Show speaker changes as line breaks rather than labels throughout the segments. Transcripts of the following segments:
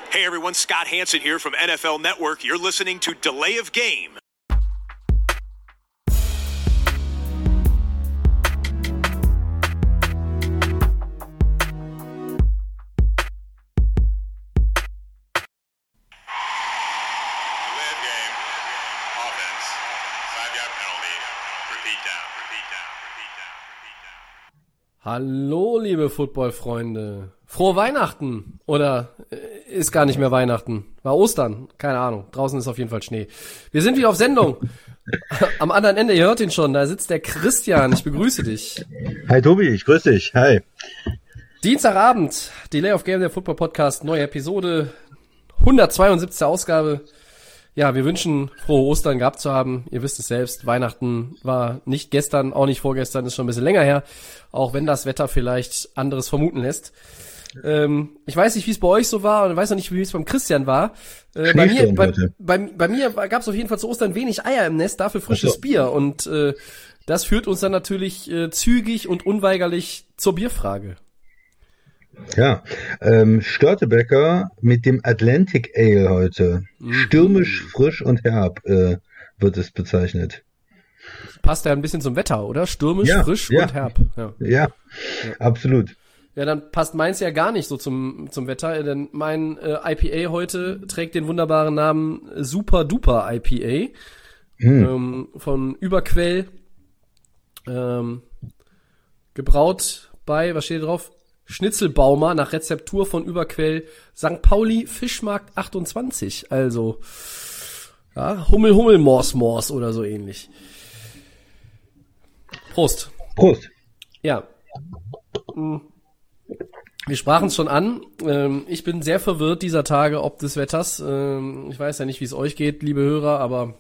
Hey everyone, Scott Hansen here from NFL Network. You're listening to Delay of Game.
Hallo, liebe Football-Freunde. Frohe Weihnachten. Oder ist gar nicht mehr Weihnachten. War Ostern. Keine Ahnung. Draußen ist auf jeden Fall Schnee. Wir sind wieder auf Sendung. Am anderen Ende, ihr hört ihn schon, da sitzt der Christian. Ich begrüße dich.
Hi Tobi, ich grüße dich. Hi.
Dienstagabend, Delay of Game, der Football-Podcast, neue Episode, 172. Ausgabe. Ja, wir wünschen, frohe Ostern gehabt zu haben. Ihr wisst es selbst, Weihnachten war nicht gestern, auch nicht vorgestern, ist schon ein bisschen länger her. Auch wenn das Wetter vielleicht anderes vermuten lässt. Ich weiß nicht, wie es bei euch so war und ich weiß noch nicht, wie es beim Christian war. Bei mir gab es auf jeden Fall zu Ostern wenig Eier im Nest, dafür frisches Bier. Und das führt uns dann natürlich zügig und unweigerlich zur Bierfrage.
Ja, Störtebeker mit dem Atlantic Ale heute. Stürmisch, frisch und herb wird es bezeichnet.
Passt ja ein bisschen zum Wetter, oder? Stürmisch, frisch und herb.
Ja, absolut.
Ja, dann passt meins ja gar nicht so zum Wetter, denn mein IPA heute trägt den wunderbaren Namen Super Duper IPA von Überquell, gebraut bei, was steht drauf? Schnitzelbaumer nach Rezeptur von Überquell St. Pauli Fischmarkt 28. Also, ja, Hummel, Mors oder so ähnlich. Prost.
Prost.
Ja. Wir sprachen es schon an. Ich bin sehr verwirrt dieser Tage ob des Wetters. Ich weiß ja nicht, wie es euch geht, liebe Hörer, aber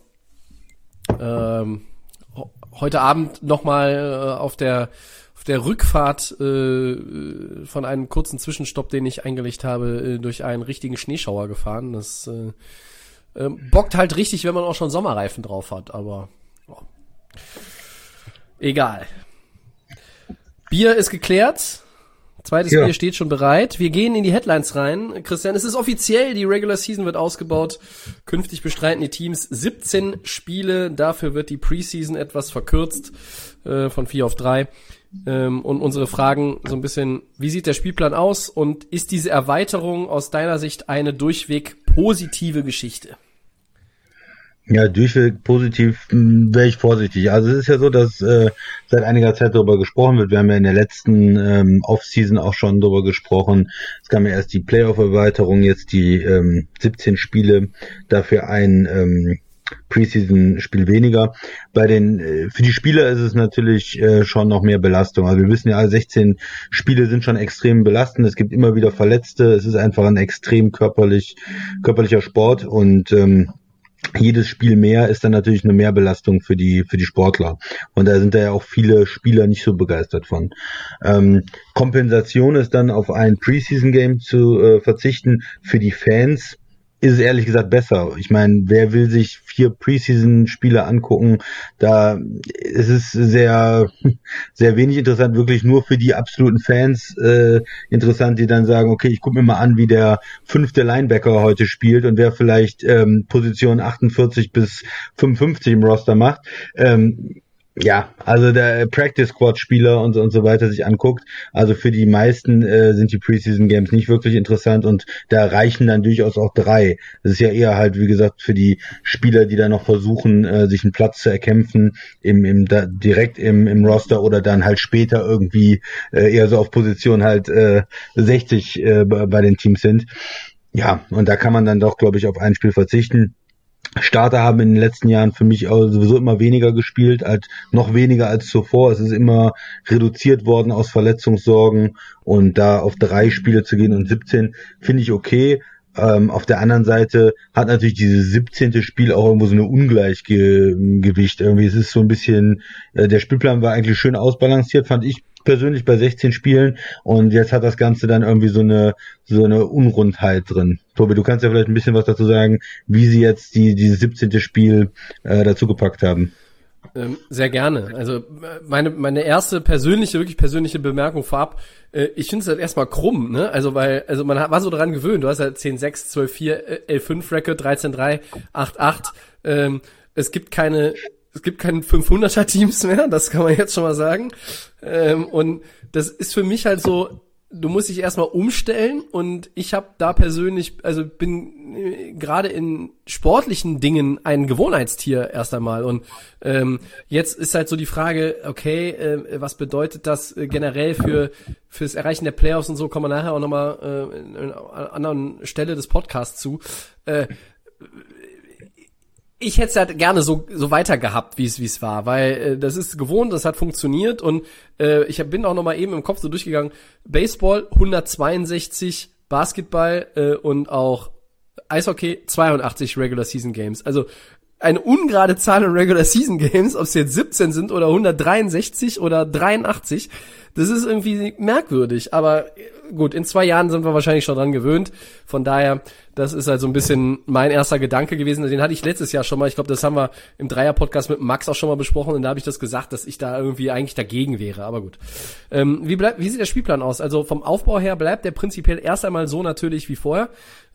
heute Abend nochmal auf der Rückfahrt von einem kurzen Zwischenstopp, den ich eingelegt habe, durch einen richtigen Schneeschauer gefahren. Das bockt halt richtig, wenn man auch schon Sommerreifen drauf hat, aber egal. Bier ist geklärt. Zweites Bier steht schon bereit. Wir gehen in die Headlines rein. Christian, es ist offiziell, die Regular Season wird ausgebaut. Künftig bestreiten die Teams 17 Spiele. Dafür wird die Preseason etwas verkürzt, von 4 auf 3. Und unsere Fragen so ein bisschen, wie sieht der Spielplan aus und ist diese Erweiterung aus deiner Sicht eine durchweg positive Geschichte?
Ja, durchweg positiv wäre ich vorsichtig. Also es ist ja so, dass seit einiger Zeit darüber gesprochen wird. Wir haben ja in der letzten Offseason auch schon darüber gesprochen. Es kam ja erst die Playoff-Erweiterung, jetzt die 17 Spiele, dafür ein Preseason-Spiel weniger. Für die Spieler ist es natürlich schon noch mehr Belastung. Also wir wissen ja, alle 16 Spiele sind schon extrem belastend. Es gibt immer wieder Verletzte. Es ist einfach ein extrem körperlicher Sport und jedes Spiel mehr ist dann natürlich eine Mehrbelastung für die Sportler. Und da sind ja auch viele Spieler nicht so begeistert von. Kompensation ist dann auf ein Preseason-Game zu verzichten. Für die Fans ist es ehrlich gesagt besser. Ich meine, wer will sich 4 Preseason-Spiele angucken? Da ist es sehr, sehr wenig interessant, wirklich nur für die absoluten Fans interessant, die dann sagen, okay, ich gucke mir mal an, wie der 5. Linebacker heute spielt und wer vielleicht Position 48 bis 55 im Roster macht. Ja, also der Practice Squad Spieler und so weiter sich anguckt. Also für die meisten sind die Preseason Games nicht wirklich interessant und da reichen dann durchaus auch 3. Das ist ja eher halt, wie gesagt, für die Spieler, die da noch versuchen, sich einen Platz zu erkämpfen direkt im Roster oder dann halt später irgendwie eher so auf Position halt 60 bei den Teams sind. Ja, und da kann man dann doch, glaube ich, auf ein Spiel verzichten. Starter haben in den letzten Jahren für mich auch sowieso immer weniger gespielt, noch weniger als zuvor. Es ist immer reduziert worden aus Verletzungssorgen und da auf 3 Spiele zu gehen und 17 finde ich okay. Auf der anderen Seite hat natürlich dieses 17. Spiel auch irgendwo so eine Ungleichgewicht. Irgendwie es ist so ein bisschen, der Spielplan war eigentlich schön ausbalanciert, fand ich persönlich bei 16 Spielen und jetzt hat das Ganze dann irgendwie so eine Unrundheit drin. Tobi, du kannst ja vielleicht ein bisschen was dazu sagen, wie sie jetzt dieses 17. Spiel dazu gepackt haben.
Sehr gerne. Also meine erste wirklich persönliche Bemerkung vorab, ich finde es halt erstmal krumm, ne? Also man war so daran gewöhnt, du hast halt 10-6, 12-4, 11-5 Record, 13-3, 8-8. Es gibt keinen 500er Teams mehr, das kann man jetzt schon mal sagen. Und das ist für mich halt so, du musst dich erstmal umstellen, und ich habe da persönlich, also bin gerade in sportlichen Dingen ein Gewohnheitstier erst einmal, und jetzt ist halt so die Frage, okay, was bedeutet das generell fürs Erreichen der Playoffs und so, kommen wir nachher auch nochmal an einer anderen Stelle des Podcasts zu. Ich hätte es halt gerne so weiter gehabt, wie es war, weil das ist gewohnt, das hat funktioniert, und ich bin auch noch mal eben im Kopf so durchgegangen. Baseball 162, Basketball und auch Eishockey 82 Regular Season Games. Also eine ungerade Zahl in Regular Season Games, ob es jetzt 17 sind oder 163 oder 83, das ist irgendwie merkwürdig, aber gut, in 2 Jahren sind wir wahrscheinlich schon dran gewöhnt, von daher, das ist halt so ein bisschen mein erster Gedanke gewesen, den hatte ich letztes Jahr schon mal, ich glaube, das haben wir im Dreier-Podcast mit Max auch schon mal besprochen, und da habe ich das gesagt, dass ich da irgendwie eigentlich dagegen wäre, aber gut. Wie sieht der Spielplan aus? Also vom Aufbau her bleibt der prinzipiell erst einmal so natürlich wie vorher.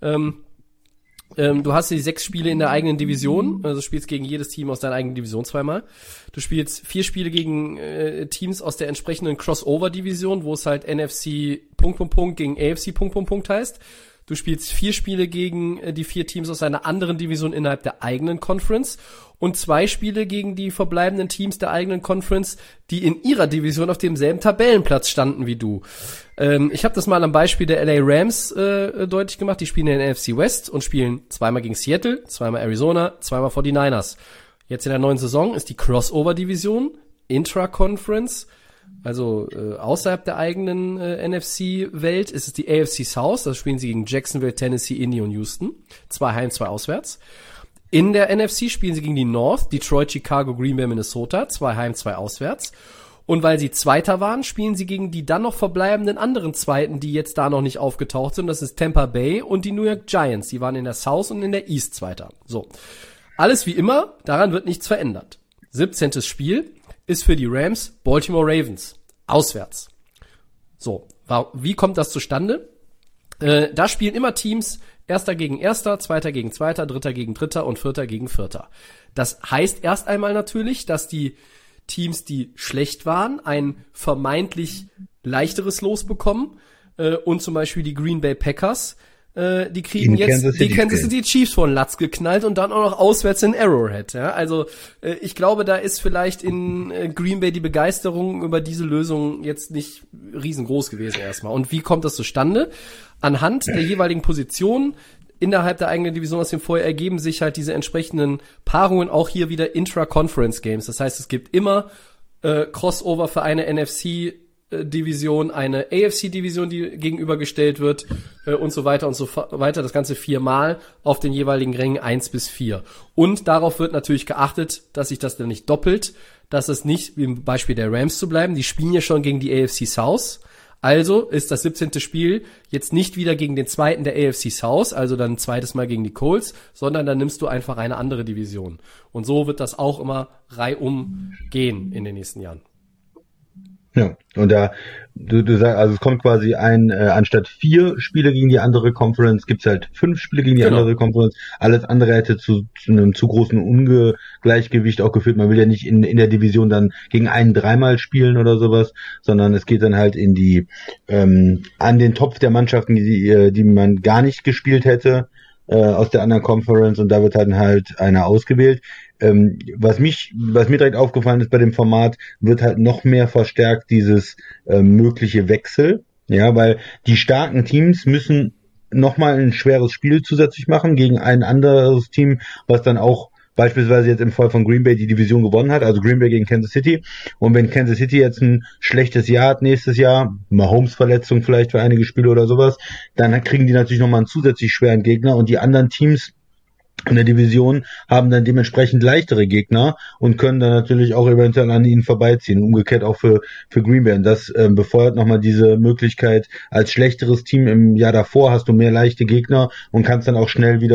Du hast die 6 Spiele in der eigenen Division, also spielst gegen jedes Team aus deiner eigenen Division zweimal. Du spielst 4 Spiele gegen Teams aus der entsprechenden Crossover-Division, wo es halt NFC ... gegen AFC ... heißt. Du spielst 4 Spiele gegen die 4 Teams aus einer anderen Division innerhalb der eigenen Conference und 2 Spiele gegen die verbleibenden Teams der eigenen Conference, die in ihrer Division auf demselben Tabellenplatz standen wie du. Ich habe das mal am Beispiel der LA Rams deutlich gemacht. Die spielen in der NFC West und spielen zweimal gegen Seattle, zweimal Arizona, zweimal 49ers. Jetzt in der neuen Saison ist die Crossover-Division, Intra-Conference, also außerhalb der eigenen NFC-Welt ist es die AFC South. Da spielen sie gegen Jacksonville, Tennessee, Indy und Houston. 2 heim, 2 auswärts. In der NFC spielen sie gegen die North, Detroit, Chicago, Green Bay, Minnesota. 2 heim, 2 auswärts. Und weil sie Zweiter waren, spielen sie gegen die dann noch verbleibenden anderen Zweiten, die jetzt da noch nicht aufgetaucht sind. Das ist Tampa Bay und die New York Giants. Die waren in der South und in der East Zweiter. So. Alles wie immer, daran wird nichts verändert. 17. Spiel ist für die Rams Baltimore Ravens. Auswärts. So. Wie kommt das zustande? Da spielen immer Teams Erster gegen Erster, Zweiter gegen Zweiter, Dritter gegen Dritter und Vierter gegen Vierter. Das heißt erst einmal natürlich, dass die Teams, die schlecht waren, ein vermeintlich leichteres Los bekommen, und zum Beispiel die Green Bay Packers, die kriegen jetzt die Kansas City Chiefs von Latz geknallt und dann auch noch auswärts in Arrowhead. Ja? Also ich glaube, da ist vielleicht in Green Bay die Begeisterung über diese Lösung jetzt nicht riesengroß gewesen erstmal. Und wie kommt das zustande? Anhand der jeweiligen Positionen innerhalb der eigenen Division aus dem Vorjahr ergeben sich halt diese entsprechenden Paarungen, auch hier wieder Intra-Conference-Games. Das heißt, es gibt immer Crossover für eine NFC-Division, eine AFC-Division, die gegenübergestellt wird und so weiter und so weiter. Das Ganze 4-mal auf den jeweiligen Rängen 1 bis 4. Und darauf wird natürlich geachtet, dass sich das dann nicht doppelt, dass es nicht, wie im Beispiel der Rams zu bleiben, die spielen ja schon gegen die AFC South. Also ist das 17. Spiel jetzt nicht wieder gegen den zweiten der AFC South, also dann ein zweites Mal gegen die Colts, sondern dann nimmst du einfach eine andere Division. Und so wird das auch immer reihum gehen in den nächsten Jahren.
Ja, und da, du sagst, also es kommt quasi anstatt 4 Spiele gegen die andere Conference, gibt's halt 5 Spiele gegen die andere Conference. Alles andere hätte zu einem zu großen Ungleichgewicht auch geführt. Man will ja nicht in der Division dann gegen einen 3-mal spielen oder sowas, sondern es geht dann halt in die, an den Topf der Mannschaften, die man gar nicht gespielt hätte, aus der anderen Conference, und da wird dann halt einer ausgewählt. Was mir direkt aufgefallen ist bei dem Format, wird halt noch mehr verstärkt dieses mögliche Wechsel, ja, weil die starken Teams müssen nochmal ein schweres Spiel zusätzlich machen gegen ein anderes Team, was dann auch beispielsweise jetzt im Fall von Green Bay die Division gewonnen hat, also Green Bay gegen Kansas City. Und wenn Kansas City jetzt ein schlechtes Jahr hat nächstes Jahr, Mahomes-Verletzung vielleicht für einige Spiele oder sowas, dann kriegen die natürlich nochmal einen zusätzlich schweren Gegner, und die anderen Teams in der Division haben dann dementsprechend leichtere Gegner und können dann natürlich auch eventuell an ihnen vorbeiziehen. Umgekehrt auch für Green Bay. Und das befeuert nochmal diese Möglichkeit, als schlechteres Team im Jahr davor hast du mehr leichte Gegner und kannst dann auch schnell wieder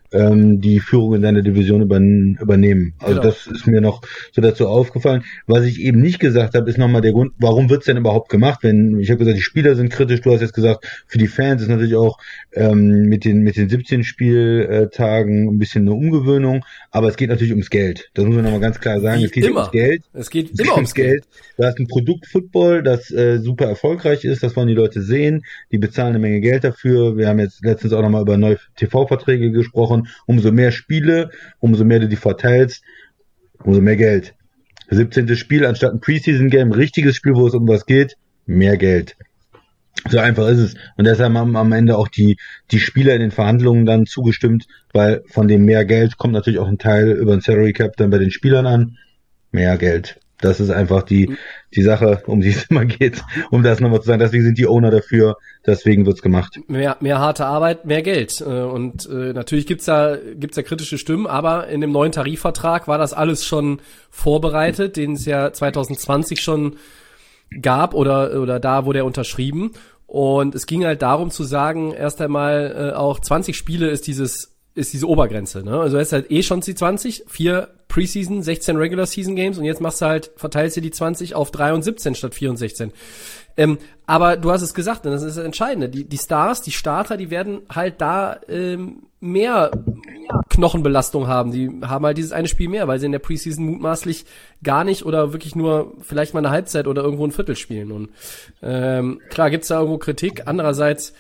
die Führung in seiner Division übernehmen. Also
Genau.
das ist mir noch so dazu aufgefallen. Was ich eben nicht gesagt habe, ist nochmal der Grund, warum wird's denn überhaupt gemacht? Ich habe gesagt, die Spieler sind kritisch, du hast jetzt gesagt, für die Fans ist natürlich auch mit den 17 Spieltagen ein bisschen eine Umgewöhnung, aber es geht natürlich ums Geld. Das muss man nochmal ganz klar sagen.
Wie
es geht
immer.
ums Geld.
Es geht immer ums Geld.
Du hast ein Produkt-Football, das super erfolgreich ist, das wollen die Leute sehen, die bezahlen eine Menge Geld dafür. Wir haben jetzt letztens auch nochmal über neue TV-Verträge gesprochen. Umso mehr Spiele, umso mehr du die verteilst, umso mehr Geld. 17. Spiel anstatt ein Preseason-Game, richtiges Spiel, wo es um was geht, mehr Geld. So einfach ist es. Und deshalb haben am Ende auch die Spieler in den Verhandlungen dann zugestimmt, weil von dem mehr Geld kommt natürlich auch ein Teil über den Salary Cap dann bei den Spielern an. Mehr Geld. Das ist einfach die Sache, um die es immer geht, um das nochmal zu sagen. Deswegen sind die Owner dafür, deswegen wird's gemacht.
Mehr harte Arbeit, mehr Geld. Und natürlich gibt's da kritische Stimmen, aber in dem neuen Tarifvertrag war das alles schon vorbereitet, den es ja 2020 schon gab oder da wurde er unterschrieben. Und es ging halt darum zu sagen, erst einmal auch 20 Spiele ist diese Obergrenze, ne? Also es ist halt schon die 20, 4 Preseason, 16 Regular Season Games und jetzt verteilst du die 20 auf 3 und 17 statt 4 und 16. Aber du hast es gesagt, und das ist das Entscheidende, die Stars, die Starter, die werden halt da mehr Knochenbelastung haben, die haben halt dieses eine Spiel mehr, weil sie in der Preseason mutmaßlich gar nicht oder wirklich nur vielleicht mal eine Halbzeit oder irgendwo ein Viertel spielen. Und klar gibt's da irgendwo Kritik, andererseits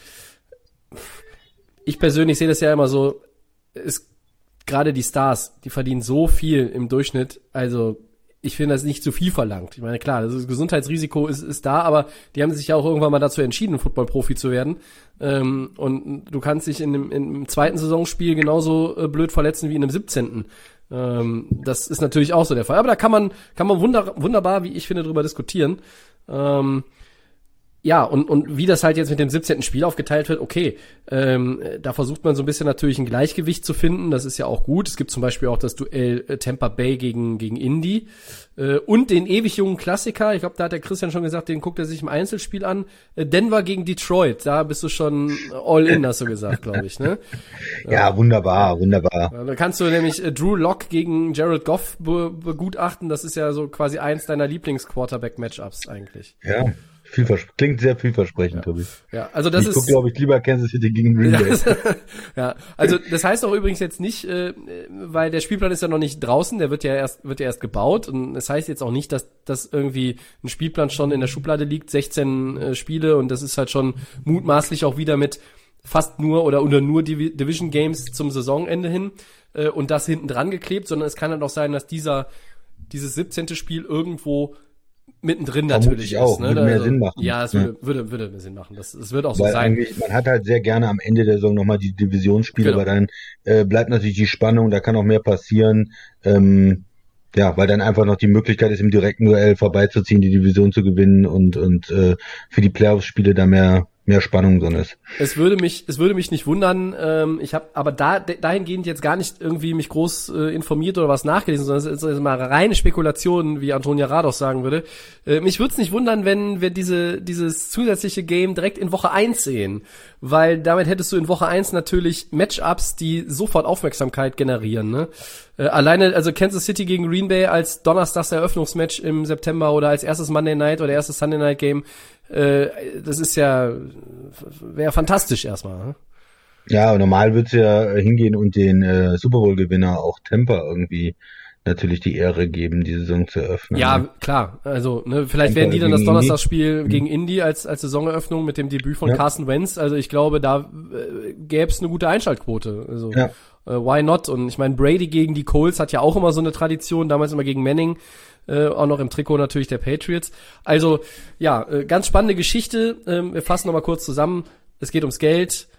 ich persönlich sehe das ja immer so, gerade die Stars, die verdienen so viel im Durchschnitt, also ich finde das nicht zu viel verlangt. Ich meine, klar, das Gesundheitsrisiko ist da, aber die haben sich ja auch irgendwann mal dazu entschieden, Football-Profi zu werden. Und du kannst dich im zweiten Saisonspiel genauso blöd verletzen wie in einem 17. Das ist natürlich auch so der Fall. Aber da kann man wunderbar, wie ich finde, drüber diskutieren. Ja, und wie das halt jetzt mit dem 17. Spiel aufgeteilt wird, okay, da versucht man so ein bisschen natürlich ein Gleichgewicht zu finden, das ist ja auch gut. Es gibt zum Beispiel auch das Duell Tampa Bay gegen Indy und den ewig jungen Klassiker, ich glaube, da hat der Christian schon gesagt, den guckt er sich im Einzelspiel an, Denver gegen Detroit, da bist du schon all in, hast du gesagt, glaube ich, ne?
Ja, wunderbar.
Da kannst du nämlich Drew Lock gegen Jared Goff begutachten, das ist ja so quasi eins deiner Lieblings-Quarterback-Matchups eigentlich.
Ja. Klingt sehr vielversprechend, Tobi.
Ja, also das
ich gucke, glaube ich, lieber Kansas City gegen Green Bay.
Ja, also das heißt auch übrigens jetzt nicht, weil der Spielplan ist ja noch nicht draußen, der wird ja erst gebaut und das heißt jetzt auch nicht, dass irgendwie ein Spielplan schon in der Schublade liegt, 16 Spiele und das ist halt schon mutmaßlich auch wieder mit fast nur oder nur Division Games zum Saisonende hin und das hinten dran geklebt, sondern es kann halt auch sein, dass dieses 17. Spiel irgendwo mittendrin natürlich
auch,
ist. Ne?
Würde mehr Sinn machen.
Ja, es würde mehr Sinn machen. Das wird auch so
weil
sein.
Man hat halt sehr gerne am Ende der Saison nochmal die Divisionsspiele,
Genau.
weil dann bleibt natürlich die Spannung, da kann auch mehr passieren. Ja, weil dann einfach noch die Möglichkeit ist, im direkten Duell vorbeizuziehen, die Division zu gewinnen und für die Playoff-Spiele da mehr Spannung drin ist.
Es würde mich nicht wundern, ich habe aber dahingehend jetzt gar nicht irgendwie mich groß informiert oder was nachgelesen, sondern es ist mal reine Spekulation, wie Antonia Rados sagen würde. Mich würde es nicht wundern, wenn wir dieses zusätzliche Game direkt in Woche 1 sehen, weil damit hättest du in Woche 1 natürlich Matchups, die sofort Aufmerksamkeit generieren, ne? Alleine, also Kansas City gegen Green Bay als Donnerstags Eröffnungsmatch im September oder als erstes Monday Night oder erstes Sunday Night Game, das ist ja, wäre fantastisch erstmal. Ne?
Ja, normal wird's ja hingehen und den Super Bowl-Gewinner auch Tampa irgendwie natürlich die Ehre geben, die Saison zu eröffnen.
Ja, klar. Also, ne, vielleicht
Tampa
werden die dann das
gegen
Donnerstagsspiel gegen Indy als Saisoneröffnung mit dem Debüt von Carson Wentz. Also ich glaube, da gäbe es eine gute Einschaltquote. Also why not? Und ich meine, Brady gegen die Colts hat ja auch immer so eine Tradition, damals immer gegen Manning, auch noch im Trikot natürlich der Patriots. Also, ja, ganz spannende Geschichte. Wir fassen nochmal kurz zusammen. Es geht ums Geld.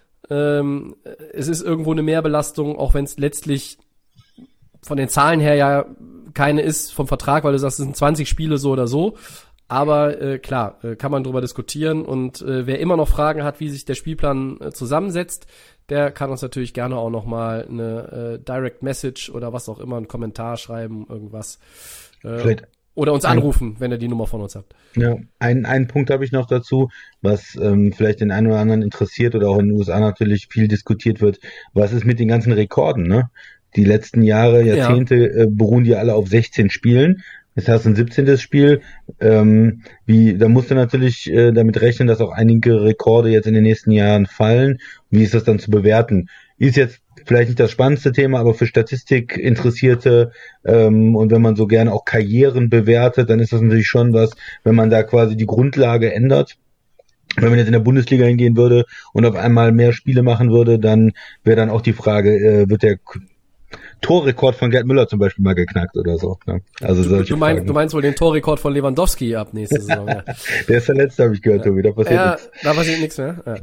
Es ist irgendwo eine Mehrbelastung, auch wenn es letztlich von den Zahlen her ja keine ist vom Vertrag, weil du sagst, es sind 20 Spiele so oder so. Aber klar, kann man drüber diskutieren. Und wer immer noch Fragen hat, wie sich der Spielplan zusammensetzt, der kann uns natürlich gerne auch noch mal eine Direct Message oder was auch immer, einen Kommentar schreiben, irgendwas.
Vielleicht
Oder uns anrufen, wenn ihr die Nummer von uns habt.
Ja, einen Punkt habe ich noch dazu, was vielleicht den einen oder anderen interessiert oder auch in den USA natürlich viel diskutiert wird. Was ist mit den ganzen Rekorden, ne? Die letzten Jahre, Jahrzehnte beruhen die alle auf 16 Spielen. Jetzt hast du ein 17. Spiel. Da musst du natürlich damit rechnen, dass auch einige Rekorde jetzt in den nächsten Jahren fallen. Wie ist das dann zu bewerten? Ist jetzt vielleicht nicht das spannendste Thema, aber für Statistikinteressierte und wenn man so gerne auch Karrieren bewertet, dann ist das natürlich schon was, wenn man da quasi die Grundlage ändert. Wenn man jetzt in der Bundesliga hingehen würde und auf einmal mehr Spiele machen würde, dann wäre dann auch die Frage, wird der Torrekord von Gerd Müller zum Beispiel mal geknackt oder so. Ne? Also
du meinst wohl den Torrekord von Lewandowski ab nächste Saison. Ja.
Der ist verletzt, habe ich gehört, Tobi. Da passiert nichts.
Da passiert nichts mehr. Ja.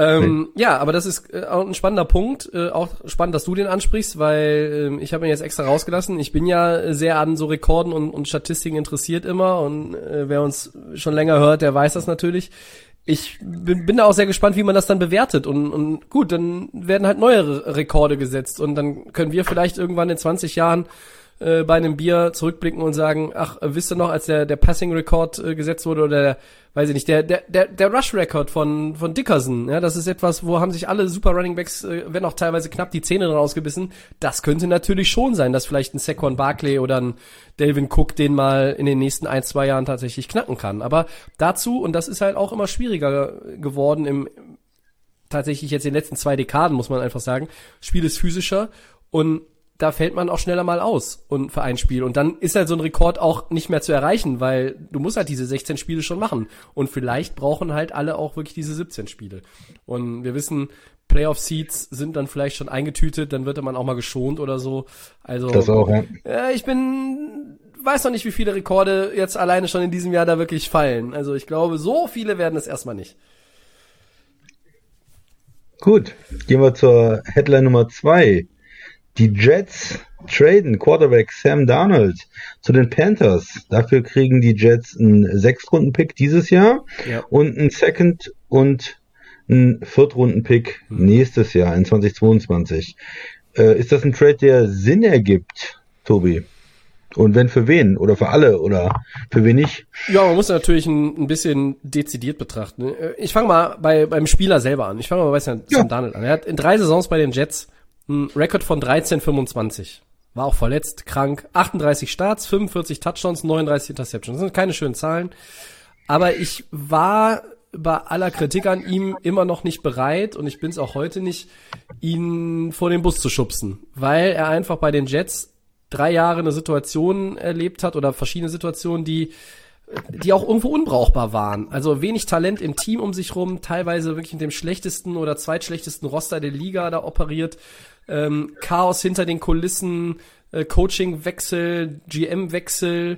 Ja, aber das ist auch ein spannender Punkt. Auch spannend, dass du den ansprichst, weil ich habe ihn jetzt extra rausgelassen. Ich bin ja sehr an so Rekorden und Statistiken interessiert immer und wer uns schon länger hört, der weiß das natürlich. Ich bin da auch sehr gespannt, wie man das dann bewertet und gut, dann werden halt neue Rekorde gesetzt und dann können wir vielleicht irgendwann in 20 Jahren bei einem Bier zurückblicken und sagen, ach, wisst ihr noch, als der Passing-Rekord gesetzt wurde oder weiß ich nicht, der Rush-Rekord von Dickerson, ja, das ist etwas, wo haben sich alle Super Runningbacks, wenn auch teilweise knapp die Zähne dran ausgebissen, das könnte natürlich schon sein, dass vielleicht ein Saquon Barkley oder ein Dalvin Cook den mal in den nächsten 1-2 Jahren tatsächlich knacken kann, aber dazu, und das ist halt auch immer schwieriger geworden tatsächlich jetzt in den letzten 2 Dekaden, muss man einfach sagen, Spiel ist physischer und da fällt man auch schneller mal aus und für ein Spiel. Und dann ist halt so ein Rekord auch nicht mehr zu erreichen, weil du musst halt diese 16 Spiele schon machen. Und vielleicht brauchen halt alle auch wirklich diese 17 Spiele. Und wir wissen, Playoff-Seeds sind dann vielleicht schon eingetütet, dann wird man auch mal geschont oder so. Also
das auch, ja.
Ich weiß noch nicht, wie viele Rekorde jetzt alleine schon in diesem Jahr da wirklich fallen. Also ich glaube, so viele werden es erstmal nicht.
Gut, gehen wir zur Headline Nummer 2. Die Jets traden Quarterback Sam Darnold zu den Panthers. Dafür kriegen die Jets einen 6-Runden-Pick dieses Jahr und einen Second- und einen 4-Runden-Pick nächstes Jahr in 2022. Ist das ein Trade, der Sinn ergibt, Tobi? Und wenn für wen? Oder für alle? Oder für wen nicht?
Ja, man muss natürlich ein bisschen dezidiert betrachten. Ich fange mal beim Spieler selber an. Ich fange mal bei Sam Darnold an. Er hat in 3 Saisons bei den Jets ein Rekord von 13,25. War auch verletzt, krank. 38 Starts, 45 Touchdowns, 39 Interceptions. Das sind keine schönen Zahlen. Aber ich war bei aller Kritik an ihm immer noch nicht bereit, und ich bin es auch heute nicht, ihn vor den Bus zu schubsen. Weil er einfach bei den Jets 3 Jahre eine Situation erlebt hat oder verschiedene Situationen, die auch irgendwo unbrauchbar waren. Also wenig Talent im Team um sich rum, teilweise wirklich mit dem schlechtesten oder zweitschlechtesten Roster der Liga da operiert. Chaos hinter den Kulissen, Coaching-Wechsel, GM-Wechsel,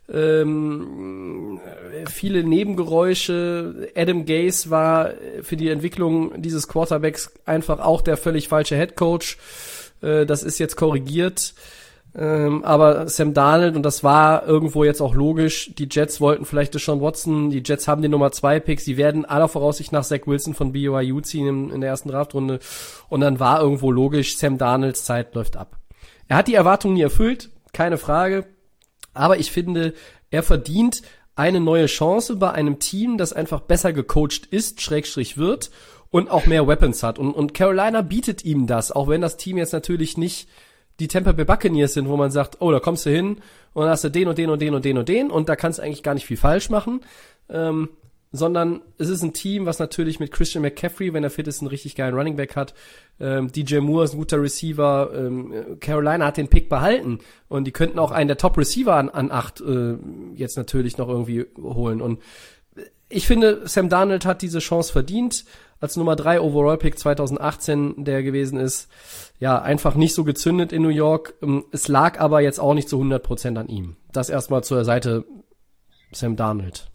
viele Nebengeräusche. Adam Gase war für die Entwicklung dieses Quarterbacks einfach auch der völlig falsche Headcoach. Das ist jetzt korrigiert. Aber Sam Darnold, und das war irgendwo jetzt auch logisch, die Jets wollten vielleicht Deshaun Watson, die Jets haben den Nummer 2 Pick, sie werden aller Voraussicht nach Zach Wilson von BYU ziehen in der ersten Draftrunde, und dann war irgendwo logisch, Sam Darnolds Zeit läuft ab. Er hat die Erwartungen nie erfüllt, keine Frage, aber ich finde, er verdient eine neue Chance bei einem Team, das einfach besser gecoacht ist, / wird, und auch mehr Weapons hat, und Carolina bietet ihm das, auch wenn das Team jetzt natürlich nicht die Tampa Bay Buccaneers sind, wo man sagt, oh, da kommst du hin und dann hast du den und den und den und den und den und da kannst du eigentlich gar nicht viel falsch machen, sondern es ist ein Team, was natürlich mit Christian McCaffrey, wenn er fit ist, einen richtig geilen Running Back hat, DJ Moore ist ein guter Receiver, Carolina hat den Pick behalten und die könnten auch einen der Top-Receiver an 8 jetzt natürlich noch irgendwie holen, und ich finde, Sam Darnold hat diese Chance verdient, als Nummer 3 Overall-Pick 2018, der gewesen ist, ja, einfach nicht so gezündet in New York. Es lag aber jetzt auch nicht zu 100% an ihm. Das erstmal zur Seite Sam Darnold.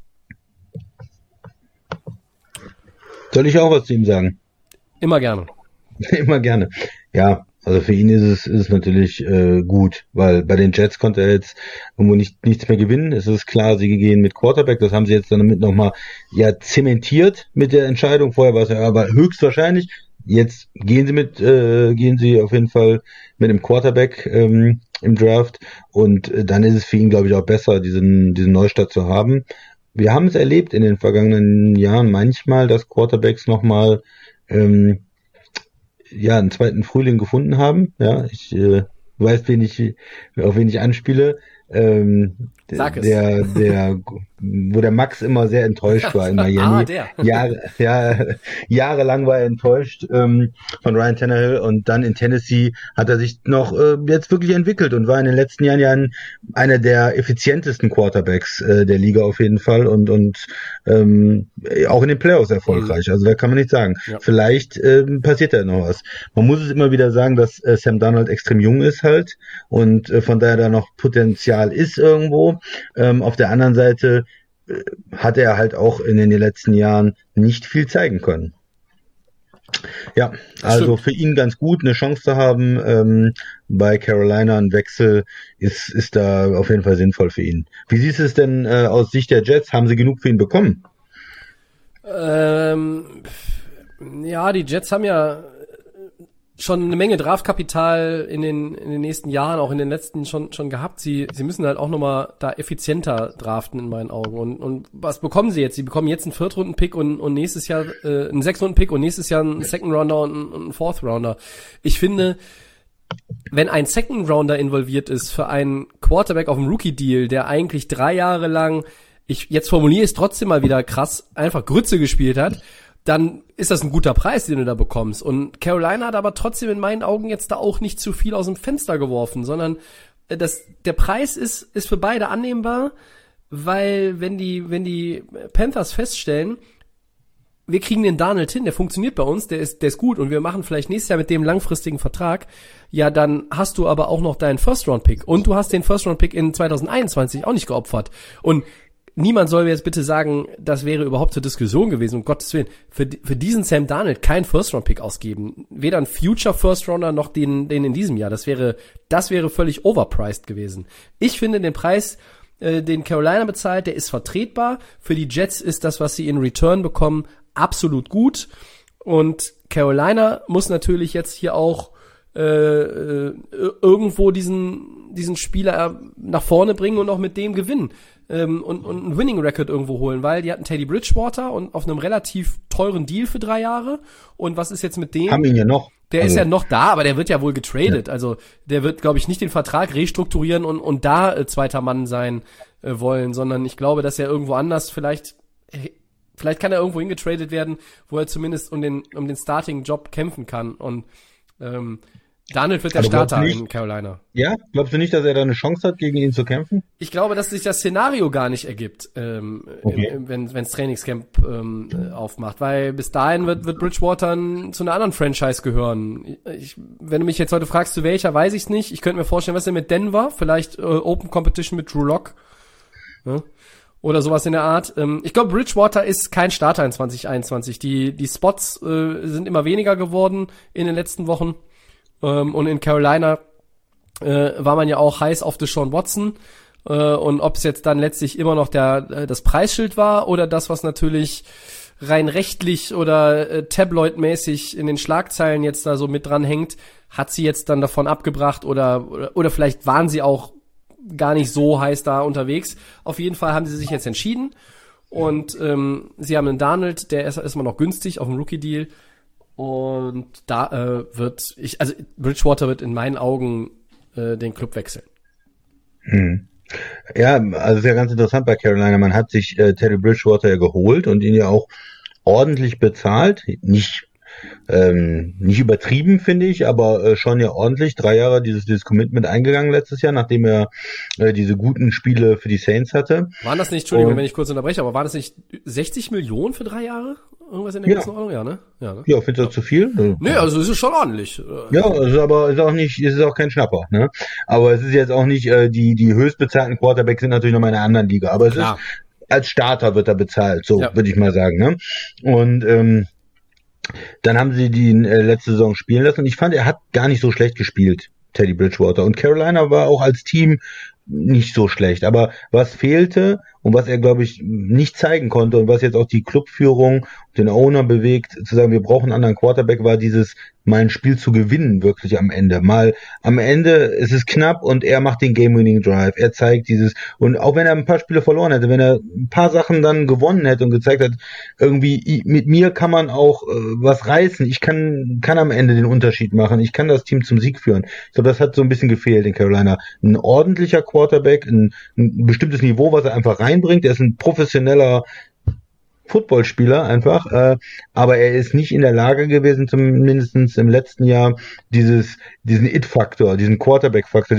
Soll ich auch was zu ihm sagen?
Immer gerne.
Immer gerne. Ja, also für ihn ist es natürlich gut, weil bei den Jets konnte er jetzt irgendwo nichts mehr gewinnen. Es ist klar, sie gehen mit Quarterback, das haben sie jetzt damit nochmal zementiert mit der Entscheidung. Vorher war es ja aber höchstwahrscheinlich. Jetzt gehen sie auf jeden Fall mit dem Quarterback im Draft. Und dann ist es für ihn, glaube ich, auch besser, diesen Neustart zu haben. Wir haben es erlebt in den vergangenen Jahren manchmal, dass Quarterbacks nochmal einen zweiten Frühling gefunden haben. Ja, ich weiß, auf wen ich anspiele.
Sag es.
Wo der Max immer sehr enttäuscht war in Miami. Jahrelang war er enttäuscht von Ryan Tannehill, und dann in Tennessee hat er sich noch jetzt wirklich entwickelt und war in den letzten Jahren ja einer der effizientesten Quarterbacks der Liga auf jeden Fall, und auch in den Playoffs erfolgreich. Also da kann man nicht sagen. Ja. Vielleicht passiert da noch was. Man muss es immer wieder sagen, dass Sam Darnold extrem jung ist halt, und von daher da noch Potenzial ist irgendwo. Auf der anderen Seite hat er halt auch in den letzten Jahren nicht viel zeigen können. Ja, also für ihn ganz gut, eine Chance zu haben. Bei Carolina ein Wechsel ist da auf jeden Fall sinnvoll für ihn. Wie siehst du es denn aus Sicht der Jets? Haben sie genug für ihn bekommen?
Ja, die Jets haben ja schon eine Menge Draftkapital in den nächsten Jahren, auch in den letzten schon gehabt. Sie müssen halt auch nochmal da effizienter draften in meinen Augen. Und was bekommen sie jetzt? Sie bekommen jetzt einen Viertrunden-Pick und nächstes Jahr einen Sechstrunden-Pick und nächstes Jahr einen Second-Rounder und einen Fourth-Rounder. Ich finde, wenn ein Second-Rounder involviert ist für einen Quarterback auf dem Rookie-Deal, der eigentlich 3 Jahre lang, jetzt formuliere ich es trotzdem mal wieder krass, einfach Grütze gespielt hat, dann ist das ein guter Preis, den du da bekommst. Und Carolina hat aber trotzdem in meinen Augen jetzt da auch nicht zu viel aus dem Fenster geworfen, sondern der Preis ist für beide annehmbar, weil wenn die Panthers feststellen, wir kriegen den Darnold hin, der funktioniert bei uns, der ist gut und wir machen vielleicht nächstes Jahr mit dem langfristigen Vertrag, ja, dann hast du aber auch noch deinen First-Round-Pick und du hast den First-Round-Pick in 2021 auch nicht geopfert. Und niemand soll mir jetzt bitte sagen, das wäre überhaupt zur Diskussion gewesen, um Gottes Willen. Für diesen Sam Darnold kein First-Round-Pick ausgeben. Weder ein Future-First-Rounder noch den in diesem Jahr. Das wäre völlig overpriced gewesen. Ich finde den Preis, den Carolina bezahlt, der ist vertretbar. Für die Jets ist das, was sie in Return bekommen, absolut gut. Und Carolina muss natürlich jetzt hier auch irgendwo diesen Spieler nach vorne bringen und auch mit dem gewinnen. Und einen Winning Record irgendwo holen, weil die hatten Teddy Bridgewater und auf einem relativ teuren Deal für 3 Jahre. Und was ist jetzt mit dem?
Haben ihn ja noch.
Der ist ja noch da, aber der wird ja wohl getradet. Ja. Also der wird, glaube ich, nicht den Vertrag restrukturieren und da zweiter Mann sein wollen, sondern ich glaube, dass er irgendwo anders vielleicht kann er irgendwo hingetradet werden, wo er zumindest um den Starting-Job kämpfen kann. Und Darnold wird der Starter in Carolina.
Ja? Glaubst du nicht, dass er da eine Chance hat, gegen ihn zu kämpfen?
Ich glaube, dass sich das Szenario gar nicht ergibt, wenn's Trainingscamp aufmacht. Weil bis dahin wird Bridgewater zu einer anderen Franchise gehören. Wenn du mich jetzt heute fragst, zu welcher, weiß ich's nicht. Ich könnte mir vorstellen, was denn mit Denver? Vielleicht Open Competition mit Drew Lock. Ja? Oder sowas in der Art. Ich glaube, Bridgewater ist kein Starter in 2021. Die Spots sind immer weniger geworden in den letzten Wochen. Und in Carolina war man ja auch heiß auf Deshaun Watson. Und ob es jetzt dann letztlich immer noch das Preisschild war oder das, was natürlich rein rechtlich oder tabloidmäßig in den Schlagzeilen jetzt da so mit dran hängt, hat sie jetzt dann davon abgebracht oder vielleicht waren sie auch gar nicht so heiß da unterwegs. Auf jeden Fall haben sie sich jetzt entschieden und sie haben einen Darnold, der ist erstmal noch günstig auf dem Rookie-Deal. Und da Bridgewater wird in meinen Augen den Club wechseln.
Ja, also ist ja ganz interessant bei Carolina. Man hat sich Teddy Bridgewater ja geholt und ihn ja auch ordentlich bezahlt. Nicht übertrieben, finde ich, aber schon ja ordentlich. 3 Jahre dieses Commitment eingegangen letztes Jahr, nachdem er diese guten Spiele für die Saints hatte.
Waren das nicht, Entschuldigung, wenn ich kurz unterbreche, aber waren das nicht 60 Millionen für 3 Jahre? Irgendwas in der ganzen Ordnung? Ja, ne? Ja,
findest du das zu viel?
Nee, also es ist schon ordentlich.
Ja, es ist auch kein Schnapper, ne? Aber es ist jetzt auch nicht, die höchstbezahlten Quarterbacks sind natürlich noch mal in einer anderen Liga, aber es ist, als Starter wird er bezahlt, so würde ich mal sagen, ne? Und dann haben sie die letzte Saison spielen lassen und ich fand, er hat gar nicht so schlecht gespielt, Teddy Bridgewater. Und Carolina war auch als Team nicht so schlecht. Aber was fehlte und was er, glaube ich, nicht zeigen konnte und was jetzt auch die Clubführung, den Owner bewegt, zu sagen, wir brauchen einen anderen Quarterback, war dieses, mal ein Spiel zu gewinnen, wirklich am Ende. Mal am Ende ist es knapp und er macht den Game-Winning-Drive. Er zeigt dieses, und auch wenn er ein paar Spiele verloren hätte, wenn er ein paar Sachen dann gewonnen hätte und gezeigt hat, irgendwie, mit mir kann man auch was reißen. Ich kann am Ende den Unterschied machen. Ich kann das Team zum Sieg führen. Ich glaube, das hat so ein bisschen gefehlt in Carolina. Ein ordentlicher Quarterback, ein bestimmtes Niveau, was er einfach reinbringt. Er ist ein professioneller Footballspieler einfach, aber er ist nicht in der Lage gewesen, zumindest im letzten Jahr, diesen It-Faktor, diesen Quarterback-Faktor,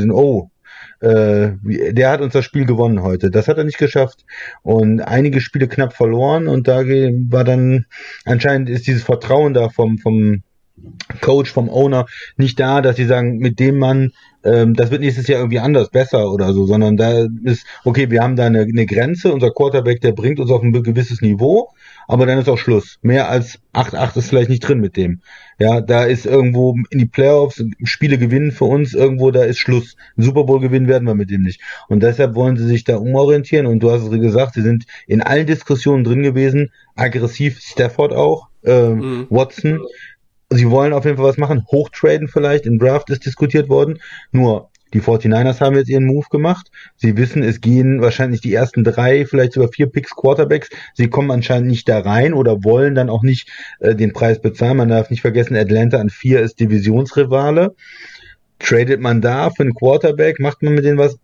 der hat uns das Spiel gewonnen heute. Das hat er nicht geschafft und einige Spiele knapp verloren und da war dann, anscheinend ist dieses Vertrauen da vom Coach, vom Owner nicht da, dass sie sagen, mit dem Mann, das wird nächstes Jahr irgendwie anders, besser oder so, sondern da ist, okay, wir haben da eine Grenze, unser Quarterback, der bringt uns auf ein gewisses Niveau, aber dann ist auch Schluss. Mehr als 8-8 ist vielleicht nicht drin mit dem. Ja, da ist irgendwo in die Playoffs, Spiele gewinnen für uns, irgendwo da ist Schluss. Einen Super Bowl gewinnen werden wir mit dem nicht. Und deshalb wollen sie sich da umorientieren und du hast es gesagt, sie sind in allen Diskussionen drin gewesen, aggressiv, Stafford auch, Watson. Sie wollen auf jeden Fall was machen, hochtraden vielleicht, im Draft ist diskutiert worden, nur die 49ers haben jetzt ihren Move gemacht, sie wissen, es gehen wahrscheinlich die ersten 3, vielleicht sogar 4 Picks Quarterbacks, sie kommen anscheinend nicht da rein oder wollen dann auch nicht den Preis bezahlen, man darf nicht vergessen, Atlanta an 4 ist Divisionsrivale, tradet man da für einen Quarterback, macht man mit denen was,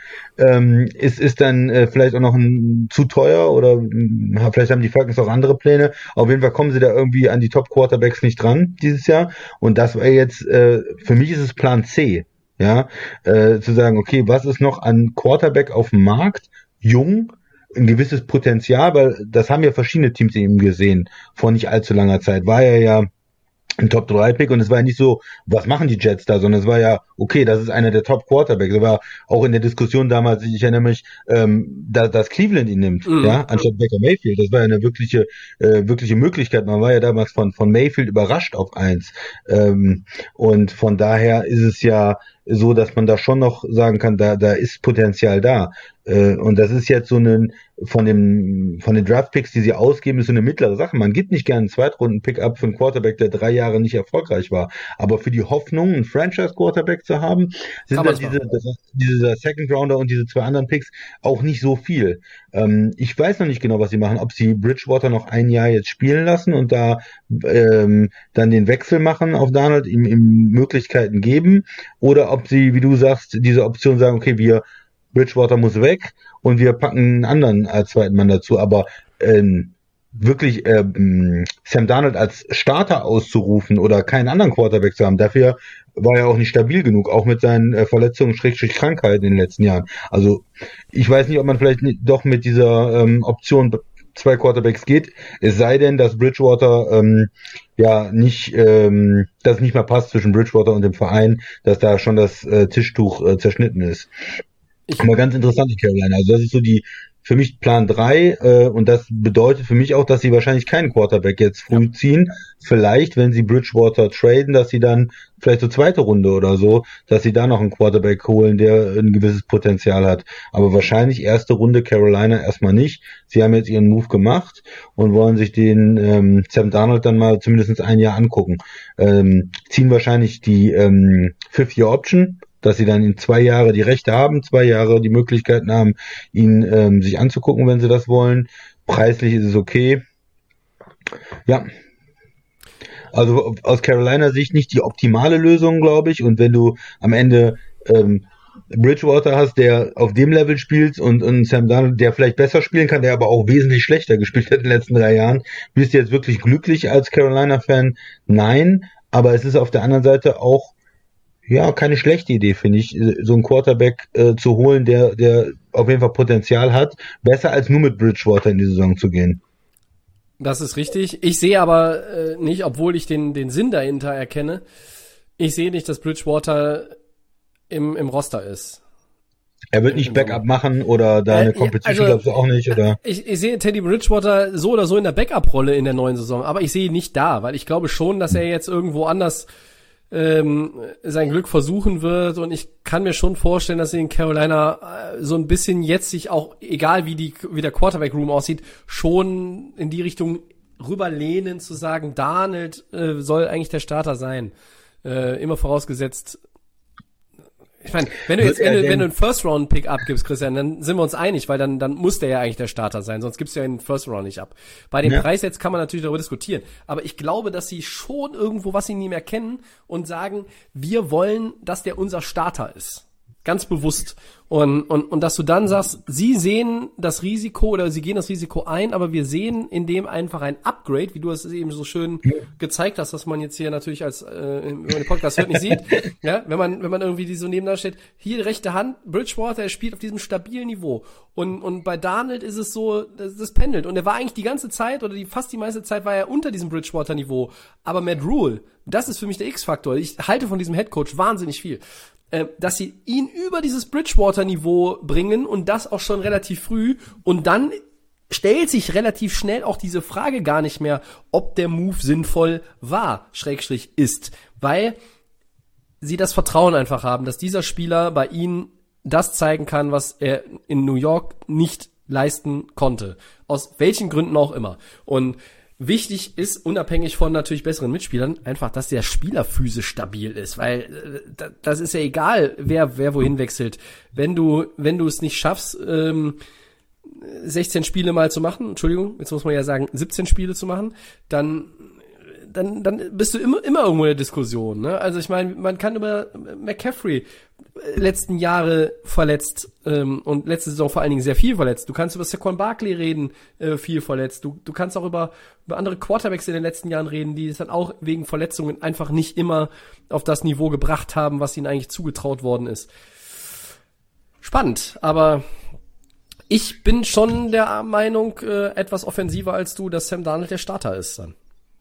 ist dann vielleicht auch noch zu teuer oder vielleicht haben die Falcons auch andere Pläne. Auf jeden Fall kommen sie da irgendwie an die Top-Quarterbacks nicht dran dieses Jahr und das war jetzt, für mich ist es Plan C, ja, zu sagen, okay, was ist noch an Quarterback auf dem Markt, jung, ein gewisses Potenzial, weil das haben ja verschiedene Teams eben gesehen, vor nicht allzu langer Zeit, war er ja ein Top-3-Pick und es war ja nicht so, was machen die Jets da, sondern es war ja, okay, das ist einer der Top-Quarterbacks. Es war auch in der Diskussion damals, ich erinnere mich, dass Cleveland ihn nimmt, ja, anstatt Baker Mayfield. Das war ja eine wirkliche Möglichkeit. Man war ja damals von Mayfield überrascht auf 1. Und von daher ist es ja so, dass man da schon noch sagen kann, da ist Potenzial da. Und das ist jetzt so von den Draft-Picks, die sie ausgeben, ist so eine mittlere Sache. Man gibt nicht gerne einen Zweitrunden-Pick-up für einen Quarterback, der 3 Jahre nicht erfolgreich war. Aber für die Hoffnung, einen Franchise-Quarterback zu haben, sind dann diese Second-Rounder und diese 2 anderen Picks auch nicht so viel. Ich weiß noch nicht genau, was sie machen. Ob sie Bridgewater noch ein Jahr jetzt spielen lassen und da dann den Wechsel machen auf Darnold, ihm Möglichkeiten geben, oder ob sie, wie du sagst, diese Option sagen, okay, Bridgewater muss weg und wir packen einen anderen als zweiten Mann dazu, aber wirklich Sam Darnold als Starter auszurufen oder keinen anderen Quarterback zu haben, dafür war er auch nicht stabil genug, auch mit seinen Verletzungen, Krankheiten in den letzten Jahren. Also ich weiß nicht, ob man vielleicht doch mit dieser Option 2 Quarterbacks geht, es sei denn, dass Bridgewater dass nicht mehr passt zwischen Bridgewater und dem Verein, dass da schon das Tischtuch zerschnitten ist. Aber ganz interessant in Carolina. Also das ist so für mich Plan 3 und das bedeutet für mich auch, dass sie wahrscheinlich keinen Quarterback jetzt früh ziehen. Vielleicht, wenn sie Bridgewater traden, dass sie dann vielleicht so 2. Runde oder so, dass sie da noch einen Quarterback holen, der ein gewisses Potenzial hat. Aber wahrscheinlich 1. Runde Carolina erstmal nicht. Sie haben jetzt ihren Move gemacht und wollen sich den Sam Darnold dann mal zumindest ein Jahr angucken. Ziehen wahrscheinlich die 5-Year-Option, dass sie dann in 2 Jahre die Rechte haben, 2 Jahre die Möglichkeiten haben, ihn sich anzugucken, wenn sie das wollen. Preislich ist es okay. Ja. Also aus Carolina Sicht nicht die optimale Lösung, glaube ich. Und wenn du am Ende Bridgewater hast, der auf dem Level spielt und Sam Darnold, der vielleicht besser spielen kann, der aber auch wesentlich schlechter gespielt hat in den letzten 3 Jahren, bist du jetzt wirklich glücklich als Carolina-Fan? Nein. Aber es ist auf der anderen Seite auch keine schlechte Idee, finde ich, so einen Quarterback zu holen, der auf jeden Fall Potenzial hat, besser als nur mit Bridgewater in die Saison zu gehen.
Das ist richtig. Ich sehe aber nicht, obwohl ich den Sinn dahinter erkenne, ich sehe nicht, dass Bridgewater im Roster ist.
Er wird nicht Backup machen oder da eine Competition, glaubst du auch nicht, oder?
Ich sehe Teddy Bridgewater so oder so in der Backup-Rolle in der neuen Saison, aber ich sehe ihn nicht da, weil ich glaube schon, dass er jetzt irgendwo anders sein Glück versuchen wird, und ich kann mir schon vorstellen, dass sie in Carolina so ein bisschen jetzt sich auch, egal wie der Quarterback-Room aussieht, schon in die Richtung rüberlehnen zu sagen, Darnold soll eigentlich der Starter sein. Immer vorausgesetzt, ich meine, wenn du einen First-Round-Pick abgibst, Christian, dann sind wir uns einig, weil dann muss der ja eigentlich der Starter sein, sonst gibst du ja den First-Round nicht ab. Bei dem Preis jetzt kann man natürlich darüber diskutieren, aber ich glaube, dass sie schon irgendwo was in ihm erkennen und sagen, wir wollen, dass der unser Starter ist. Ganz bewusst. Und dass du dann sagst, sie sehen das Risiko oder sie gehen das Risiko ein, aber wir sehen in dem einfach ein Upgrade, wie du es eben so schön gezeigt hast, dass man jetzt hier natürlich als wenn man den Podcast hört, nicht sieht. Ja, wenn man irgendwie die so nebenan steht, hier rechte Hand, Bridgewater, er spielt auf diesem stabilen Niveau. Und bei Darnold ist es so, das pendelt. Und er war eigentlich die ganze Zeit oder fast die meiste Zeit war er unter diesem Bridgewater-Niveau. Aber Matt Rule, das ist für mich der X-Faktor. Ich halte von diesem Headcoach wahnsinnig viel. Dass sie ihn über dieses Bridgewater-Niveau bringen und das auch schon relativ früh, und dann stellt sich relativ schnell auch diese Frage gar nicht mehr, ob der Move sinnvoll war, / ist, weil sie das Vertrauen einfach haben, dass dieser Spieler bei ihnen das zeigen kann, was er in New York nicht leisten konnte. Aus welchen Gründen auch immer. Und wichtig ist, unabhängig von natürlich besseren Mitspielern, einfach, dass der Spieler physisch stabil ist, weil das ist ja egal, wer wohin wechselt. Wenn du es nicht schaffst, 16 Spiele mal zu machen, Entschuldigung, jetzt muss man ja sagen, 17 Spiele zu machen, dann bist du immer irgendwo in der Diskussion, ne? Also ich meine, man kann über McCaffrey letzten Jahre verletzt und letzte Saison vor allen Dingen sehr viel verletzt. Du kannst über Saquon Barkley reden, viel verletzt. Du kannst auch über andere Quarterbacks in den letzten Jahren reden, die es dann auch wegen Verletzungen einfach nicht immer auf das Niveau gebracht haben, was ihnen eigentlich zugetraut worden ist. Spannend, aber ich bin schon der Meinung, etwas offensiver als du, dass Sam Darnold der Starter ist dann.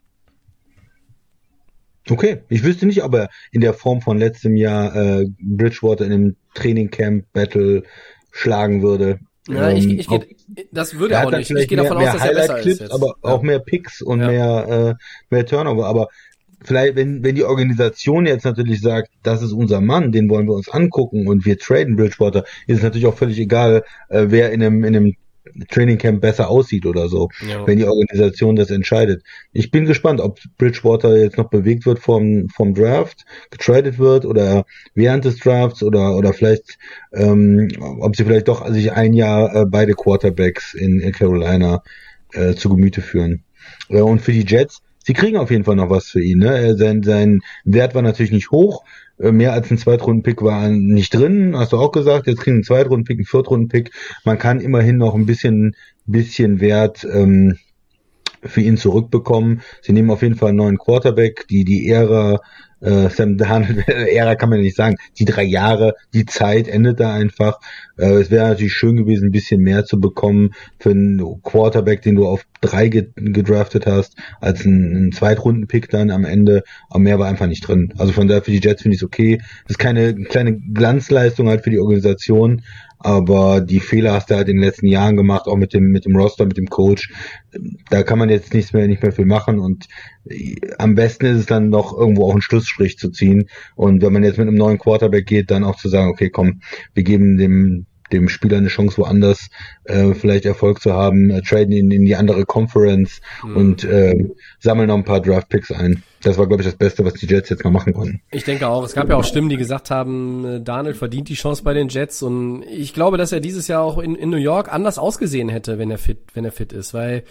Okay, ich wüsste nicht, ob er in der Form von letztem Jahr Bridgewater in einem Training-Camp-Battle schlagen würde.
Ja, das würde er auch nicht. Ich gehe davon aus, dass er besser ist jetzt.
Aber auch mehr Picks und mehr Turnover. Aber vielleicht, wenn die Organisation jetzt natürlich sagt, das ist unser Mann, den wollen wir uns angucken und wir traden Bridgewater, ist es natürlich auch völlig egal, wer in einem Training Camp besser aussieht oder so, wenn die Organisation das entscheidet. Ich bin gespannt, ob Bridgewater jetzt noch bewegt wird vom Draft, getradet wird oder während des Drafts oder vielleicht, ob sie vielleicht doch sich ein Jahr beide Quarterbacks in Carolina zu Gemüte führen. Und für die Jets, sie kriegen auf jeden Fall noch was für ihn. Ne? Sein Wert war natürlich nicht hoch. Mehr als ein Zweitrunden-Pick war nicht drin, hast du auch gesagt. Jetzt kriegen einen Zweitrunden-Pick, einen Viertrunden-Pick. Man kann immerhin noch ein bisschen Wert für ihn zurückbekommen. Sie nehmen auf jeden Fall einen neuen Quarterback, die Ära Sam Darnold, Ära kann man ja nicht sagen, die 3 Jahre, die Zeit endet da einfach. Es wäre natürlich schön gewesen, ein bisschen mehr zu bekommen für einen Quarterback, den du auf 3 gedraftet hast, als einen Zweitrunden-Pick dann am Ende, aber mehr war einfach nicht drin. Also von daher für die Jets finde ich es okay. Das ist keine kleine Glanzleistung halt für die Organisation, aber die Fehler hast du halt in den letzten Jahren gemacht, auch mit dem Roster, mit dem Coach. Da kann man jetzt nicht mehr viel machen und am besten ist es dann noch irgendwo auch einen Schlussstrich zu ziehen und wenn man jetzt mit einem neuen Quarterback geht, dann auch zu sagen, okay, komm, wir geben dem Spieler eine Chance, woanders vielleicht Erfolg zu haben, traden ihn in die andere Conference und sammeln noch ein paar Draft-Picks ein. Das war, glaube ich, das Beste, was die Jets jetzt noch machen konnten.
Ich denke auch. Es gab ja auch Stimmen, die gesagt haben, Darnold verdient die Chance bei den Jets und ich glaube, dass er dieses Jahr auch in New York anders ausgesehen hätte, wenn er fit ist, weil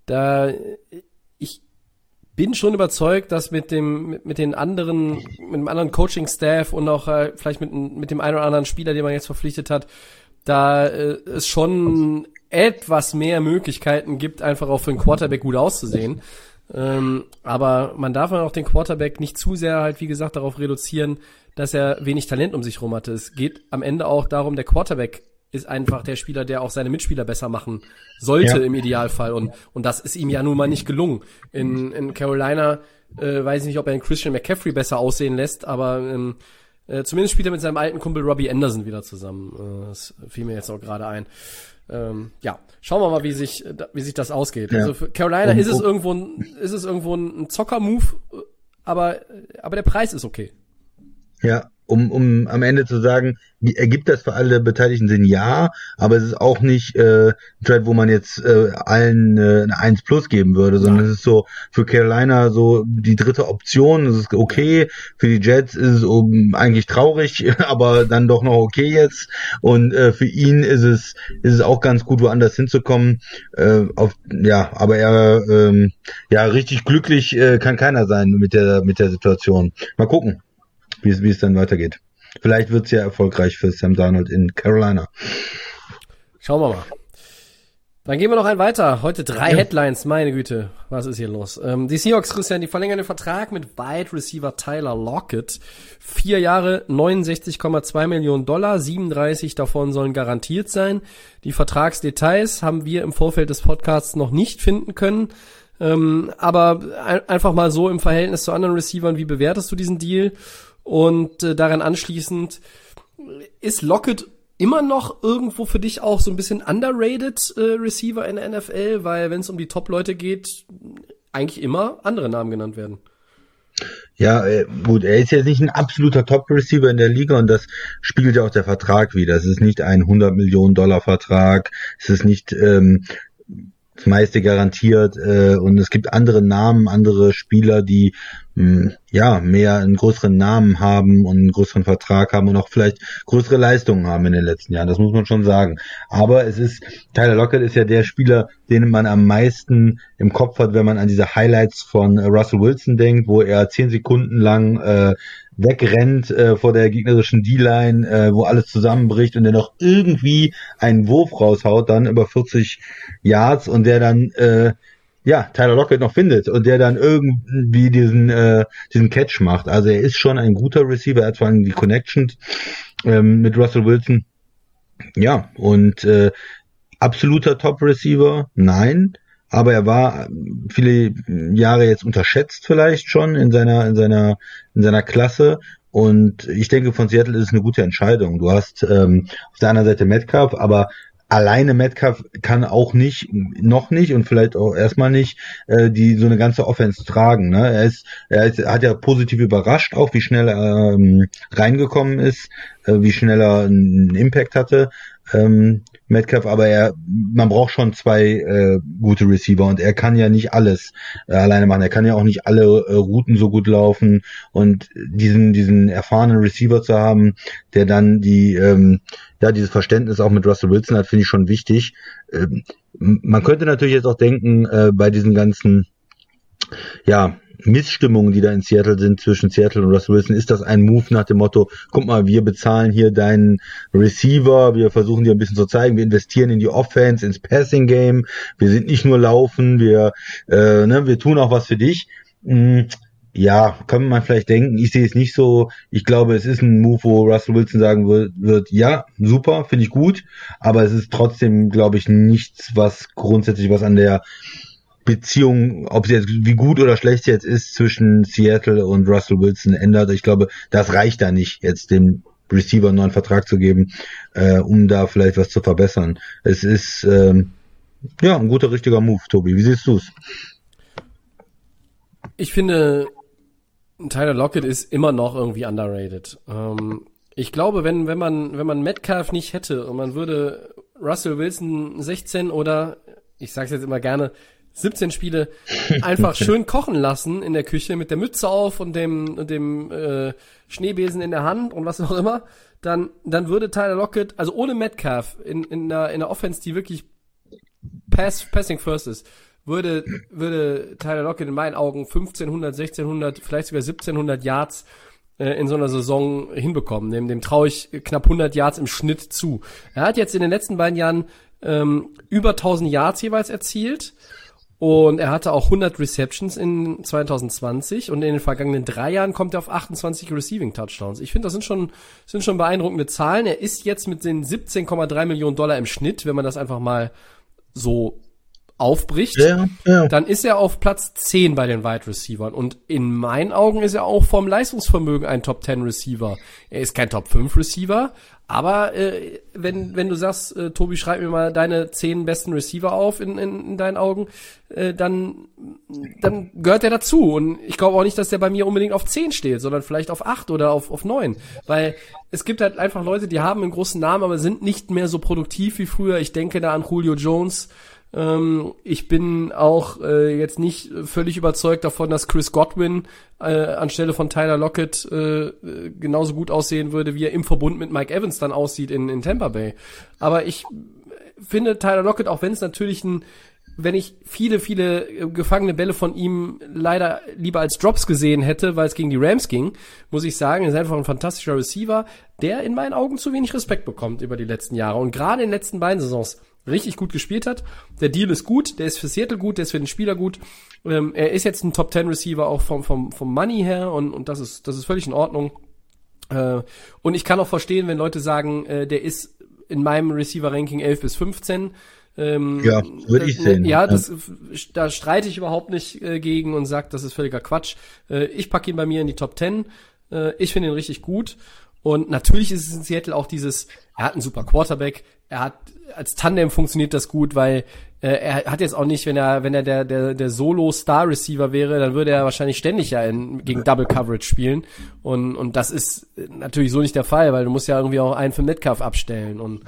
ich bin schon überzeugt, dass mit dem anderen Coaching-Staff und auch vielleicht mit dem einen oder anderen Spieler, den man jetzt verpflichtet hat, da es schon etwas mehr Möglichkeiten gibt, einfach auch für einen Quarterback gut auszusehen. Aber man darf auch den Quarterback nicht zu sehr halt, wie gesagt, darauf reduzieren, dass er wenig Talent um sich rum hatte. Es geht am Ende auch darum, der Quarterback ist einfach der Spieler, der auch seine Mitspieler besser machen sollte im Idealfall. Und das ist ihm ja nun mal nicht gelungen. In Carolina weiß ich nicht, ob er einen Christian McCaffrey besser aussehen lässt, aber zumindest spielt er mit seinem alten Kumpel Robbie Anderson wieder zusammen. Das fiel mir jetzt auch gerade ein. Schauen wir mal, wie sich das ausgeht. Ja. Also für Carolina ist es irgendwo ein Zocker-Move aber der Preis ist okay.
Ja, um am Ende zu sagen, ergibt das für alle Beteiligten Sinn? Ja, aber es ist auch nicht ein Trade, wo man jetzt allen eine 1 plus geben würde, sondern es ist so für Carolina so die dritte Option, es ist okay, für die Jets ist es eigentlich traurig, aber dann doch noch okay jetzt, und für ihn ist es auch ganz gut, woanders hinzukommen, aber er richtig glücklich kann keiner sein mit der Situation. Mal gucken, wie es dann weitergeht. Vielleicht wird's ja erfolgreich für Sam Darnold in Carolina.
Schauen wir mal. Dann gehen wir noch einen weiter. Heute 3 Headlines, meine Güte. Was ist hier los? Die Seahawks, Christian, die verlängern den Vertrag mit Wide Receiver Tyler Lockett. 4 Jahre, 69,2 Millionen $, 37 davon sollen garantiert sein. Die Vertragsdetails haben wir im Vorfeld des Podcasts noch nicht finden können. Aber einfach mal so im Verhältnis zu anderen Receivern, wie bewertest du diesen Deal? Und daran anschließend, ist Lockett immer noch irgendwo für dich auch so ein bisschen underrated Receiver in der NFL? Weil wenn es um die Top-Leute geht, eigentlich immer andere Namen genannt werden.
Ja, gut, er ist jetzt nicht ein absoluter Top-Receiver in der Liga, und das spiegelt ja auch der Vertrag wider. Es ist nicht ein $100 Millionen Vertrag, es ist nicht das meiste garantiert, und es gibt andere Namen, andere Spieler, die mehr einen größeren Namen haben und einen größeren Vertrag haben und auch vielleicht größere Leistungen haben in den letzten Jahren. Das muss man schon sagen. Aber Tyler Lockett ist ja der Spieler, den man am meisten im Kopf hat, wenn man an diese Highlights von Russell Wilson denkt, wo er 10 Sekunden lang wegrennt vor der gegnerischen D-Line, wo alles zusammenbricht und der noch irgendwie einen Wurf raushaut, dann über 40 Yards, und der dann Tyler Lockett noch findet und der dann irgendwie diesen Catch macht. Also er ist schon ein guter Receiver, er hat vor allem die Connections mit Russell Wilson. Ja, und absoluter Top-Receiver, nein, aber er war viele Jahre jetzt unterschätzt vielleicht schon in seiner Klasse. Und ich denke, von Seattle ist es eine gute Entscheidung. Du hast auf der anderen Seite Metcalf, aber alleine Metcalf kann auch noch nicht und vielleicht auch erstmal nicht so eine ganze Offense tragen. Ne? Er hat ja positiv überrascht, auch wie schnell er reingekommen ist, wie schnell er einen Impact hatte. Metcalf, aber man braucht schon 2 gute Receiver, und er kann ja nicht alles alleine machen. Er kann ja auch nicht alle Routen so gut laufen, und diesen erfahrenen Receiver zu haben, der dann dieses Verständnis auch mit Russell Wilson hat, finde ich schon wichtig. Man könnte natürlich jetzt auch denken, bei diesen ganzen Missstimmungen, die da in Seattle sind, zwischen Seattle und Russell Wilson, ist das ein Move nach dem Motto, guck mal, wir bezahlen hier deinen Receiver, wir versuchen dir ein bisschen zu zeigen, wir investieren in die Offense, ins Passing Game, wir sind nicht nur laufen, wir tun auch was für dich. Ja, kann man vielleicht denken, ich sehe es nicht so. Ich glaube, es ist ein Move, wo Russell Wilson sagen wird, ja, super, finde ich gut, aber es ist trotzdem, glaube ich, nichts, was an der Beziehung, ob sie jetzt wie gut oder schlecht sie jetzt ist, zwischen Seattle und Russell Wilson ändert. Ich glaube, das reicht da nicht, jetzt dem Receiver einen neuen Vertrag zu geben, um da vielleicht was zu verbessern. Es ist ein guter, richtiger Move, Tobi. Wie siehst du's?
Ich finde, Tyler Lockett ist immer noch irgendwie underrated. Ich glaube, wenn man Metcalf nicht hätte und man würde Russell Wilson 16 oder, ich sag's jetzt immer gerne, 17 Spiele einfach schön kochen lassen in der Küche mit der Mütze auf und dem Schneebesen in der Hand und was auch immer, dann würde Tyler Lockett, also ohne Metcalf in der Offense, die wirklich Passing First ist, würde Tyler Lockett in meinen Augen 1500, 1600, vielleicht sogar 1700 Yards in so einer Saison hinbekommen. Dem traue ich knapp 100 Yards im Schnitt zu. Er hat jetzt in den letzten beiden Jahren über 1000 Yards jeweils erzielt. Und er hatte auch 100 Receptions in 2020 und in den vergangenen 3 Jahren kommt er auf 28 Receiving Touchdowns. Ich finde, das sind schon beeindruckende Zahlen. Er ist jetzt mit den $17,3 Millionen im Schnitt, wenn man das einfach mal so aufbricht, dann ist er auf Platz 10 bei den Wide Receivern. Und in meinen Augen ist er auch vom Leistungsvermögen ein Top 10 Receiver. Er ist kein Top 5 Receiver, aber wenn du sagst, Tobi, schreib mir mal deine 10 besten Receiver auf in deinen Augen, dann gehört er dazu. Und ich glaube auch nicht, dass der bei mir unbedingt auf 10 steht, sondern vielleicht auf 8 oder auf 9. Weil es gibt halt einfach Leute, die haben einen großen Namen, aber sind nicht mehr so produktiv wie früher. Ich denke da an Julio Jones. Ich bin auch jetzt nicht völlig überzeugt davon, dass Chris Godwin anstelle von Tyler Lockett genauso gut aussehen würde, wie er im Verbund mit Mike Evans dann aussieht in Tampa Bay. Aber ich finde Tyler Lockett, auch wenn es natürlich wenn ich viele gefangene Bälle von ihm leider lieber als Drops gesehen hätte, weil es gegen die Rams ging, muss ich sagen, er ist einfach ein fantastischer Receiver, der in meinen Augen zu wenig Respekt bekommt über die letzten Jahre und gerade in den letzten beiden Saisons richtig gut gespielt hat. Der Deal ist gut, der ist für Seattle gut, der ist für den Spieler gut. Er ist jetzt ein Top 10 Receiver auch vom Money her und das ist völlig in Ordnung. Und ich kann auch verstehen, wenn Leute sagen, der ist in meinem Receiver-Ranking 11 bis 15.
Ja, würde ich sehen.
Ja, da streite ich überhaupt nicht gegen und sage, das ist völliger Quatsch. Ich packe ihn bei mir in die Top 10. Ich finde ihn richtig gut. Und natürlich ist es in Seattle auch er hat einen super Quarterback, als Tandem funktioniert das gut, weil er hat jetzt auch nicht, wenn er der Solo-Star-Receiver wäre, dann würde er wahrscheinlich ständig gegen Double Coverage spielen. Und das ist natürlich so nicht der Fall, weil du musst ja irgendwie auch einen für Metcalf abstellen. Und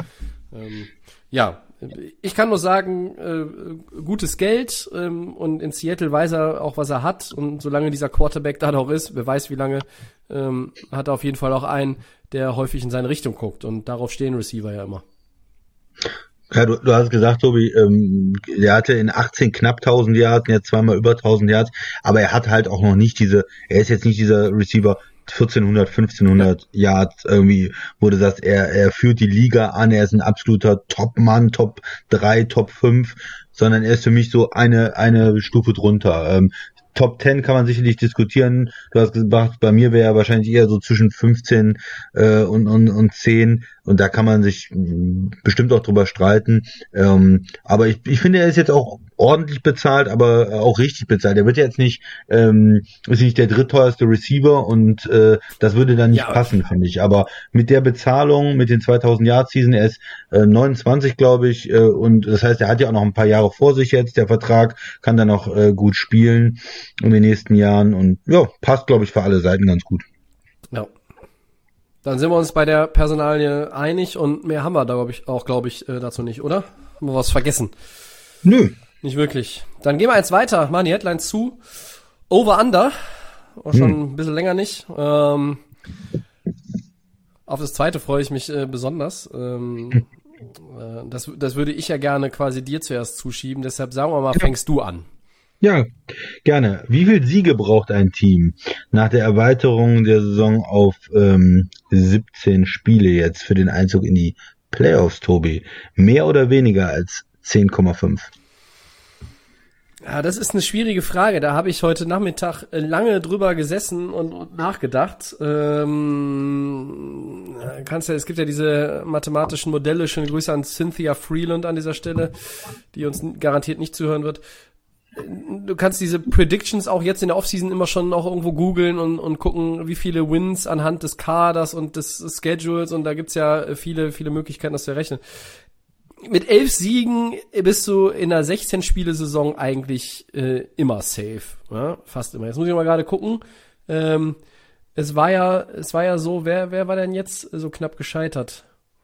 ja, ich kann nur sagen, gutes Geld und in Seattle weiß er auch, was er hat. Und solange dieser Quarterback da noch ist, wer weiß wie lange, hat er auf jeden Fall auch einen, der häufig in seine Richtung guckt. Und darauf stehen Receiver ja immer.
Ja, du hast gesagt, Tobi, der hatte in 18 knapp 1000 Yards, jetzt zweimal über 1000 Yards, aber er hat halt auch noch nicht er ist jetzt nicht dieser Receiver 1400, 1500 Yards irgendwie, wo du sagst, er führt die Liga an, er ist ein absoluter Top-Mann, Top 3, Top 5, sondern er ist für mich so eine Stufe drunter. Top 10 kann man sicherlich diskutieren. Du hast gesagt, bei mir wäre er wahrscheinlich eher so zwischen 15 und 10 und da kann man sich bestimmt auch drüber streiten. Aber ich finde, er ist jetzt auch ordentlich bezahlt, aber auch richtig bezahlt. Er wird jetzt nicht, ist nicht der drittteuerste Receiver und das würde dann nicht passen, finde ich. Aber mit der Bezahlung, mit den 2000 Yard Season, er ist 29, glaube ich, und das heißt, er hat ja auch noch ein paar Jahre vor sich jetzt. Der Vertrag kann dann noch gut spielen in den nächsten Jahren und ja, passt, glaube ich, für alle Seiten ganz gut.
Ja. Dann sind wir uns bei der Personalie einig und mehr haben wir da, glaube ich, dazu nicht, oder? Haben wir was vergessen?
Nö.
Nicht wirklich. Dann gehen wir jetzt weiter, machen die Headlines zu. Over-Under. Auch schon ein bisschen länger nicht. Auf das zweite freue ich mich besonders. Das würde ich ja gerne quasi dir zuerst zuschieben. Deshalb sagen wir mal, fängst du an.
Ja, gerne. Wie viel Siege braucht ein Team nach der Erweiterung der Saison auf 17 Spiele jetzt für den Einzug in die Playoffs, Tobi? Mehr oder weniger als 10,5?
Ja, das ist eine schwierige Frage. Da habe ich heute Nachmittag lange drüber gesessen und nachgedacht. Es gibt ja diese mathematischen Modelle. Schöne Grüße an Cynthia Freeland an dieser Stelle, die uns garantiert nicht zuhören wird. Du kannst diese Predictions auch jetzt in der Offseason immer schon auch irgendwo googeln und gucken, wie viele Wins anhand des Kaders und des Schedules, und da gibt's ja viele Möglichkeiten, das zu errechnen. Mit 11 Siegen bist du in einer 16-Spiele-Saison eigentlich immer safe, ja? Fast immer. Jetzt muss ich mal gerade gucken. Es war ja so, wer war denn jetzt so knapp gescheitert?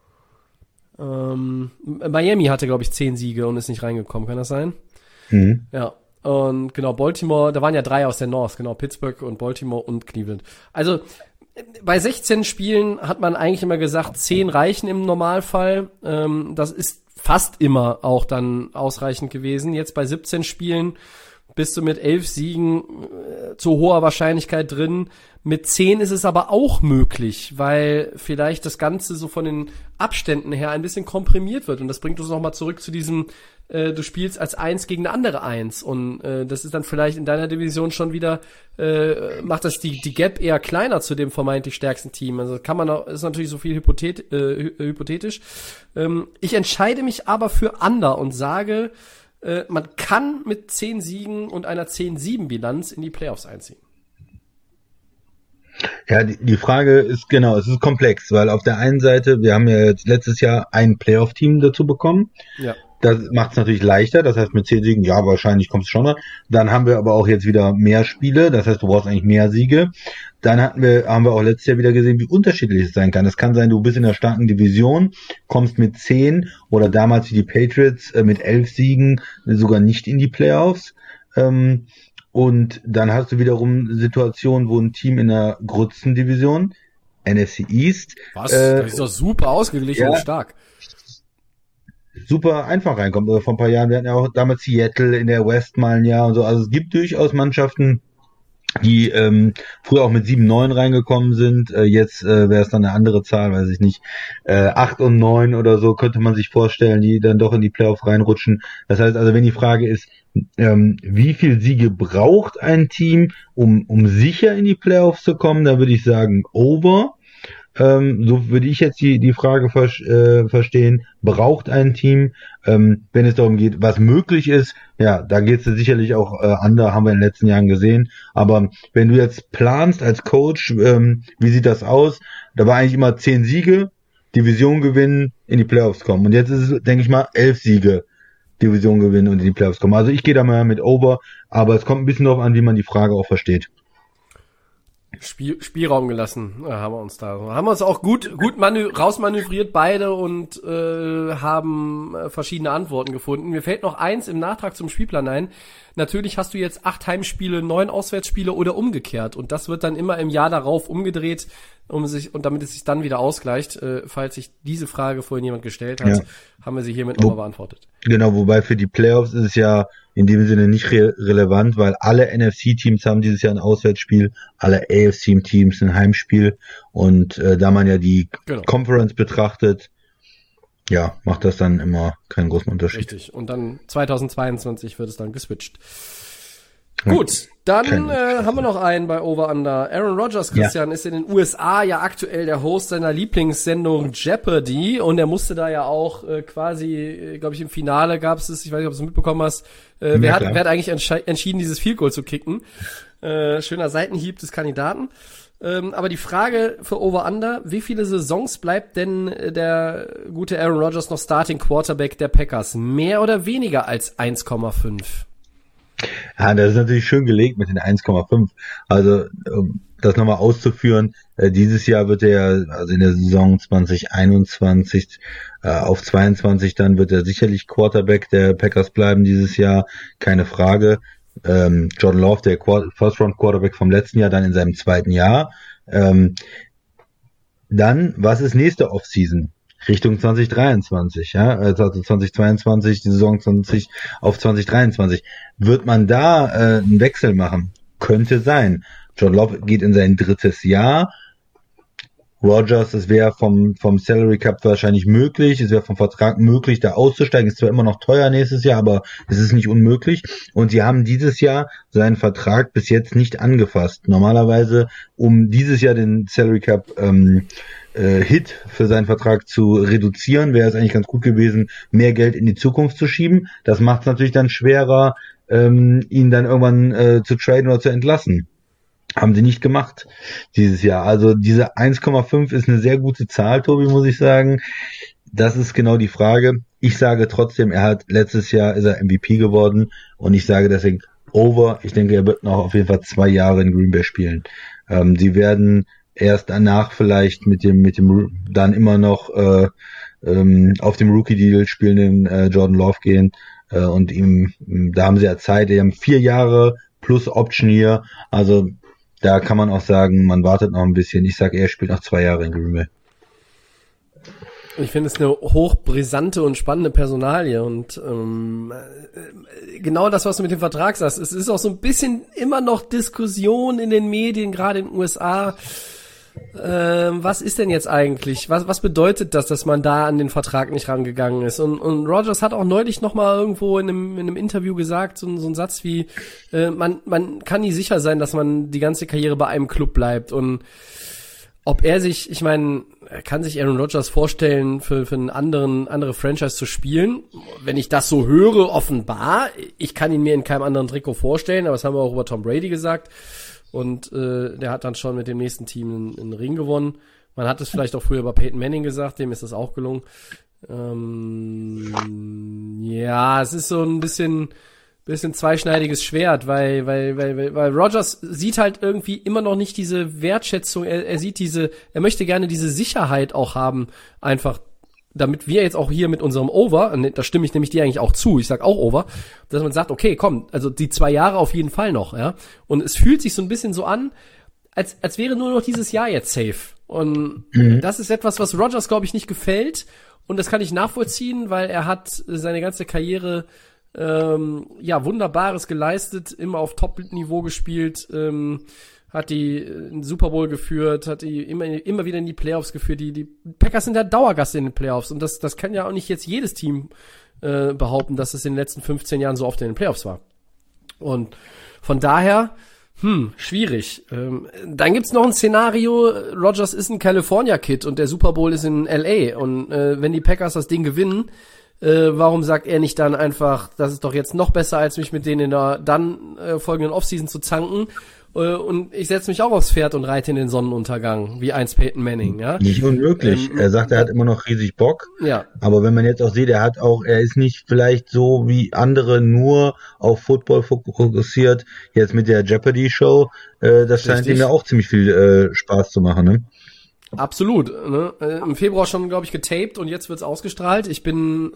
Miami hatte, glaube ich, 10 Siege und ist nicht reingekommen, kann das sein? Mhm. Ja. Und genau, Baltimore, da waren ja 3 aus der North, genau, Pittsburgh und Baltimore und Cleveland. Also bei 16 Spielen hat man eigentlich immer gesagt, 10 reichen im Normalfall. Das ist fast immer auch dann ausreichend gewesen. Jetzt bei 17 Spielen bist du mit 11 Siegen zu hoher Wahrscheinlichkeit drin. Mit 10 ist es aber auch möglich, weil vielleicht das Ganze so von den Abständen her ein bisschen komprimiert wird. Und das bringt uns nochmal zurück zu diesem, du spielst als 1 gegen eine andere 1. Und das ist dann vielleicht in deiner Division schon wieder, macht das die Gap eher kleiner zu dem vermeintlich stärksten Team. Also kann man auch, ist natürlich so viel hypothetisch. Ich entscheide mich aber für Under und sage, man kann mit 10 Siegen und einer 10-7-Bilanz in die Playoffs einziehen.
Ja, die Frage ist genau, es ist komplex, weil auf der einen Seite, wir haben ja jetzt letztes Jahr ein Playoff-Team dazu bekommen.
Ja.
Das macht es natürlich leichter, das heißt mit 10 Siegen, ja, wahrscheinlich kommst du schon mal. Dann haben wir aber auch jetzt wieder mehr Spiele, das heißt, du brauchst eigentlich mehr Siege. Dann haben wir auch letztes Jahr wieder gesehen, wie unterschiedlich es sein kann. Es kann sein, du bist in einer starken Division, kommst mit 10 oder damals wie die Patriots mit 11 Siegen sogar nicht in die Playoffs. Und dann hast du wiederum Situationen, wo ein Team in der Grützendivision, NFC East,
das ist doch super ausgeglichen und stark.
Super einfach reinkommt. Vor ein paar Jahren, wir hatten ja auch damals Seattle in der West mal ein Jahr und so. Also es gibt durchaus Mannschaften, die früher auch mit 7-9 reingekommen sind. Jetzt wäre es dann eine andere Zahl, weiß ich nicht. 8 und 9 oder so könnte man sich vorstellen, die dann doch in die Playoffs reinrutschen. Das heißt also, wenn die Frage ist, wie viel Siege braucht ein Team, um sicher in die Playoffs zu kommen, da würde ich sagen over. So würde ich jetzt die Frage verstehen, braucht ein Team, wenn es darum geht, was möglich ist, ja, da geht es sicherlich auch andere, haben wir in den letzten Jahren gesehen, aber wenn du jetzt planst als Coach, wie sieht das aus? Da war eigentlich immer 10 Siege, Division gewinnen, in die Playoffs kommen und jetzt ist es, denke ich mal, 11 Siege, Division gewinnen und in die Playoffs kommen. Also ich gehe da mal mit over, aber es kommt ein bisschen darauf an, wie man die Frage auch versteht.
Spielraum gelassen, haben wir uns da. Haben wir uns auch gut rausmanövriert beide und haben verschiedene Antworten gefunden. Mir fällt noch eins im Nachtrag zum Spielplan ein. Natürlich hast du jetzt 8 Heimspiele, 9 Auswärtsspiele oder umgekehrt und das wird dann immer im Jahr darauf umgedreht, damit es sich dann wieder ausgleicht. Falls sich diese Frage vorhin jemand gestellt hat, haben wir sie hiermit nochmal beantwortet.
Genau, wobei für die Playoffs ist es ja in dem Sinne nicht relevant, weil alle NFC-Teams haben dieses Jahr ein Auswärtsspiel, alle AFC-Teams ein Heimspiel und da man ja die Conference betrachtet, ja, macht das dann immer keinen großen Unterschied.
Richtig, und dann 2022 wird es dann geswitcht. Gut, dann haben wir noch einen bei Over Under. Aaron Rodgers, Christian, ist in den USA ja aktuell der Host seiner Lieblingssendung Jeopardy und er musste da ja auch quasi, glaube ich, im Finale gab es, ich weiß nicht, ob du es mitbekommen hast, wer hat eigentlich entschieden, dieses Field Goal zu kicken. Schöner Seitenhieb des Kandidaten. Aber die Frage für Over Under, wie viele Saisons bleibt denn der gute Aaron Rodgers noch Starting Quarterback der Packers? Mehr oder weniger als 1,5?
Ja, das ist natürlich schön gelegt mit den 1,5. Also, um das nochmal auszuführen, dieses Jahr wird er, also in der Saison 2021 auf 22, dann wird er sicherlich Quarterback der Packers bleiben dieses Jahr, keine Frage. Jordan Love, der First-Round-Quarterback vom letzten Jahr, dann in seinem zweiten Jahr. Dann, was ist nächste Offseason? Richtung 2023, ja, also 2022, die Saison 20 auf 2023. Wird man da einen Wechsel machen? Könnte sein. Jordan Love geht in sein 3. Jahr. Rodgers, es wäre vom Salary Cap wahrscheinlich möglich, es wäre vom Vertrag möglich, da auszusteigen. Ist zwar immer noch teuer nächstes Jahr, aber es ist nicht unmöglich. Und sie haben dieses Jahr seinen Vertrag bis jetzt nicht angefasst. Normalerweise, um dieses Jahr den Salary Cap Hit für seinen Vertrag zu reduzieren, wäre es eigentlich ganz gut gewesen, mehr Geld in die Zukunft zu schieben. Das macht es natürlich dann schwerer, ihn dann irgendwann zu traden oder zu entlassen. Haben sie nicht gemacht dieses Jahr. Also diese 1,5 ist eine sehr gute Zahl, Tobi, muss ich sagen. Das ist genau die Frage. Ich sage trotzdem, letztes Jahr ist er MVP geworden und ich sage deswegen over. Ich denke, er wird noch auf jeden Fall 2 Jahre in Green Bay spielen. Sie werden erst danach vielleicht mit dem dann immer noch auf dem Rookie-Deal spielenden Jordan Love gehen und da haben sie ja Zeit. Die haben 4 Jahre plus Option hier. Also da kann man auch sagen, man wartet noch ein bisschen. Ich sage, er spielt noch 2 Jahre in Green Bay.
Ich finde es eine hochbrisante und spannende Personalie und genau das, was du mit dem Vertrag sagst. Es ist auch so ein bisschen immer noch Diskussion in den Medien, gerade in den USA. Was ist denn jetzt eigentlich? Was bedeutet das, dass man da an den Vertrag nicht rangegangen ist? Und Rodgers hat auch neulich noch mal irgendwo in einem Interview gesagt, so ein Satz wie, man kann nie sicher sein, dass man die ganze Karriere bei einem Club bleibt. Und ob er sich, ich meine, kann sich Aaron Rodgers vorstellen, für eine andere Franchise zu spielen? Wenn ich das so höre, offenbar, ich kann ihn mir in keinem anderen Trikot vorstellen, aber das haben wir auch über Tom Brady gesagt. Und der hat dann schon mit dem nächsten Team einen Ring gewonnen. Man hat es vielleicht auch früher über Peyton Manning gesagt, dem ist das auch gelungen. Ja, es ist so ein bisschen zweischneidiges Schwert, weil Rodgers sieht halt irgendwie immer noch nicht diese Wertschätzung, er sieht er möchte gerne diese Sicherheit auch haben, einfach, damit wir jetzt auch hier mit unserem Over, da stimme ich nämlich dir eigentlich auch zu, ich sag auch Over, dass man sagt, okay, komm, also die 2 Jahre auf jeden Fall noch, ja, und es fühlt sich so ein bisschen so an, als wäre nur noch dieses Jahr jetzt safe, und das ist etwas, was Rodgers, glaube ich, nicht gefällt, und das kann ich nachvollziehen, weil er hat seine ganze Karriere Wunderbares geleistet, immer auf Top-Niveau gespielt, hat die Super Bowl geführt, hat die immer wieder in die Playoffs geführt. Die Packers sind der Dauergast in den Playoffs, und das kann ja auch nicht jetzt jedes Team behaupten, dass es in den letzten 15 Jahren so oft in den Playoffs war. Und von daher, schwierig. Dann gibt's noch ein Szenario, Rodgers ist ein California-Kid und der Super Bowl ist in LA, und wenn die Packers das Ding gewinnen, warum sagt er nicht dann einfach, das ist doch jetzt noch besser, als mich mit denen in der dann folgenden Offseason zu zanken, und ich setze mich auch aufs Pferd und reite in den Sonnenuntergang, wie einst Peyton Manning, ja?
Nicht unmöglich. Er sagt, er hat immer noch riesig Bock.
Ja.
Aber wenn man jetzt auch sieht, er ist nicht vielleicht so wie andere nur auf Football fokussiert, jetzt mit der Jeopardy Show, das scheint ihm ja auch ziemlich viel Spaß zu machen, ne?
Absolut, ne? Im Februar schon, glaube ich, getaped, und jetzt wird's ausgestrahlt. Ich bin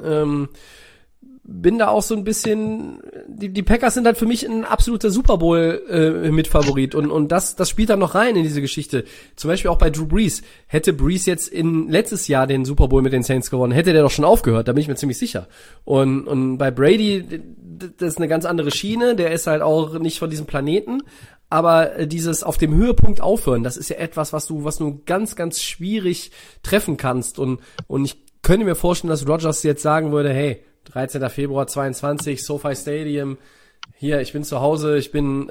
da auch so ein bisschen, die Packers sind halt für mich ein absoluter Super Bowl Mitfavorit, und das spielt dann noch rein in diese Geschichte. Zum Beispiel auch bei Drew Brees. Hätte Brees jetzt letztes Jahr den Super Bowl mit den Saints gewonnen, hätte der doch schon aufgehört, da bin ich mir ziemlich sicher. Und bei Brady, das ist eine ganz andere Schiene, der ist halt auch nicht von diesem Planeten. Aber dieses auf dem Höhepunkt aufhören, das ist ja etwas, was du ganz, ganz schwierig treffen kannst. Und ich könnte mir vorstellen, dass Rodgers jetzt sagen würde, hey, 13. Februar 22, SoFi Stadium, hier, ich bin zu Hause, ich bin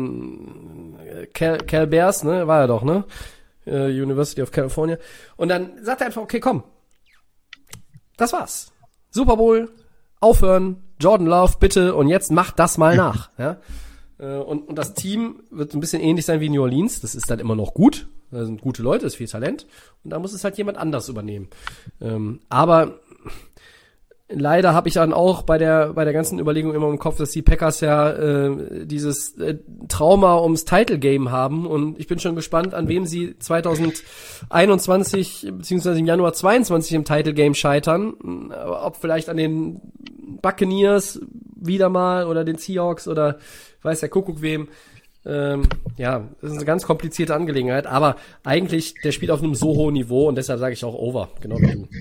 Cal Bears, ne, war er doch, ne? University of California. Und dann sagt er einfach, okay, komm, das war's. Super Bowl, aufhören, Jordan Love, bitte, und jetzt macht das mal nach, ja? Und das Team wird ein bisschen ähnlich sein wie New Orleans. Das ist dann immer noch gut. Da sind gute Leute, ist viel Talent. Und da muss es halt jemand anders übernehmen. Aber leider habe ich dann auch bei der ganzen Überlegung immer im Kopf, dass die Packers ja dieses Trauma ums Title Game haben. Und ich bin schon gespannt, an wem sie 2021 beziehungsweise im Januar 22 im Title Game scheitern. Ob vielleicht an den Buccaneers wieder mal oder den Seahawks oder weiß der Kuckuck wem. Das ist eine ganz komplizierte Angelegenheit, aber eigentlich, der spielt auf einem so hohen Niveau, und deshalb sage ich auch Over, genau wie du.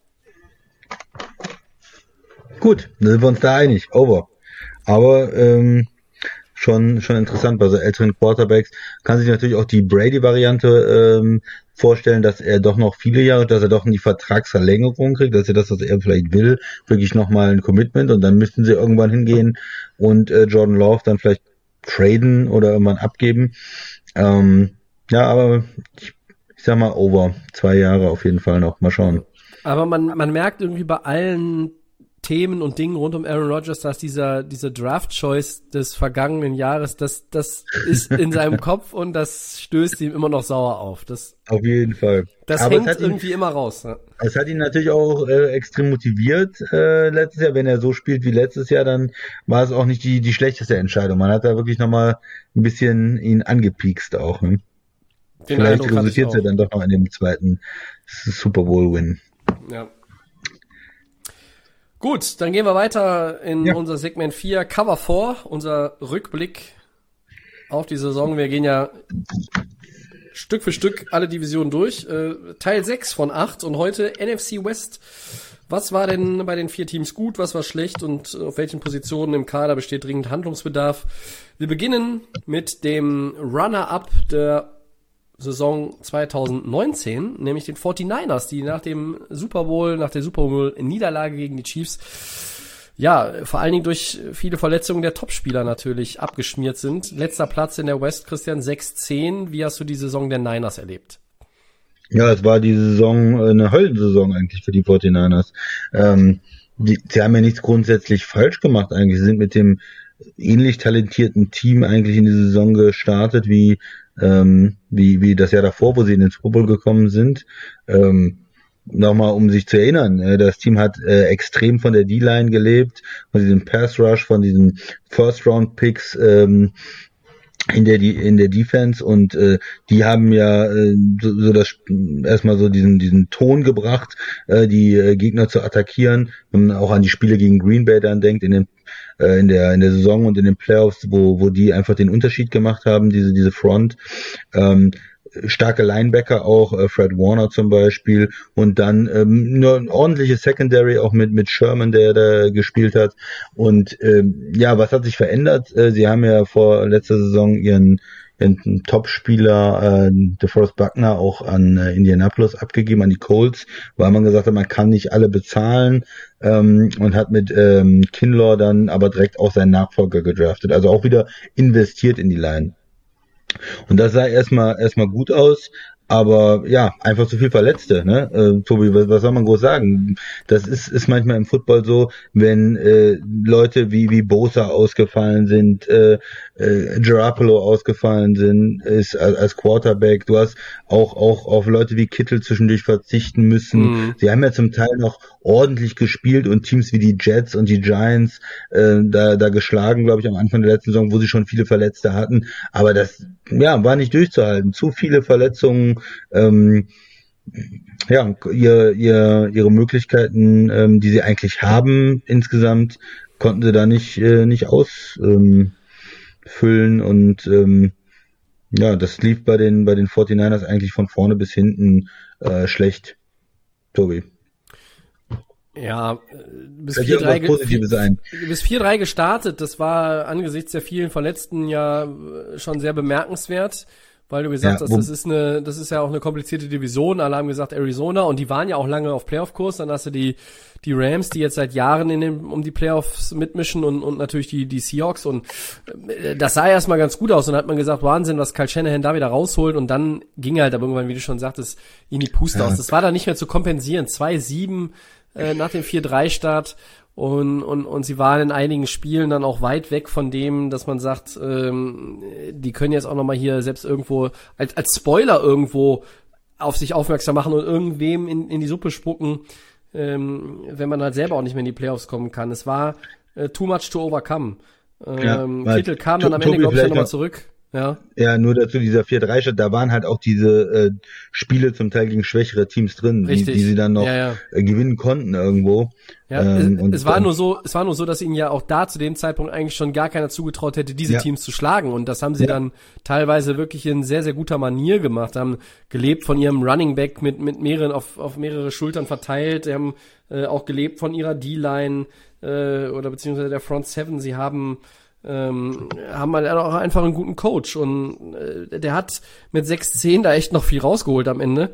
Gut, dann sind wir uns da einig, Over. Aber schon interessant, bei so älteren Quarterbacks kann sich natürlich auch die Brady-Variante vorstellen, dass er doch noch viele Jahre, dass er doch in die Vertragsverlängerung kriegt, dass er das, was er vielleicht will, wirklich nochmal ein Commitment, und dann müssten sie irgendwann hingehen und Jordan Love dann vielleicht traden oder irgendwann abgeben. Aber ich sag mal Over. 2 Jahre auf jeden Fall noch. Mal schauen.
Aber man merkt irgendwie bei allen Themen und Dingen rund um Aaron Rodgers, dass diese Draft-Choice des vergangenen Jahres, das ist in seinem Kopf, und das stößt ihm immer noch sauer auf. Das
auf jeden Fall.
Das
aber
hängt irgendwie immer raus. Ne?
Es hat ihn natürlich auch extrem motiviert letztes Jahr. Wenn er so spielt wie letztes Jahr, dann war es auch nicht die schlechteste Entscheidung. Man hat da wirklich nochmal ein bisschen ihn angepiekst auch. Ne? Vielleicht resultiert es ja dann doch noch in dem zweiten Super Bowl-Win.
Ja. Gut, dann gehen wir weiter in unser Segment 4, Cover 4, unser Rückblick auf die Saison. Wir gehen ja Stück für Stück alle Divisionen durch. Teil 6 von 8 und heute NFC West. Was war denn bei den 4 Teams gut, was war schlecht und auf welchen Positionen im Kader besteht dringend Handlungsbedarf? Wir beginnen mit dem Runner-Up der Saison 2019, nämlich den 49ers, die nach der Super Bowl-Niederlage gegen die Chiefs, vor allen Dingen durch viele Verletzungen der Topspieler natürlich abgeschmiert sind. Letzter Platz in der West, Christian, 6-10. Wie hast du die Saison der Niners erlebt?
Ja, es war diese Saison eine Höllensaison eigentlich für die 49ers. Sie haben ja nichts grundsätzlich falsch gemacht eigentlich. Sie sind mit dem ähnlich talentierten Team eigentlich in die Saison gestartet wie das Jahr davor, wo sie in den Super Bowl gekommen sind. Nochmal, um sich zu erinnern, das Team hat extrem von der D-Line gelebt, von diesem Pass Rush, von diesen First-Round-Picks in der Defense, und die haben ja so das erstmal so diesen Ton gebracht, die Gegner zu attackieren. Wenn man auch an die Spiele gegen Green Bay dann denkt, in der Saison und in den Playoffs, wo die einfach den Unterschied gemacht haben, diese Front. Starke Linebacker auch, Fred Warner zum Beispiel, und dann nur ein ordentliches Secondary auch mit Sherman, der da gespielt hat. Und ja, was hat sich verändert? Sie haben ja vor letzter Saison ihren Top-Spieler DeForest Buckner auch an Indianapolis abgegeben, an die Colts, weil man gesagt hat, man kann nicht alle bezahlen, und hat mit Kinlaw dann aber direkt auch seinen Nachfolger gedraftet, also auch wieder investiert in die Line. Und das sah erstmal gut aus, aber ja, einfach zu viel Verletzte, ne? Tobi, was soll man groß sagen? Das ist manchmal im Football so, wenn Leute wie Bosa ausgefallen sind, Garoppolo ausgefallen sind, ist als Quarterback. Du hast auch auf Leute wie Kittle zwischendurch verzichten müssen. Mhm. Sie haben ja zum Teil noch ordentlich gespielt und Teams wie die Jets und die Giants da geschlagen, glaube ich, am Anfang der letzten Saison, wo sie schon viele Verletzte hatten. Aber das war nicht durchzuhalten. Zu viele Verletzungen. Ihre Möglichkeiten, die sie eigentlich haben insgesamt, konnten sie da nicht ausfüllen, und das lief bei den 49ers eigentlich von vorne bis hinten schlecht. Tobi.
Ja, bis 4-3 gestartet. Das war angesichts der vielen Verletzten ja schon sehr bemerkenswert, weil du gesagt hast, das ist ja auch eine komplizierte Division. Alle haben gesagt Arizona, und die waren ja auch lange auf Playoff-Kurs. Dann hast du die Rams, die jetzt seit Jahren um die Playoffs mitmischen, und natürlich die Seahawks, und das sah erstmal ganz gut aus, und dann hat man gesagt, Wahnsinn, was Kyle Shanahan da wieder rausholt, und dann ging halt aber irgendwann, wie du schon sagtest, in die Puste aus. Das war dann nicht mehr zu kompensieren. 2-7 nach dem 4-3-Start, und sie waren in einigen Spielen dann auch weit weg von dem, dass man sagt, die können jetzt auch nochmal hier selbst irgendwo als Spoiler irgendwo auf sich aufmerksam machen und irgendwem in die Suppe spucken, wenn man halt selber auch nicht mehr in die Playoffs kommen kann. Es war too much to overcome. Kittel kam dann am Ende, glaube ich, nochmal zurück.
Ja, nur dazu, dieser 4-3-Start, da waren halt auch diese Spiele zum Teil gegen schwächere Teams drin, die sie dann noch gewinnen konnten irgendwo.
Ja, es war nur so, dass ihnen ja auch da zu dem Zeitpunkt eigentlich schon gar keiner zugetraut hätte, diese Teams zu schlagen, und das haben sie dann teilweise wirklich in sehr, sehr guter Manier gemacht, haben gelebt von ihrem Running Back mit mehreren auf mehrere Schultern verteilt, sie haben auch gelebt von ihrer D-Line oder beziehungsweise der Front Seven. Sie haben halt auch einfach einen guten Coach, und der hat mit 6-10 da echt noch viel rausgeholt am Ende.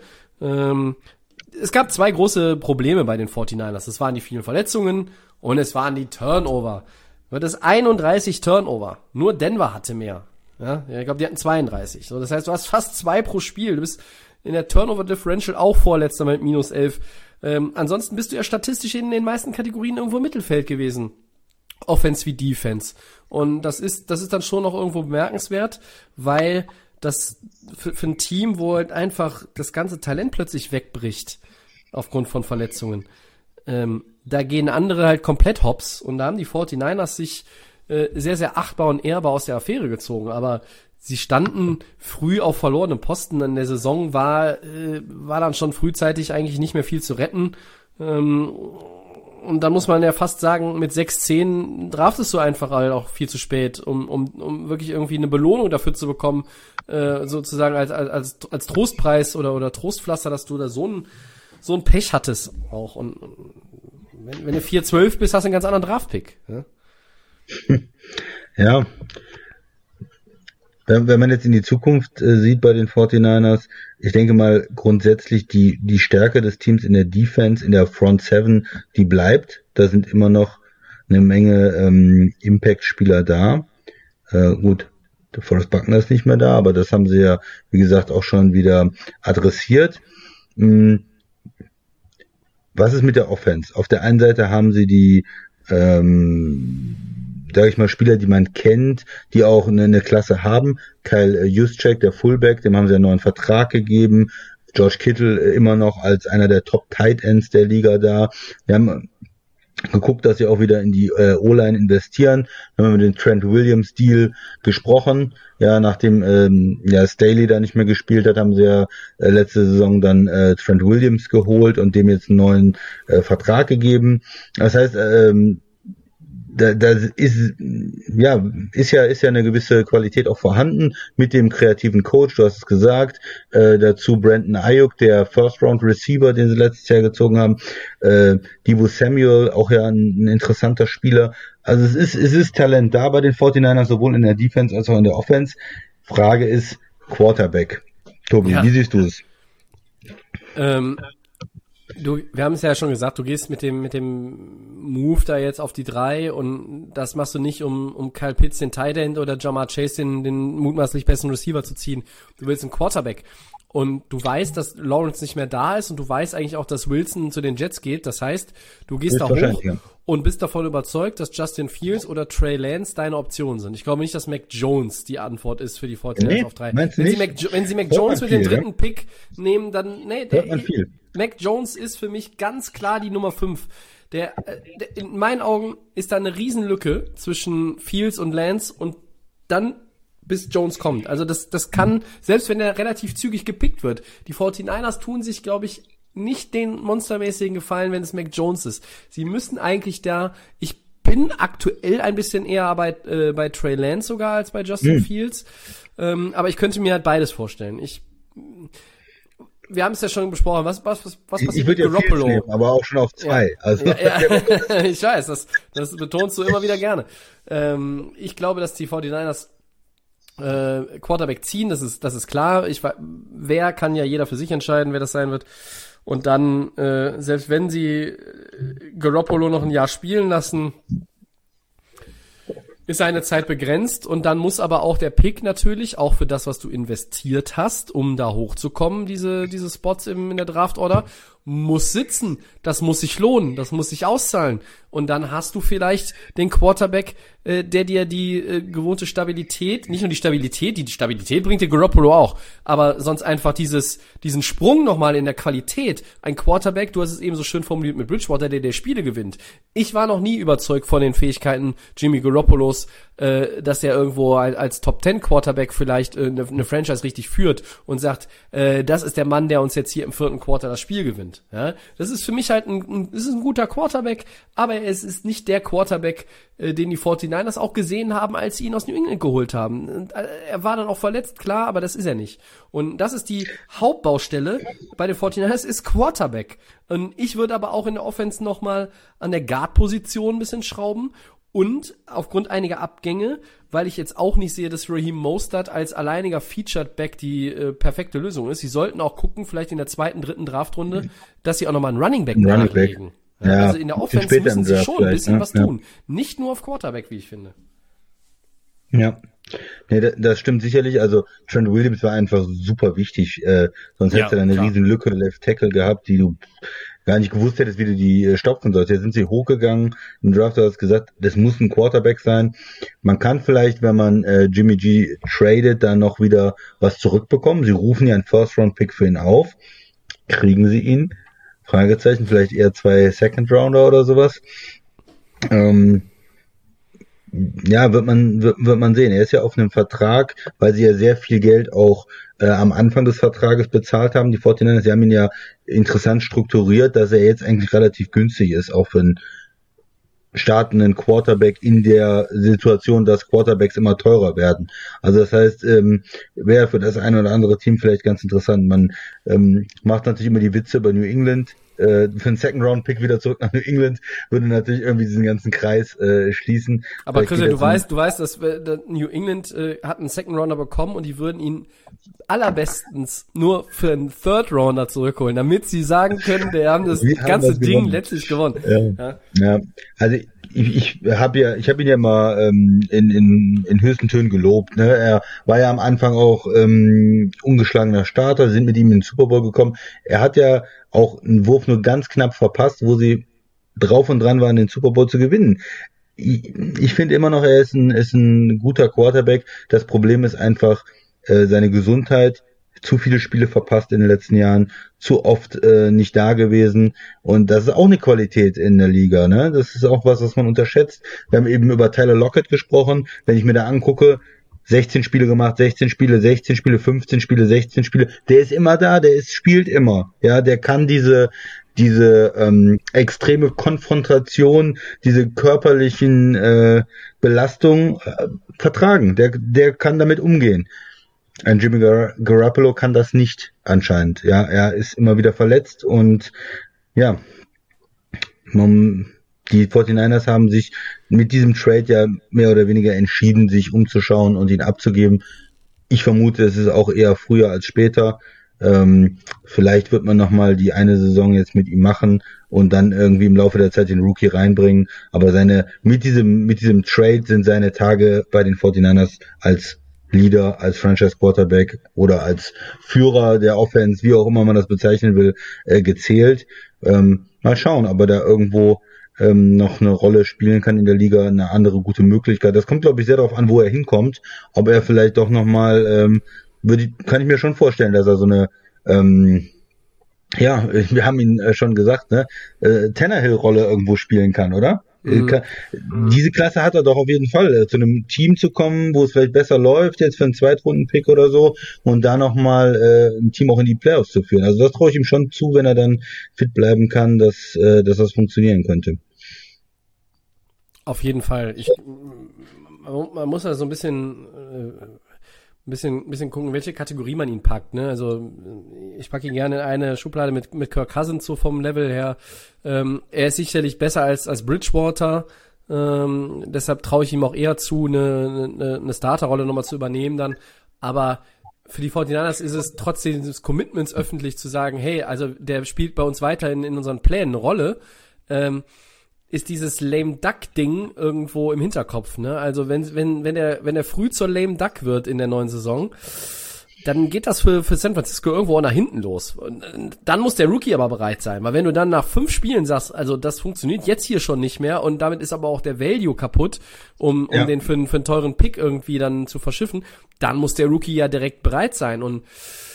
Es gab zwei große Probleme bei den 49ers. Das waren die vielen Verletzungen und es waren die Turnover. Das ist 31 Turnover. Nur Denver hatte mehr. Ja, ich glaube, die hatten 32. So, das heißt, du hast fast 2 pro Spiel. Du bist in der Turnover Differential auch Vorletzter mit -11. Ansonsten bist du ja statistisch in den meisten Kategorien irgendwo im Mittelfeld gewesen. Offense wie Defense. Und das ist dann schon noch irgendwo bemerkenswert, weil das für ein Team, wo halt einfach das ganze Talent plötzlich wegbricht aufgrund von Verletzungen, da gehen andere halt komplett hops, und da haben die 49ers sich sehr, sehr achtbar und ehrbar aus der Affäre gezogen, aber sie standen früh auf verlorenem Posten. In der Saison war dann schon frühzeitig eigentlich nicht mehr viel zu retten, und dann muss man ja fast sagen, mit 6-10 draftest du einfach halt auch viel zu spät, um wirklich irgendwie eine Belohnung dafür zu bekommen, sozusagen als Trostpreis oder Trostpflaster, dass du da so ein Pech hattest auch. Und wenn du 4-12 bist, hast du einen ganz anderen Draftpick. Ja?
Ja. Wenn man jetzt in die Zukunft sieht bei den 49ers, ich denke mal grundsätzlich die Stärke des Teams in der Defense, in der Front Seven, die bleibt. Da sind immer noch eine Menge Impact-Spieler da. Gut, der Forrest Buckner ist nicht mehr da, aber das haben sie ja, wie gesagt, auch schon wieder adressiert. Was ist mit der Offense? Auf der einen Seite haben sie die, sage ich mal, Spieler, die man kennt, die auch eine Klasse haben. Kyle Juszczyk, der Fullback, dem haben sie einen neuen Vertrag gegeben. George Kittle immer noch als einer der Top-Tight-Ends der Liga da. Wir haben geguckt, dass sie auch wieder in die O-Line investieren. Wir haben mit dem Trent Williams-Deal gesprochen. Ja, nachdem Staley da nicht mehr gespielt hat, haben sie ja letzte Saison dann Trent Williams geholt und dem jetzt einen neuen Vertrag gegeben. Das heißt, da ist ja eine gewisse Qualität auch vorhanden mit dem kreativen Coach, du hast es gesagt, dazu Brandon Ayuk, der First-Round-Receiver, den sie letztes Jahr gezogen haben, Deebo Samuel, auch ja ein interessanter Spieler. Also es ist Talent da bei den 49ers, sowohl in der Defense als auch in der Offense. Frage ist Quarterback. Tobi, wie siehst du es?
Wir haben es ja schon gesagt, du gehst mit dem Move da jetzt auf die 3 und das machst du nicht, um Kyle Pitts, den Tight End, oder Ja'Marr Chase, den mutmaßlich besten Receiver zu ziehen. Du willst einen Quarterback. Und du weißt, dass Lawrence nicht mehr da ist und du weißt eigentlich auch, dass Wilson zu den Jets geht. Das heißt, du gehst da hoch und bist davon überzeugt, dass Justin Fields oder Trey Lance deine Optionen sind. Ich glaube nicht, dass Mac Jones die Antwort ist für die 49ers auf 3. Wenn sie Mac Jones mit dem dritten Pick nehmen, dann Mac Jones ist für mich ganz klar die Nummer 5. Der in meinen Augen ist da eine Riesenlücke zwischen Fields und Lance und dann bis Jones kommt. Also das kann, selbst wenn er relativ zügig gepickt wird, die 49ers tun sich, glaube ich, nicht den monstermäßigen Gefallen, wenn es Mac Jones ist. Sie müssen eigentlich ich bin aktuell ein bisschen eher bei Trey Lance sogar als bei Justin Fields, aber ich könnte mir halt beides vorstellen. Wir haben es ja schon besprochen. Was passiert mit Garoppolo?
Nehmen, aber auch schon auf 2. Ja. Also
ich weiß, das betonst du immer wieder gerne. Ich glaube, dass die 49ers Quarterback ziehen, das ist klar. Wer kann ja jeder für sich entscheiden, wer das sein wird. Und dann, selbst wenn sie Garoppolo noch ein Jahr spielen lassen, ist seine Zeit begrenzt und dann muss aber auch der Pick natürlich, auch für das, was du investiert hast, um da hochzukommen, diese Spots in der Draft-Order, muss sitzen. Das muss sich lohnen, das muss sich auszahlen. Und dann hast du vielleicht den Quarterback, der dir die gewohnte Stabilität, nicht nur die Stabilität bringt dir Garoppolo auch, aber sonst einfach diesen Sprung nochmal in der Qualität. Ein Quarterback, du hast es eben so schön formuliert mit Bridgewater, der Spiele gewinnt. Ich war noch nie überzeugt von den Fähigkeiten Jimmy Garoppolos, dass er irgendwo als Top-10 Quarterback vielleicht eine Franchise richtig führt und sagt, das ist der Mann, der uns jetzt hier im 4. Quarter das Spiel gewinnt. Ja? Das ist für mich halt ein guter Quarterback, aber es ist nicht der Quarterback, den die 49ers auch gesehen haben, als sie ihn aus New England geholt haben. Und, er war dann auch verletzt, klar, aber das ist er nicht. Und das ist die Hauptbaustelle bei den 49ers, ist Quarterback. Und ich würde aber auch in der Offense nochmal an der Guard-Position ein bisschen schrauben. Und aufgrund einiger Abgänge, weil ich jetzt auch nicht sehe, dass Raheem Mostert als alleiniger Featured Back die perfekte Lösung ist. Sie sollten auch gucken, vielleicht in der 2., 3. Draftrunde, dass sie auch nochmal einen Running Back nachlegen. Ja, also in der Offense müssen sie schon ein bisschen was tun. Nicht nur auf Quarterback, wie ich finde.
Ja. Nee, das stimmt sicherlich. Also Trent Williams war einfach super wichtig. Sonst hättest du eine riesen Lücke Left Tackle gehabt, die du gar nicht gewusst hättest, wie du die stopfen sollst. Jetzt sind sie hochgegangen. Im Draft hat es gesagt, das muss ein Quarterback sein. Man kann vielleicht, wenn man Jimmy G tradet, dann noch wieder was zurückbekommen. Sie rufen ja einen First-Round-Pick für ihn auf. Kriegen sie ihn? Fragezeichen, vielleicht eher 2 Second-Rounder oder sowas. Ja, wird man sehen. Er ist ja auf einem Vertrag, weil sie ja sehr viel Geld auch am Anfang des Vertrages bezahlt haben. Die 49ers, sie haben ihn ja interessant strukturiert, dass er jetzt eigentlich relativ günstig ist, auch für einen startenden Quarterback in der Situation, dass Quarterbacks immer teurer werden. Also das heißt, wäre für das eine oder andere Team vielleicht ganz interessant. Man macht natürlich immer die Witze über New England. Für einen Second-Round-Pick wieder zurück nach New England würde natürlich irgendwie diesen ganzen Kreis schließen.
Aber Christian, du weißt, dass New England hat einen Second-Rounder bekommen und die würden ihn allerbestens nur für einen Third-Rounder zurückholen, damit sie sagen können, wir haben das ganze Ding letztlich gewonnen.
Ja. Also ich habe ihn ja mal in höchsten Tönen gelobt. Ne? Er war ja am Anfang auch ungeschlagener Starter, sind mit ihm in den Super Bowl gekommen. Er hat ja auch einen Wurf nur ganz knapp verpasst, wo sie drauf und dran waren, den Super Bowl zu gewinnen. Ich finde immer noch, er ist ein guter Quarterback. Das Problem ist einfach seine Gesundheit. Zu viele Spiele verpasst in den letzten Jahren, zu oft nicht da gewesen. Und das ist auch eine Qualität in der Liga. Ne? Das ist auch was man unterschätzt. Wir haben eben über Tyler Lockett gesprochen. Wenn ich mir da angucke, 16 Spiele gemacht, 16 Spiele, 15 Spiele, 16 Spiele. Der ist immer da, spielt immer. Ja, der kann diese extreme Konfrontation, diese körperlichen Belastungen vertragen. Der kann damit umgehen. Ein Jimmy Garoppolo kann das nicht anscheinend. Ja, er ist immer wieder verletzt und ja, die 49ers haben sich mit diesem Trade ja mehr oder weniger entschieden, sich umzuschauen und ihn abzugeben. Ich vermute, es ist auch eher früher als später. Vielleicht wird man nochmal die eine Saison jetzt mit ihm machen und dann irgendwie im Laufe der Zeit den Rookie reinbringen. Aber mit diesem Trade sind seine Tage bei den 49ers als Leader, als Franchise Quarterback oder als Führer der Offense, wie auch immer man das bezeichnen will, gezählt. Mal schauen, ob er da irgendwo noch eine Rolle spielen kann in der Liga, eine andere gute Möglichkeit. Das kommt, glaube ich, sehr darauf an, wo er hinkommt. Ob er vielleicht doch nochmal, kann ich mir schon vorstellen, dass er so eine, wir haben ihn schon gesagt, ne, Tannehill-Rolle irgendwo spielen kann, oder? Diese Klasse hat er doch auf jeden Fall, zu einem Team zu kommen, wo es vielleicht besser läuft, jetzt für einen Zweitrunden-Pick oder so, und da nochmal ein Team auch in die Playoffs zu führen. Also das traue ich ihm schon zu, wenn er dann fit bleiben kann, dass das funktionieren könnte.
Auf jeden Fall. Man muss ja so ein bisschen gucken, welche Kategorie man ihn packt, ne? Also ich packe ihn gerne in eine Schublade mit Kirk Cousins so vom Level her. Er ist sicherlich besser als Bridgewater. Deshalb traue ich ihm auch eher zu, eine Starterrolle nochmal zu übernehmen dann. Aber für die 49ers ist es trotzdem des Commitments öffentlich zu sagen, hey, also der spielt bei uns weiterhin in unseren Plänen eine Rolle. Ist dieses Lame Duck Ding irgendwo im Hinterkopf, ne? Also wenn er früh zur Lame Duck wird in der neuen Saison, dann geht das für San Francisco irgendwo auch nach hinten los. Und dann muss der Rookie aber bereit sein, weil wenn du dann nach 5 Spielen sagst, also das funktioniert jetzt hier schon nicht mehr und damit ist aber auch der Value kaputt, um den für einen teuren Pick irgendwie dann zu verschiffen, dann muss der Rookie ja direkt bereit sein. Und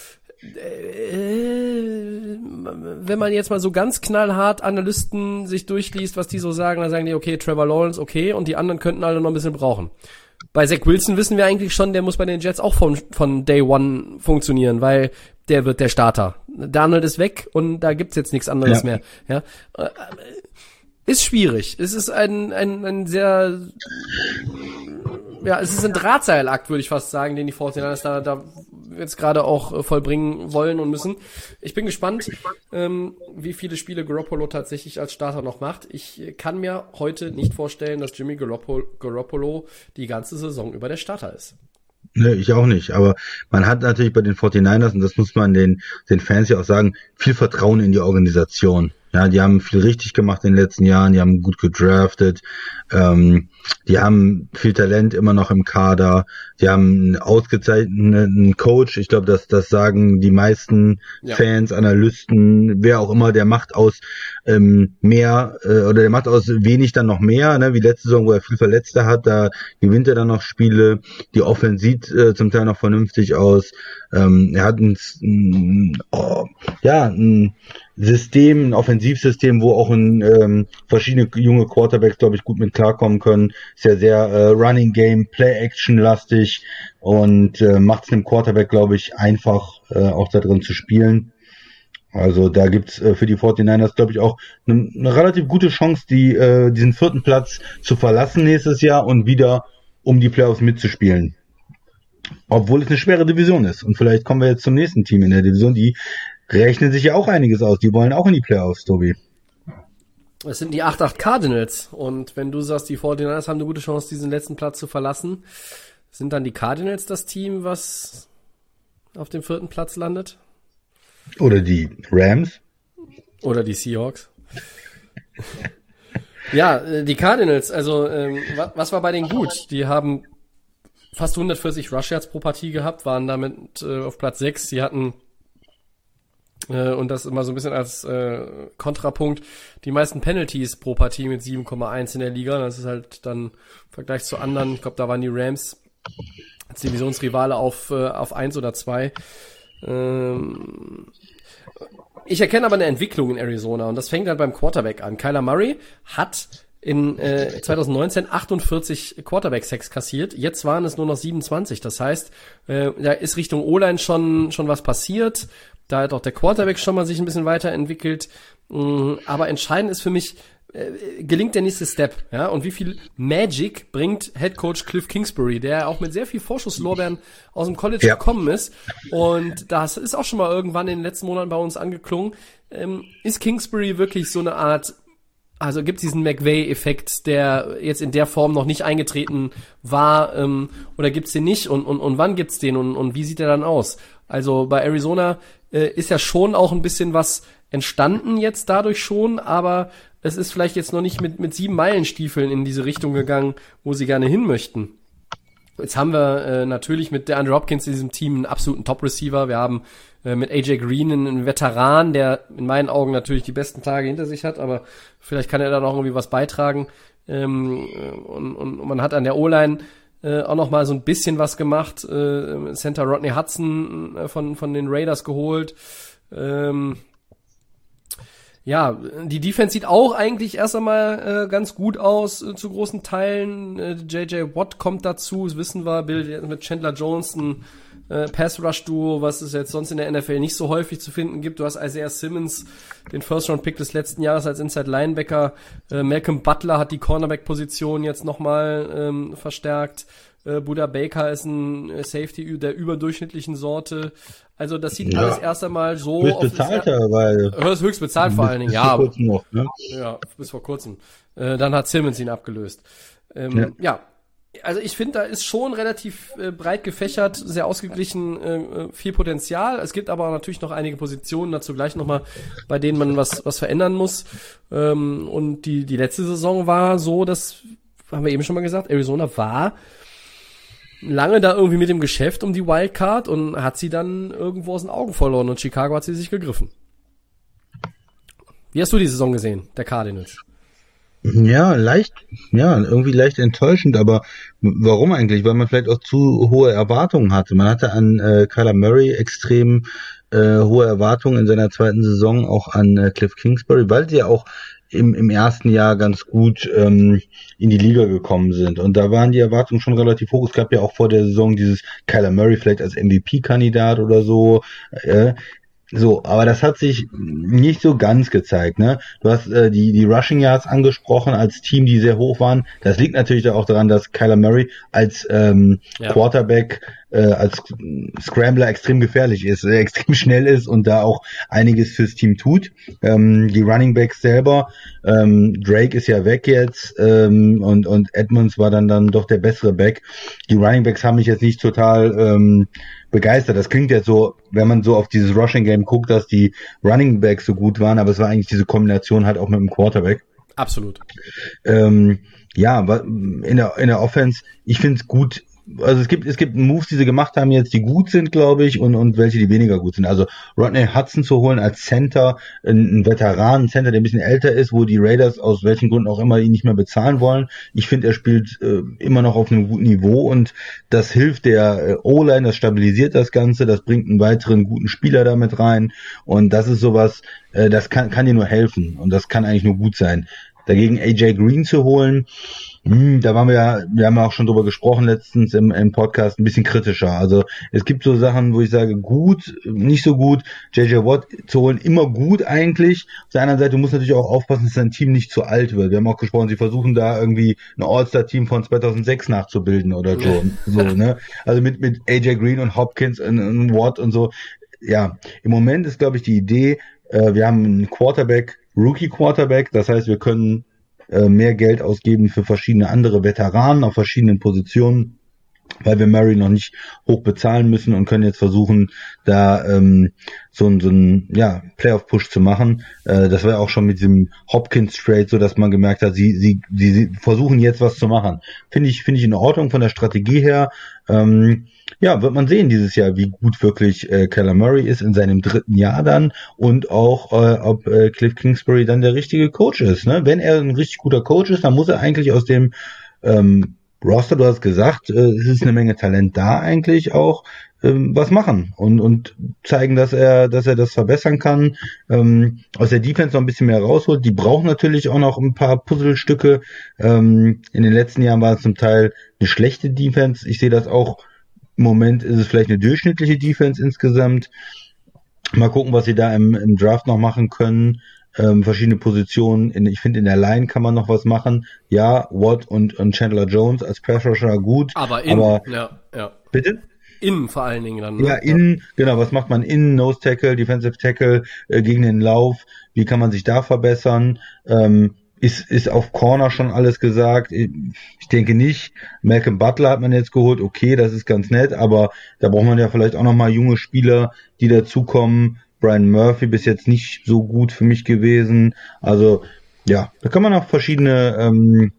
wenn man jetzt mal so ganz knallhart Analysten sich durchliest, was die so sagen, dann sagen die, okay, Trevor Lawrence, okay, und die anderen könnten alle noch ein bisschen brauchen. Bei Zach Wilson wissen wir eigentlich schon, der muss bei den Jets auch von Day One funktionieren, weil der wird der Starter. Darnold ist weg und da gibt's jetzt nichts anderes mehr. Ja, ist schwierig. Es ist ein sehr, es ist ein Drahtseilakt, würde ich fast sagen, den die 49ers da jetzt gerade auch vollbringen wollen und müssen. Ich bin gespannt, wie viele Spiele Garoppolo tatsächlich als Starter noch macht. Ich kann mir heute nicht vorstellen, dass Jimmy Garoppolo die ganze Saison über der Starter ist.
Ne, ich auch nicht, aber man hat natürlich bei den 49ers, und das muss man den Fans ja auch sagen, viel Vertrauen in die Organisation. Ja, die haben viel richtig gemacht in den letzten Jahren, die haben gut gedraftet, die haben viel Talent immer noch im Kader, die haben einen ausgezeichneten Coach, ich glaube, das sagen die meisten Fans, Analysten, wer auch immer, der macht aus mehr, oder der macht aus wenig dann noch mehr, ne, wie letzte Saison, wo er viel Verletzte hat, da gewinnt er dann noch Spiele, die Offense sieht zum Teil noch vernünftig aus, er hat ein System, ein Offensivsystem, wo auch verschiedene junge Quarterbacks, glaube ich, gut mit klarkommen können. Ist ja sehr Running Game, Play-Action-lastig und macht es dem Quarterback, glaube ich, einfach auch da drin zu spielen. Also da gibt's für die 49ers, glaube ich, auch eine relativ gute Chance, diesen 4. Platz zu verlassen nächstes Jahr und wieder um die Playoffs mitzuspielen. Obwohl es eine schwere Division ist. Und vielleicht kommen wir jetzt zum nächsten Team in der Division, die rechnen sich ja auch einiges aus. Die wollen auch in die Playoffs, Tobi.
Es sind die 8-8 Cardinals. Und wenn du sagst, die 49ers haben eine gute Chance, diesen letzten Platz zu verlassen, sind dann die Cardinals das Team, was auf dem 4. Platz landet?
Oder die Rams?
Oder die Seahawks? Ja, die Cardinals, also was war bei denen gut? Die haben fast 140 Rush Yards pro Partie gehabt, waren damit auf Platz 6. Sie hatten, und das immer so ein bisschen als Kontrapunkt, die meisten Penalties pro Partie mit 7,1 in der Liga. Das ist halt dann im Vergleich zu anderen, ich glaube, da waren die Rams als Divisionsrivale auf 1 oder 2. Ich erkenne aber eine Entwicklung in Arizona und das fängt halt beim Quarterback an. Kyler Murray hat in 2019 48 Quarterback-Sacks kassiert, jetzt waren es nur noch 27. Das heißt, da ist Richtung O-Line schon was passiert. Da hat auch der Quarterback schon mal sich ein bisschen weiterentwickelt. Aber entscheidend ist für mich, gelingt der nächste Step, ja? Und wie viel Magic bringt Head Coach Cliff Kingsbury, der auch mit sehr viel Vorschusslorbeeren aus dem College gekommen ist. Und das ist auch schon mal irgendwann in den letzten Monaten bei uns angeklungen. Ist Kingsbury wirklich so eine Art, also gibt es diesen McVay-Effekt, der jetzt in der Form noch nicht eingetreten war, oder gibt's den nicht? Und wann gibt's den und wie sieht der dann aus? Also bei Arizona ist ja schon auch ein bisschen was entstanden jetzt dadurch schon, aber es ist vielleicht jetzt noch nicht mit 7 Meilenstiefeln in diese Richtung gegangen, wo sie gerne hin möchten. Jetzt haben wir natürlich mit DeAndre Hopkins in diesem Team einen absoluten Top-Receiver. Wir haben mit AJ Green einen Veteran, der in meinen Augen natürlich die besten Tage hinter sich hat, aber vielleicht kann er da noch irgendwie was beitragen. Und man hat an der O-Line auch noch mal so ein bisschen was gemacht. Center Rodney Hudson von den Raiders geholt. Ja, die Defense sieht auch eigentlich erst einmal ganz gut aus, zu großen Teilen. J.J. Watt kommt dazu, das wissen wir, bildet mit Chandler Jones ein Pass-Rush-Duo, was es jetzt sonst in der NFL nicht so häufig zu finden gibt. Du hast Isaiah Simmons, den First-Round-Pick des letzten Jahres als Inside-Linebacker. Malcolm Butler hat die Cornerback-Position jetzt nochmal verstärkt. Buda Baker ist ein Safety der überdurchschnittlichen Sorte. Also das sieht alles erst einmal so
höchst bezahlter, weil
höchst bezahlt vor allen Dingen, ja.
Bis vor kurzem noch, ne?
Ja, bis vor kurzem. Dann hat Simmons ihn abgelöst. Ja, also ich finde, da ist schon relativ breit gefächert, sehr ausgeglichen, viel Potenzial. Es gibt aber natürlich noch einige Positionen, dazu gleich nochmal, bei denen man was verändern muss. Und die letzte Saison war so, das haben wir eben schon mal gesagt, Arizona war lange da irgendwie mit dem Geschäft um die Wildcard und hat sie dann irgendwo aus den Augen verloren und Chicago hat sie sich gegriffen. Wie hast du die Saison gesehen, der Cardinals?
Ja, irgendwie leicht enttäuschend, aber warum eigentlich? Weil man vielleicht auch zu hohe Erwartungen hatte. Man hatte an Kyler Murray extrem hohe Erwartungen in seiner zweiten Saison, auch an Cliff Kingsbury, weil sie ja auch im ersten Jahr ganz gut in die Liga gekommen sind. Und da waren die Erwartungen schon relativ hoch. Es gab ja auch vor der Saison dieses Kyler Murray vielleicht als MVP-Kandidat oder so. So, aber das hat sich nicht so ganz gezeigt, ne? Du hast die Rushing Yards angesprochen als Team, die sehr hoch waren. Das liegt natürlich auch daran, dass Kyler Murray als Quarterback, als Scrambler extrem gefährlich ist, extrem schnell ist und da auch einiges fürs Team tut. Die Running Backs selber, Drake ist ja weg jetzt und Edmonds war dann doch der bessere Back. Die Running Backs haben mich jetzt nicht total begeistert. Das klingt jetzt so, wenn man so auf dieses Rushing Game guckt, dass die Running Backs so gut waren, aber es war eigentlich diese Kombination halt auch mit dem Quarterback.
Absolut.
Ja, in der Offense, ich finde es gut. Also es gibt Moves, die sie gemacht haben jetzt, die gut sind, glaube ich, und welche, die weniger gut sind. Also Rodney Hudson zu holen als Center, ein Veteranen-Center, der ein bisschen älter ist, wo die Raiders aus welchen Gründen auch immer ihn nicht mehr bezahlen wollen. Ich finde, er spielt immer noch auf einem guten Niveau und das hilft der O-Line, das stabilisiert das Ganze, das bringt einen weiteren guten Spieler damit rein und das ist sowas, das kann dir nur helfen und das kann eigentlich nur gut sein. Dagegen AJ Green zu holen, da wir haben ja auch schon drüber gesprochen letztens im Podcast, ein bisschen kritischer. Also es gibt so Sachen, wo ich sage, gut, nicht so gut. J.J. Watt zu holen, immer gut eigentlich. Auf der anderen Seite, du musst natürlich auch aufpassen, dass dein Team nicht zu alt wird. Wir haben auch gesprochen, sie versuchen da irgendwie ein All-Star-Team von 2006 nachzubilden oder so ne? Also mit AJ Green und Hopkins und Watt und so. Ja, im Moment ist, glaube ich, die Idee, wir haben einen Rookie-Quarterback, das heißt, wir können mehr Geld ausgeben für verschiedene andere Veteranen auf verschiedenen Positionen weil wir Murray noch nicht hoch bezahlen müssen und können jetzt versuchen, da so einen Playoff-Push zu machen. Das war ja auch schon mit diesem Hopkins-Trade so, dass man gemerkt hat, sie versuchen jetzt was zu machen. Finde ich in Ordnung von der Strategie her. Wird man sehen dieses Jahr, wie gut wirklich Kyler Murray ist in seinem 3. Jahr dann und auch, ob Cliff Kingsbury dann der richtige Coach ist. Ne? Wenn er ein richtig guter Coach ist, dann muss er eigentlich aus dem Roster, du hast gesagt, es ist eine Menge Talent da eigentlich auch, was machen und zeigen, dass er das verbessern kann, aus der Defense noch ein bisschen mehr rausholt. Die brauchen natürlich auch noch ein paar Puzzlestücke. In den letzten Jahren war es zum Teil eine schlechte Defense. Ich sehe das auch, im Moment ist es vielleicht eine durchschnittliche Defense insgesamt. Mal gucken, was sie da im Draft noch machen können. Verschiedene Positionen. Ich finde, in der Line kann man noch was machen. Ja, Watt und Chandler Jones als Pass Rusher gut.
Aber ja.
Bitte?
Innen vor allen Dingen dann. Ne?
Ja, innen, genau. Was macht man innen? Nose Tackle, Defensive Tackle, gegen den Lauf. Wie kann man sich da verbessern? Ist auf Corner schon alles gesagt? Ich denke nicht. Malcolm Butler hat man jetzt geholt. Okay, das ist ganz nett, aber da braucht man ja vielleicht auch nochmal junge Spieler, die dazukommen. Brian Murphy bis jetzt nicht so gut für mich gewesen. Also, ja, da kann man auch verschiedene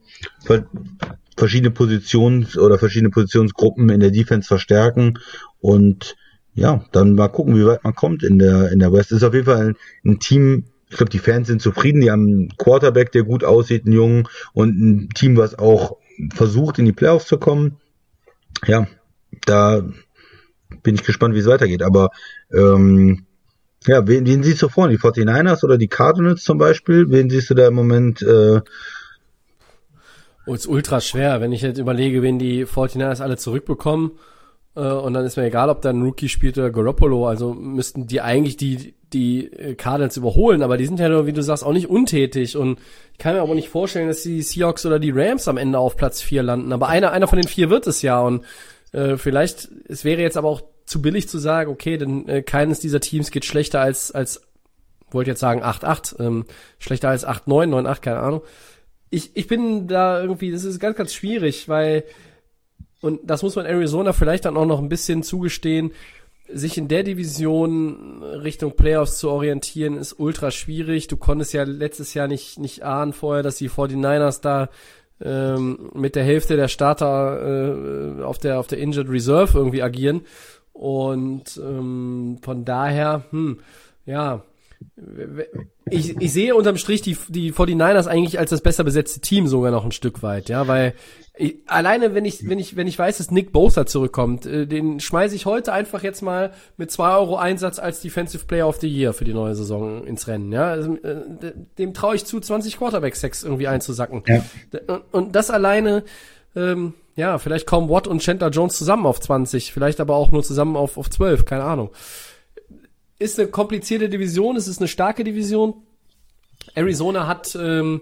Positionsgruppen in der Defense verstärken und ja, dann mal gucken, wie weit man kommt in der West. Ist auf jeden Fall ein Team, ich glaube, die Fans sind zufrieden, die haben einen Quarterback, der gut aussieht, einen Jungen und ein Team, was auch versucht, in die Playoffs zu kommen. Ja, da bin ich gespannt, wie es weitergeht, aber wen siehst du vorne? Die 49ers oder die Cardinals zum Beispiel? Wen siehst du da im Moment?
Ist ultra schwer, wenn ich jetzt überlege, wen die 49ers alle zurückbekommen und dann ist mir egal, ob da ein Rookie spielt oder Garoppolo, also müssten die eigentlich die Cardinals überholen, aber die sind ja, wie du sagst, auch nicht untätig und ich kann mir aber nicht vorstellen, dass die Seahawks oder die Rams am Ende auf Platz 4 landen, aber einer von den 4 wird es ja und vielleicht, es wäre jetzt aber auch zu billig zu sagen, okay, denn keines dieser Teams geht schlechter als wollte jetzt sagen 8-8, schlechter als 8-9, 9-8, keine Ahnung. Ich bin da irgendwie, das ist ganz, ganz schwierig, weil, und das muss man Arizona vielleicht dann auch noch ein bisschen zugestehen, sich in der Division Richtung Playoffs zu orientieren, ist ultra schwierig. Du konntest ja letztes Jahr nicht ahnen vorher, dass die 49ers da mit der Hälfte der Starter auf der Injured Reserve irgendwie agieren. Und von daher, ich sehe unterm Strich die 49ers eigentlich als das besser besetzte Team sogar noch ein Stück weit, ja, weil alleine wenn ich weiß, dass Nick Bosa zurückkommt, den schmeiße ich heute einfach jetzt mal mit 2 Euro Einsatz als Defensive Player of the Year für die neue Saison ins Rennen, ja, also, dem traue ich zu, 20 Quarterback-Sacks irgendwie einzusacken. Ja. Und das alleine, vielleicht kommen Watt und Chandler Jones zusammen auf 20, vielleicht aber auch nur zusammen auf 12, keine Ahnung. Ist eine komplizierte Division, es ist eine starke Division. Arizona hat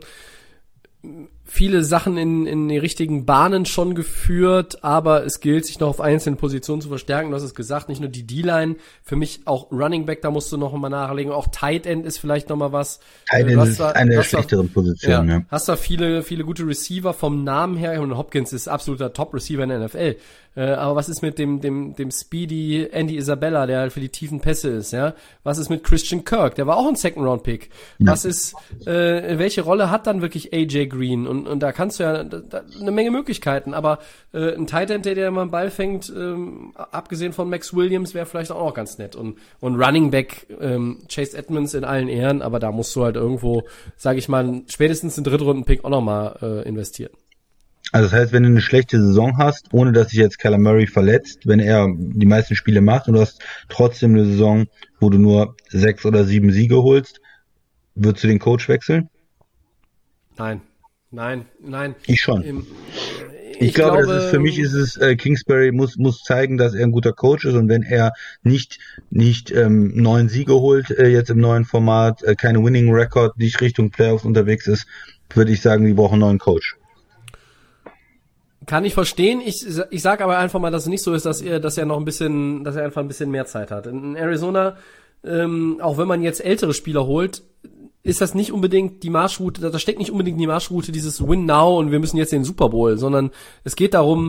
viele Sachen in die richtigen Bahnen schon geführt, aber es gilt, sich noch auf einzelnen Positionen zu verstärken. Du hast es gesagt, nicht nur die D-Line, für mich auch Running Back, da musst du noch mal nachlegen. Auch Tight End ist vielleicht noch mal was.
Tight End ist eine der schlechteren Positionen, ja.
Hast da viele gute Receiver vom Namen her, und Hopkins ist absoluter Top-Receiver in der NFL. Aber was ist mit dem Speedy Andy Isabella, der halt für die tiefen Pässe ist, ja? Was ist mit Christian Kirk? Der war auch ein Second-Round-Pick. Ja. Was ist, welche Rolle hat dann wirklich AJ Green? Und da kannst du ja eine Menge Möglichkeiten, aber ein Tight End, der mal einen Ball fängt, abgesehen von Max Williams, wäre vielleicht auch noch ganz nett. Und Running Back, Chase Edmonds in allen Ehren, aber da musst du halt irgendwo, sage ich mal, spätestens einen Drittrunden-Pick auch nochmal investieren.
Also das heißt, wenn du eine schlechte Saison hast, ohne dass sich jetzt Kyler Murray verletzt, wenn er die meisten Spiele macht und du hast trotzdem eine Saison, wo du nur 6 oder 7 Siege holst, würdest du den Coach wechseln?
Nein.
Ich schon. Ich glaube, für mich ist es, Kingsbury muss zeigen, dass er ein guter Coach ist, und wenn er nicht 9 Siege holt, jetzt im neuen Format, keine Winning Record, nicht Richtung Playoffs unterwegs ist, würde ich sagen, wir brauchen einen neuen Coach.
Kann ich verstehen. Ich sag aber einfach mal, dass es nicht so ist, dass er einfach ein bisschen mehr Zeit hat. In Arizona, auch wenn man jetzt ältere Spieler holt, ist das nicht unbedingt die Marschroute, da steckt nicht unbedingt die Marschroute dieses Win Now und wir müssen jetzt den Super Bowl, sondern es geht darum,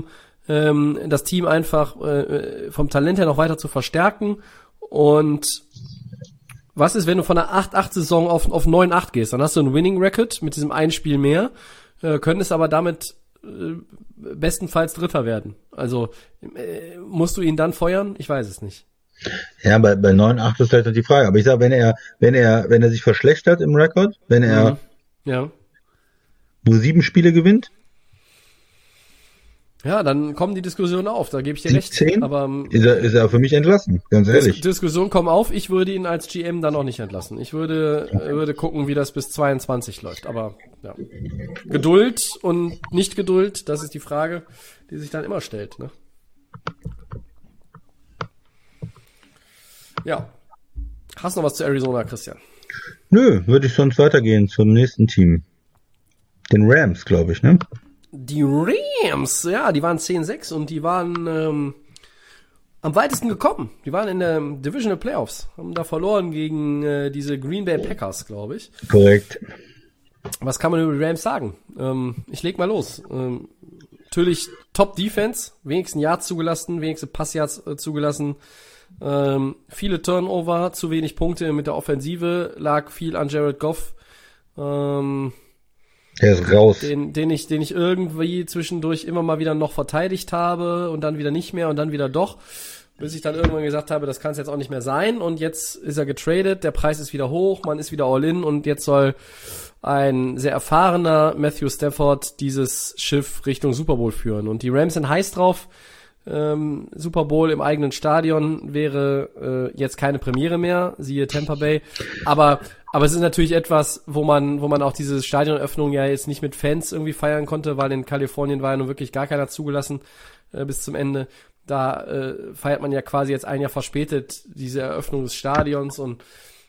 das Team einfach vom Talent her noch weiter zu verstärken. Und was ist, wenn du von einer 8-8-Saison auf 9-8 gehst? Dann hast du einen Winning Record mit diesem einen Spiel mehr, könntest aber damit bestenfalls Dritter werden. Also musst du ihn dann feuern? Ich weiß es nicht.
Ja, bei 9-8 ist vielleicht die Frage. Aber ich sage, wenn er sich verschlechtert im Rekord, wenn er nur 7 Spiele gewinnt,
ja, dann kommen die Diskussionen auf, da gebe ich dir recht.
10,
aber
ist er für mich entlassen, ganz ehrlich.
Diskussionen kommen auf, ich würde ihn als GM dann auch nicht entlassen. Ich würde gucken, wie das bis 22 läuft. Aber ja. Geduld und nicht Geduld, das ist die Frage, die sich dann immer stellt. Ne? Ja. Hast du noch was zu Arizona, Christian?
Nö, würde ich sonst weitergehen zum nächsten Team. Den Rams, glaube ich, ne?
Die Rams, ja, die waren 10-6 und die waren am weitesten gekommen. Die waren in der Divisional Playoffs, haben da verloren gegen diese Green Bay Packers, glaube ich.
Korrekt.
Was kann man über die Rams sagen? Ich leg mal los. Natürlich Top-Defense, wenigstens Yards zugelassen, wenigstens Pass-Yards zugelassen. Viele Turnover, zu wenig Punkte mit der Offensive, lag viel an Jared Goff.
Der ist raus.
Den ich irgendwie zwischendurch immer mal wieder noch verteidigt habe und dann wieder nicht mehr und dann wieder doch, bis ich dann irgendwann gesagt habe, das kann es jetzt auch nicht mehr sein und jetzt ist er getradet, der Preis ist wieder hoch, man ist wieder all in und jetzt soll ein sehr erfahrener Matthew Stafford dieses Schiff Richtung Super Bowl führen und die Rams sind heiß drauf. Super Bowl im eigenen Stadion wäre jetzt keine Premiere mehr, siehe Tampa Bay, aber es ist natürlich etwas, wo man auch diese Stadionöffnung ja jetzt nicht mit Fans irgendwie feiern konnte, weil in Kalifornien war ja nun wirklich gar keiner zugelassen bis zum Ende. Da feiert man ja quasi jetzt ein Jahr verspätet diese Eröffnung des Stadions und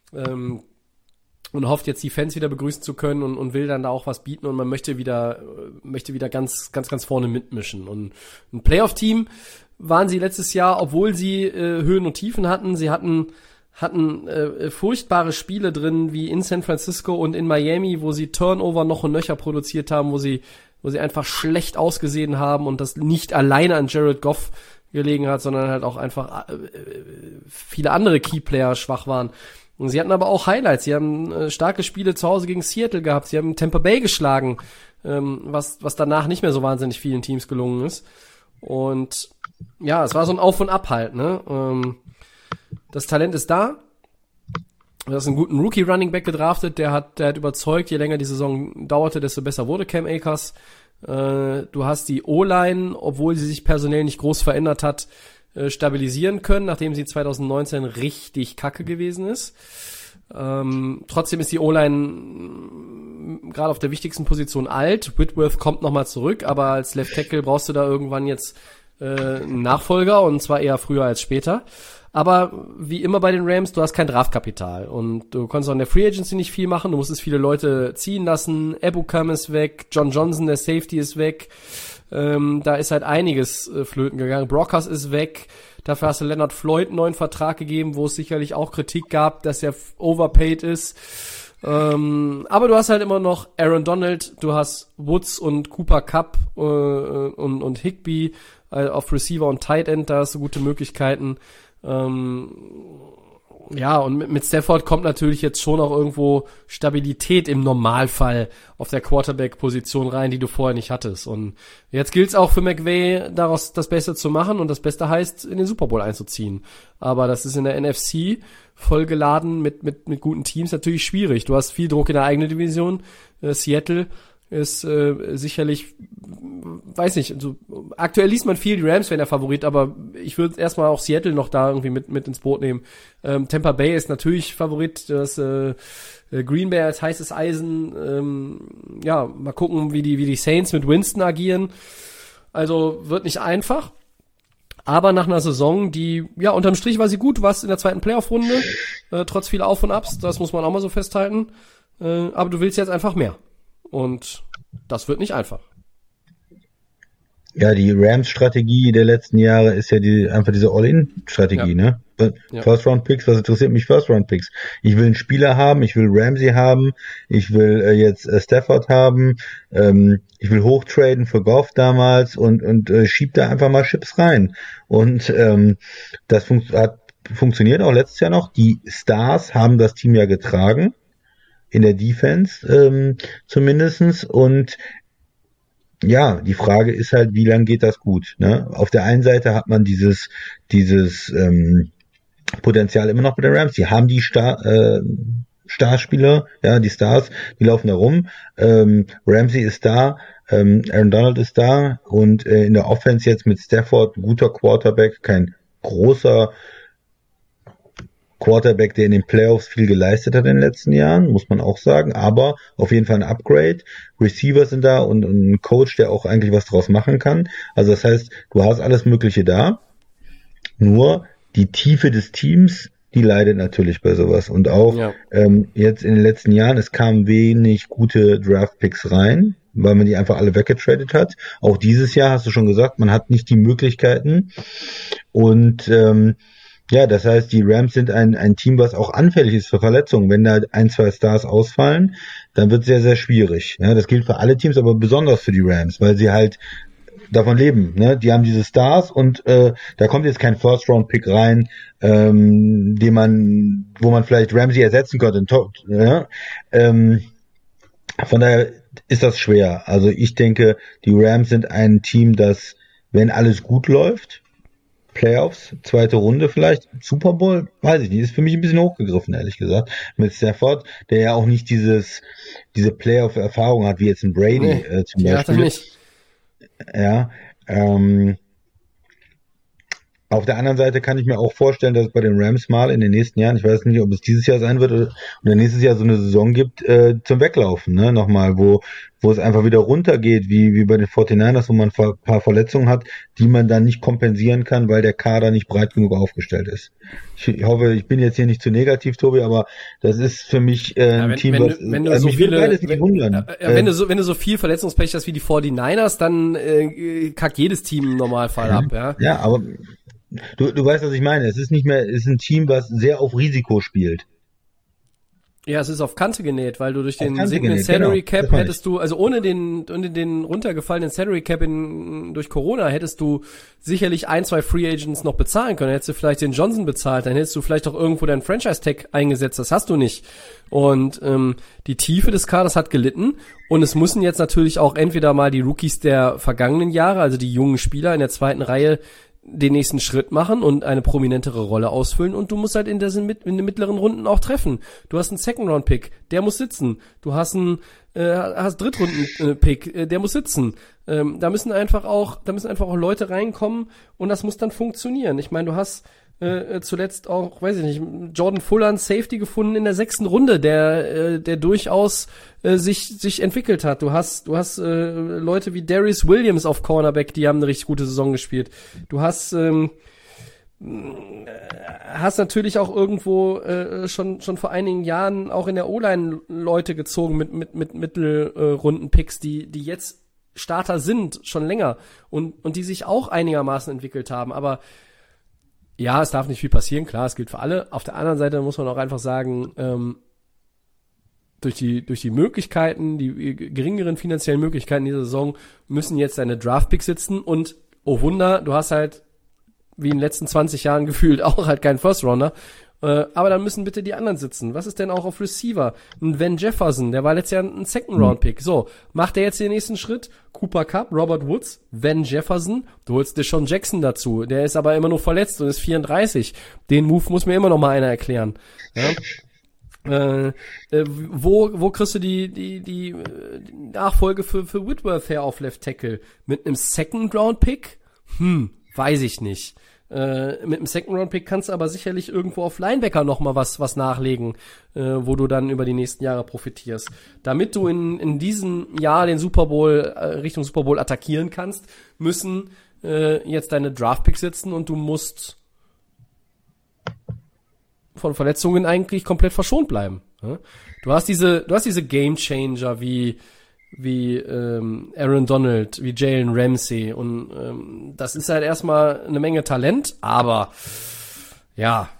hofft jetzt die Fans wieder begrüßen zu können und will dann da auch was bieten und man möchte wieder ganz vorne mitmischen. Und ein Playoff-Team waren sie letztes Jahr, obwohl sie Höhen und Tiefen hatten. Sie hatten furchtbare Spiele drin, wie in San Francisco und in Miami, wo sie Turnover noch und nöcher produziert haben, wo sie einfach schlecht ausgesehen haben und das nicht alleine an Jared Goff gelegen hat, sondern halt auch einfach viele andere Keyplayer schwach waren. Und sie hatten aber auch Highlights. Sie haben starke Spiele zu Hause gegen Seattle gehabt. Sie haben Tampa Bay geschlagen, was danach nicht mehr so wahnsinnig vielen Teams gelungen ist. Und ja, es war so ein Auf und Ab halt, ne? Das Talent ist da. Du hast einen guten Rookie-Running-Back gedraftet. Der hat überzeugt. Je länger die Saison dauerte, desto besser wurde Cam Akers. Du hast die O-Line, obwohl sie sich personell nicht groß verändert hat, stabilisieren können, nachdem sie 2019 richtig kacke gewesen ist. Trotzdem ist die O-Line gerade auf der wichtigsten Position alt. Whitworth kommt nochmal zurück, aber als Left Tackle brauchst du da irgendwann jetzt einen Nachfolger und zwar eher früher als später. Aber wie immer bei den Rams, du hast kein Draftkapital und du konntest auch in der Free Agency nicht viel machen. Du musstest viele Leute ziehen lassen. Ebukam ist weg, John Johnson, der Safety, ist weg. Da ist halt einiges flöten gegangen. Brockers ist weg. Dafür hast du Leonard Floyd einen neuen Vertrag gegeben, wo es sicherlich auch Kritik gab, dass er overpaid ist. Aber du hast halt immer noch Aaron Donald, du hast Woods und Cooper Kupp und Higbee auf Receiver und Tight End, da hast du gute Möglichkeiten. Ja, und mit Stafford kommt natürlich jetzt schon auch irgendwo Stabilität im Normalfall auf der Quarterback-Position rein, die du vorher nicht hattest. Und jetzt gilt es auch für McVay, daraus das Beste zu machen. Und das Beste heißt, in den Super Bowl einzuziehen. Aber das ist in der NFC vollgeladen mit guten Teams natürlich schwierig. Du hast viel Druck in der eigenen Division. Seattle ist sicherlich, weiß nicht, also, aktuell liest man viel, die Rams wären der Favorit, aber ich würde erstmal auch Seattle noch da irgendwie mit ins Boot nehmen. Tampa Bay ist natürlich Favorit, das Green Bay als heißes Eisen, ja, mal gucken, wie die Saints mit Winston agieren. Also wird nicht einfach, aber nach einer Saison, die, ja, unterm Strich war sie gut, du warst in der zweiten Playoff-Runde, trotz vieler Auf und Abs, das muss man auch mal so festhalten, aber du willst jetzt einfach mehr. Und das wird nicht einfach.
Ja, die Rams-Strategie der letzten Jahre ist ja einfach diese All-In-Strategie, ne?
Ja.
First-Round-Picks, was interessiert mich First-Round-Picks? Ich will einen Spieler haben, ich will Ramsey haben, ich will jetzt Stafford haben, ich will hochtraden für Goff damals und schieb da einfach mal Chips rein. Und das hat funktioniert auch letztes Jahr noch. Die Stars haben das Team ja getragen, in der Defense zumindestens. Und ja, die Frage ist halt, wie lange geht das gut? Ne? Auf der einen Seite hat man dieses Potenzial immer noch bei den Rams. Die haben die Starspieler, ja, die Stars, die laufen da rum. Ramsey ist da, Aaron Donald ist da und in der Offense jetzt mit Stafford, guter Quarterback, kein großer Quarterback, der in den Playoffs viel geleistet hat in den letzten Jahren, muss man auch sagen, aber auf jeden Fall ein Upgrade. Receiver sind da und ein Coach, der auch eigentlich was draus machen kann. Also das heißt, du hast alles Mögliche da, nur die Tiefe des Teams, die leidet natürlich bei sowas. Und auch jetzt in den letzten Jahren, es kamen wenig gute Draft-Picks rein, weil man die einfach alle weggetradet hat. Auch dieses Jahr, hast du schon gesagt, man hat nicht die Möglichkeiten. Und ja, das heißt, die Rams sind ein Team, was auch anfällig ist für Verletzungen. Wenn da 1, 2 Stars ausfallen, dann wird es sehr, sehr schwierig. Ja, das gilt für alle Teams, aber besonders für die Rams, weil sie halt davon leben. Ne? Die haben diese Stars und da kommt jetzt kein First-Round-Pick rein, wo man vielleicht Ramsey ersetzen könnte. Ja? Von daher ist das schwer. Also ich denke, die Rams sind ein Team, das, wenn alles gut läuft, Playoffs, zweite Runde vielleicht, Super Bowl, weiß ich nicht, ist für mich ein bisschen hochgegriffen, ehrlich gesagt, mit Stafford, der ja auch nicht diese Playoff-Erfahrung hat, wie jetzt ein Brady zum Beispiel. Hat er nicht. Ja, auf der anderen Seite kann ich mir auch vorstellen, dass es bei den Rams mal in den nächsten Jahren, ich weiß nicht, ob es dieses Jahr sein wird oder nächstes Jahr so eine Saison gibt, zum Weglaufen, ne, nochmal, wo es einfach wieder runtergeht, wie bei den 49ers, wo man ein paar Verletzungen hat, die man dann nicht kompensieren kann, weil der Kader nicht breit genug aufgestellt ist. Ich hoffe, ich bin jetzt hier nicht zu negativ, Tobi, aber das ist für mich ein Team,
wenn du so viel Verletzungspech hast wie die 49ers, dann kackt jedes Team im Normalfall ab, ja.
Ja, aber du weißt, was ich meine. Es ist ein Team, was sehr auf Risiko spielt.
Ja, es ist auf Kante genäht, weil du durch den sinkenden Salary Cap hättest du, also ohne den runtergefallenen Salary Cap durch Corona hättest du sicherlich 1, 2 Free Agents noch bezahlen können. Hättest du vielleicht den Johnson bezahlt, dann hättest du vielleicht auch irgendwo deinen Franchise Tag eingesetzt. Das hast du nicht. Und die Tiefe des Kaders hat gelitten und es müssen jetzt natürlich auch entweder mal die Rookies der vergangenen Jahre, also die jungen Spieler in der zweiten Reihe, den nächsten Schritt machen und eine prominentere Rolle ausfüllen und du musst halt in den mittleren Runden auch treffen. Du hast einen Second-Round-Pick, der muss sitzen. Du hast einen Drittrunden-Pick, der muss sitzen. Da müssen einfach auch Leute reinkommen und das muss dann funktionieren. Ich meine, du hast zuletzt auch, weiß ich nicht, Jordan Fuller einen Safety gefunden in der 6. Runde, der durchaus sich entwickelt hat. Du hast Leute wie Darius Williams auf Cornerback, die haben eine richtig gute Saison gespielt. Du hast natürlich auch irgendwo schon vor einigen Jahren auch in der O-Line Leute gezogen mit Mittelrunden-Picks, die jetzt Starter sind, schon länger und die sich auch einigermaßen entwickelt haben, aber ja, es darf nicht viel passieren, klar, es gilt für alle. Auf der anderen Seite muss man auch einfach sagen, durch die Möglichkeiten, die geringeren finanziellen Möglichkeiten dieser Saison, müssen jetzt deine Draftpicks sitzen und, oh Wunder, du hast halt, wie in den letzten 20 Jahren gefühlt, auch halt keinen First-Rounder. Aber dann müssen bitte die anderen sitzen. Was ist denn auch auf Receiver? Ein Van Jefferson, der war letztes Jahr ein Second-Round-Pick. So, macht er jetzt den nächsten Schritt? Cooper Kupp, Robert Woods, Van Jefferson, du holst Deshaun Jackson dazu. Der ist aber immer noch verletzt und ist 34. Den Move muss mir immer noch mal einer erklären. Ja? Wo kriegst du die Nachfolge für Whitworth her auf Left Tackle? Mit einem Second-Round-Pick? Weiß ich nicht. Mit dem Second-Round-Pick kannst du aber sicherlich irgendwo auf Linebacker noch mal was nachlegen, wo du dann über die nächsten Jahre profitierst. Damit du in diesem Jahr den Super Bowl, Richtung Super Bowl attackieren kannst, müssen jetzt deine Draft-Picks sitzen und du musst von Verletzungen eigentlich komplett verschont bleiben. Du hast diese Game-Changer wie wie Aaron Donald, wie Jalen Ramsey und das ist halt erstmal eine Menge Talent, aber ja,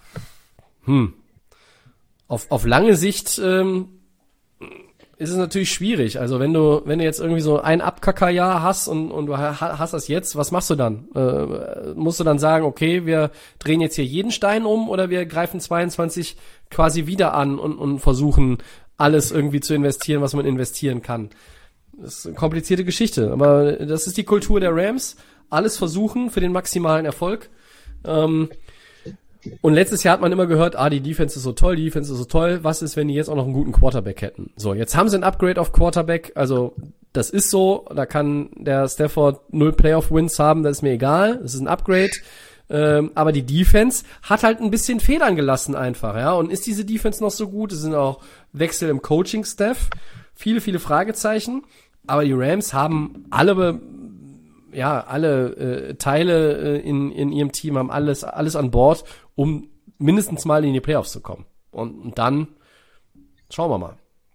auf lange Sicht ist es natürlich schwierig. Also wenn du jetzt irgendwie so ein Abkackerjahr hast und du hast das jetzt, was machst du dann? Musst du dann sagen, okay, wir drehen jetzt hier jeden Stein um oder wir greifen 22 quasi wieder an und versuchen alles irgendwie zu investieren, was man investieren kann? Das ist eine komplizierte Geschichte, aber das ist die Kultur der Rams. Alles versuchen für den maximalen Erfolg. Und letztes Jahr hat man immer gehört, die Defense ist so toll, was ist, wenn die jetzt auch noch einen guten Quarterback hätten? So, jetzt haben sie ein Upgrade auf Quarterback, also das ist so, da kann der Stafford 0 Playoff-Wins haben, das ist mir egal, das ist ein Upgrade, aber die Defense hat halt ein bisschen Federn gelassen einfach, ja, und ist diese Defense noch so gut? Es sind auch Wechsel im Coaching-Staff, viele, viele Fragezeichen, aber die Rams haben alle Teile in ihrem Team haben alles an Bord, um mindestens mal in die Playoffs zu kommen. Und dann schauen wir mal.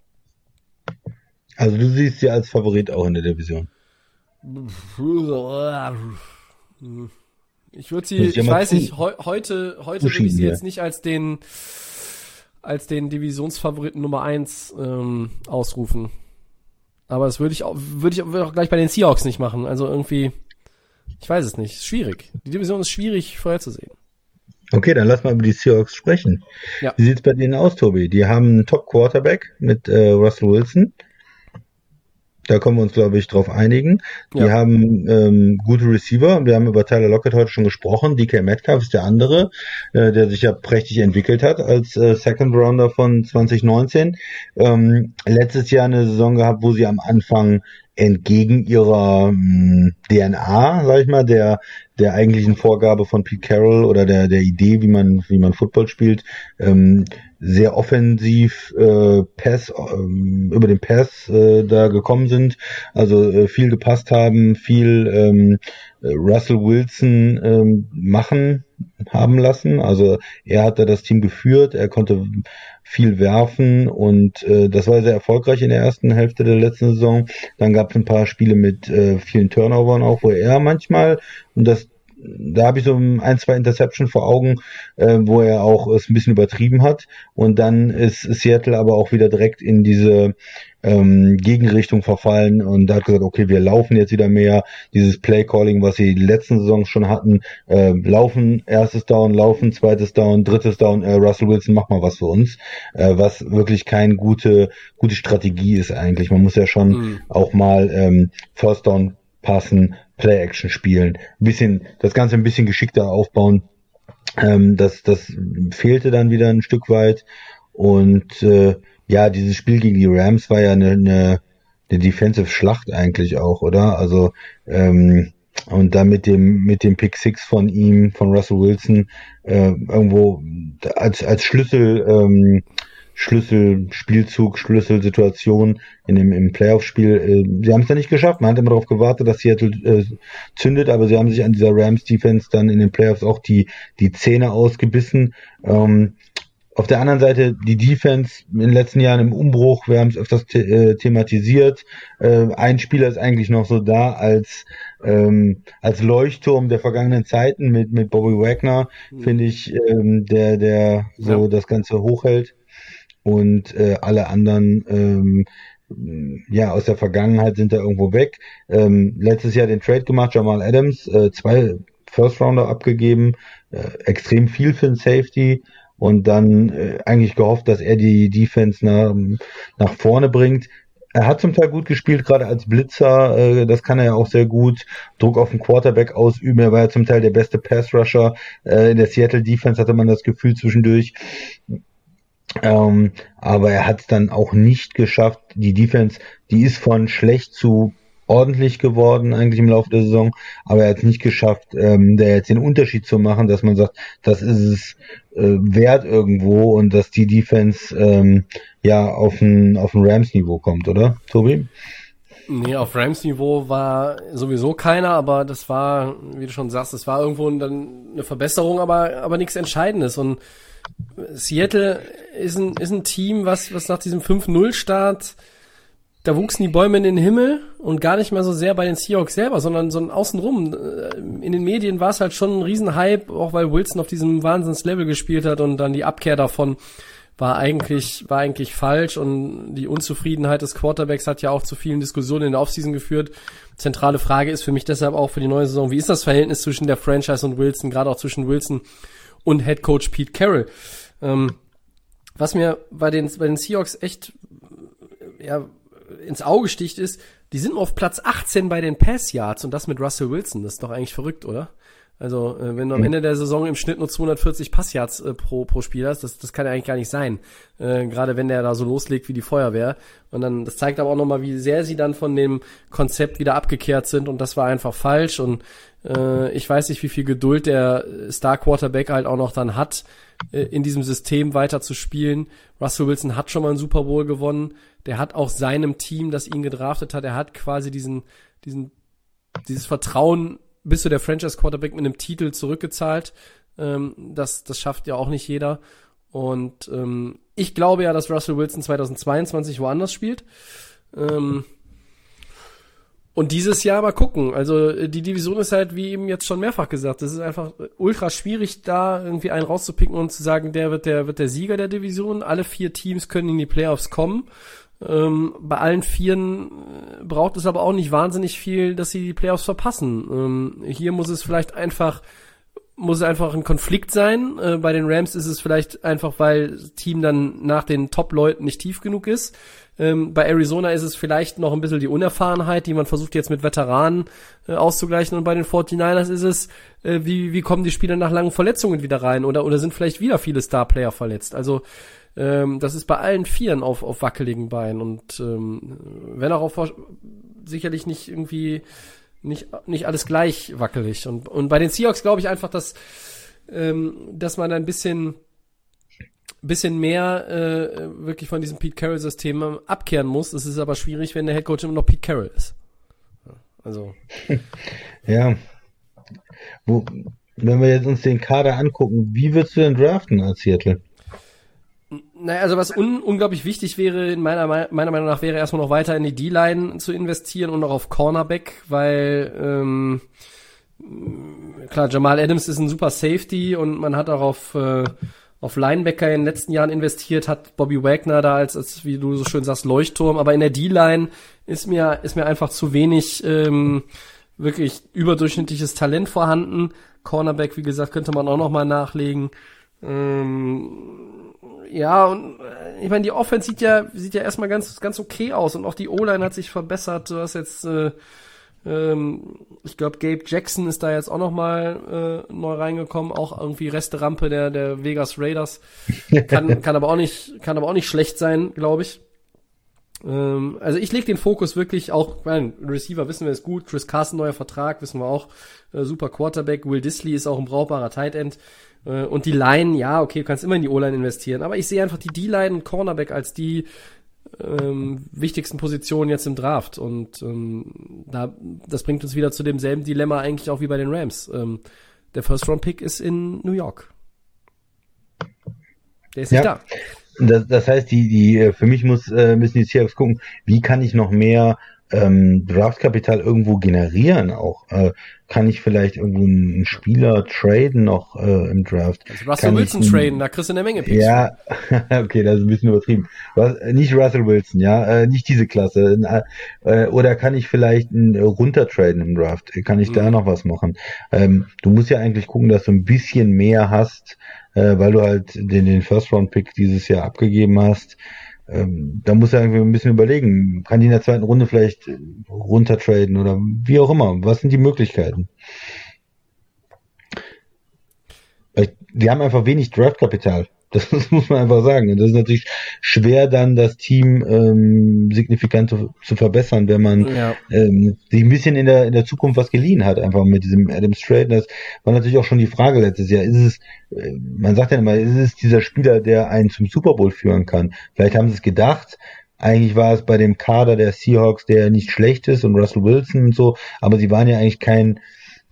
Also du siehst sie als Favorit auch in der Division.
Ich würde sie, ich weiß nicht, heute würde ich sie jetzt nicht als den Divisionsfavoriten Nummer 1 ausrufen. Aber das würde ich auch gleich bei den Seahawks nicht machen. Also irgendwie, ich weiß es nicht. Ist schwierig. Die Division ist schwierig vorherzusehen.
Okay, dann lass mal über die Seahawks sprechen.
Ja.
Wie sieht's bei denen aus, Tobi? Die haben einen Top-Quarterback mit Russell Wilson. Da können wir uns, glaube ich, drauf einigen. Die haben gute Receiver. Wir haben über Tyler Lockett heute schon gesprochen. DK Metcalf ist der andere, der sich ja prächtig entwickelt hat als Second Rounder von 2019. Letztes Jahr eine Saison gehabt, wo sie am Anfang entgegen ihrer DNA, sag ich mal, der eigentlichen Vorgabe von Pete Carroll oder der Idee, wie man Football spielt, sehr offensiv über den Pass da gekommen sind, also viel gepasst haben, viel Russell Wilson haben lassen. Also er hat da das Team geführt, er konnte viel werfen und das war sehr erfolgreich in der ersten Hälfte der letzten Saison. Dann gab es ein paar Spiele mit vielen Turnovern auch, wo er manchmal, und da habe ich so 1-2 Interception vor Augen, wo er auch es ein bisschen übertrieben hat. Und dann ist Seattle aber auch wieder direkt in diese Gegenrichtung verfallen und da hat gesagt, okay, wir laufen jetzt wieder mehr. Dieses Play-Calling, was sie die letzten Saisons schon hatten, laufen, erstes Down, laufen, zweites Down, drittes Down, Russell Wilson, mach mal was für uns. Was wirklich keine gute Strategie ist eigentlich. Man muss ja schon auch mal First Down passen, Play-Action spielen, das Ganze ein bisschen geschickter aufbauen. Das fehlte dann wieder ein Stück weit. Und dieses Spiel gegen die Rams war ja eine Defensive Schlacht eigentlich auch, oder? Also und dann mit dem Pick 6 von Russell Wilson irgendwo als Schlüsselspielzug, Schlüsselsituation im Playoff-Spiel. Sie haben es ja nicht geschafft. Man hat immer darauf gewartet, dass Seattle zündet, aber sie haben sich an dieser Rams-Defense dann in den Playoffs auch die Zähne ausgebissen. Auf der anderen Seite die Defense in den letzten Jahren im Umbruch, wir haben es öfters thematisiert. Ein Spieler ist eigentlich noch so da als Leuchtturm der vergangenen Zeiten mit Bobby Wagner, finde ich, der so das Ganze hochhält. Und alle anderen aus der Vergangenheit sind da irgendwo weg. Letztes Jahr den Trade gemacht, Jamal Adams, 2 First-Rounder abgegeben, extrem viel für den Safety und dann eigentlich gehofft, dass er die Defense nach vorne bringt. Er hat zum Teil gut gespielt, gerade als Blitzer, das kann er ja auch sehr gut, Druck auf den Quarterback ausüben, er war ja zum Teil der beste Pass-Rusher, in der Seattle-Defense hatte man das Gefühl zwischendurch. Aber er hat es dann auch nicht geschafft. Die Defense, die ist von schlecht zu ordentlich geworden eigentlich im Laufe der Saison, aber er hat es nicht geschafft, da jetzt den Unterschied zu machen, dass man sagt, das ist es wert irgendwo und dass die Defense auf ein Rams-Niveau kommt, oder, Tobi?
Nee, auf Rams-Niveau war sowieso keiner, aber das war, wie du schon sagst, das war irgendwo dann eine Verbesserung, aber nichts Entscheidendes. Und Seattle ist ein Team, was nach diesem 5-0-Start da wuchsen die Bäume in den Himmel und gar nicht mehr so sehr bei den Seahawks selber, sondern so außenrum. In den Medien war es halt schon ein Riesenhype, auch weil Wilson auf diesem Wahnsinnslevel gespielt hat und dann die Abkehr davon war eigentlich falsch und die Unzufriedenheit des Quarterbacks hat ja auch zu vielen Diskussionen in der Offseason geführt. Zentrale Frage ist für mich deshalb auch für die neue Saison, wie ist das Verhältnis zwischen der Franchise und Wilson, gerade auch zwischen Wilson und Head Coach Pete Carroll? Was mir bei den Seahawks echt ins Auge sticht ist, die sind auf Platz 18 bei den Pass Yards und das mit Russell Wilson. Das ist doch eigentlich verrückt, oder? Also, wenn du am Ende der Saison im Schnitt nur 240 Passyards pro Spiel hast, das kann ja eigentlich gar nicht sein. Gerade wenn der da so loslegt wie die Feuerwehr. Und dann, das zeigt aber auch nochmal, wie sehr sie dann von dem Konzept wieder abgekehrt sind und das war einfach falsch und ich weiß nicht, wie viel Geduld der Star Quarterback halt auch noch dann hat, in diesem System weiter zu spielen. Russell Wilson hat schon mal einen Super Bowl gewonnen. Der hat auch seinem Team, das ihn gedraftet hat, er hat quasi dieses Vertrauen bis zu der Franchise Quarterback mit einem Titel zurückgezahlt. Das schafft ja auch nicht jeder. Und ich glaube ja, dass Russell Wilson 2022 woanders spielt. Und dieses Jahr mal gucken. Also die Division ist halt, wie eben jetzt schon mehrfach gesagt, es ist einfach ultra schwierig, da irgendwie einen rauszupicken und zu sagen, der wird der Sieger der Division. Alle 4 Teams können in die Playoffs kommen. Bei allen 4 braucht es aber auch nicht wahnsinnig viel, dass sie die Playoffs verpassen. Hier muss es einfach ein Konflikt sein. Bei den Rams ist es vielleicht einfach, weil das Team dann nach den Top-Leuten nicht tief genug ist. Bei Arizona ist es vielleicht noch ein bisschen die Unerfahrenheit, die man versucht jetzt mit Veteranen auszugleichen. Und bei den 49ers ist es, wie kommen die Spieler nach langen Verletzungen wieder rein? Oder sind vielleicht wieder viele Star-Player verletzt? Also das ist bei allen 4 auf wackeligen Beinen. Und wenn auch sicherlich nicht irgendwie nicht alles gleich wackelig. Und bei den Seahawks glaube ich einfach, dass man ein bisschen mehr wirklich von diesem Pete Carroll-System abkehren muss. Es ist aber schwierig, wenn der Headcoach immer noch Pete Carroll ist. Also.
Ja. Wenn wir jetzt uns den Kader angucken, wie würdest du denn draften als Seattle?
Naja, also was unglaublich wichtig wäre, meiner Meinung nach, wäre erstmal noch weiter in die D-Line zu investieren und noch auf Cornerback, weil klar, Jamal Adams ist ein super Safety und man hat auch auf Linebacker in den letzten Jahren investiert, hat Bobby Wagner da als wie du so schön sagst, Leuchtturm, aber in der D-Line ist mir einfach zu wenig wirklich überdurchschnittliches Talent vorhanden. Cornerback, wie gesagt, könnte man auch noch mal nachlegen. Ja, und ich meine, die Offense sieht ja erstmal ganz okay aus und auch die O-Line hat sich verbessert. Du hast jetzt ich glaube, Gabe Jackson ist da jetzt auch noch mal neu reingekommen, auch irgendwie Resterampe der Vegas Raiders. Kann aber auch nicht schlecht sein, glaube ich. Also ich lege den Fokus wirklich auch, Receiver wissen wir ist gut, Chris Carson neuer Vertrag, wissen wir auch, super Quarterback, Will Disley ist auch ein brauchbarer Tight End. Und die Line, ja, okay, du kannst immer in die O-Line investieren, aber ich sehe einfach die D-Line und Cornerback als die wichtigsten Positionen jetzt im Draft und das bringt uns wieder zu demselben Dilemma eigentlich auch wie bei den Rams. Der First-Round-Pick ist in New York. Der ist nicht da.
Das heißt, für mich müssen die Seahawks gucken, wie kann ich noch mehr Draftkapital irgendwo generieren auch. Kann ich vielleicht irgendwo einen Spieler traden noch im Draft?
Also Russell Wilson traden, da kriegst du eine Menge Picks.
Ja, okay, das ist ein bisschen übertrieben. Nicht Russell Wilson, ja, nicht diese Klasse. Oder kann ich vielleicht runtertraden im Draft? Kann ich da noch was machen? Du musst ja eigentlich gucken, dass du ein bisschen mehr hast, weil du halt den First-Round-Pick dieses Jahr abgegeben hast. Da muss er irgendwie ein bisschen überlegen, kann die in der zweiten Runde vielleicht runtertraden oder wie auch immer. Was sind die Möglichkeiten? Die haben einfach wenig Draftkapital. Das muss man einfach sagen. Und das ist natürlich schwer, dann das Team signifikant zu verbessern, wenn man sich ein bisschen in der Zukunft was geliehen hat, einfach mit diesem Adams Trade. Das war natürlich auch schon die Frage letztes Jahr. Man sagt ja immer, ist es dieser Spieler, der einen zum Super Bowl führen kann? Vielleicht haben sie es gedacht. Eigentlich war es bei dem Kader der Seahawks, der nicht schlecht ist und Russell Wilson und so, aber sie waren ja eigentlich kein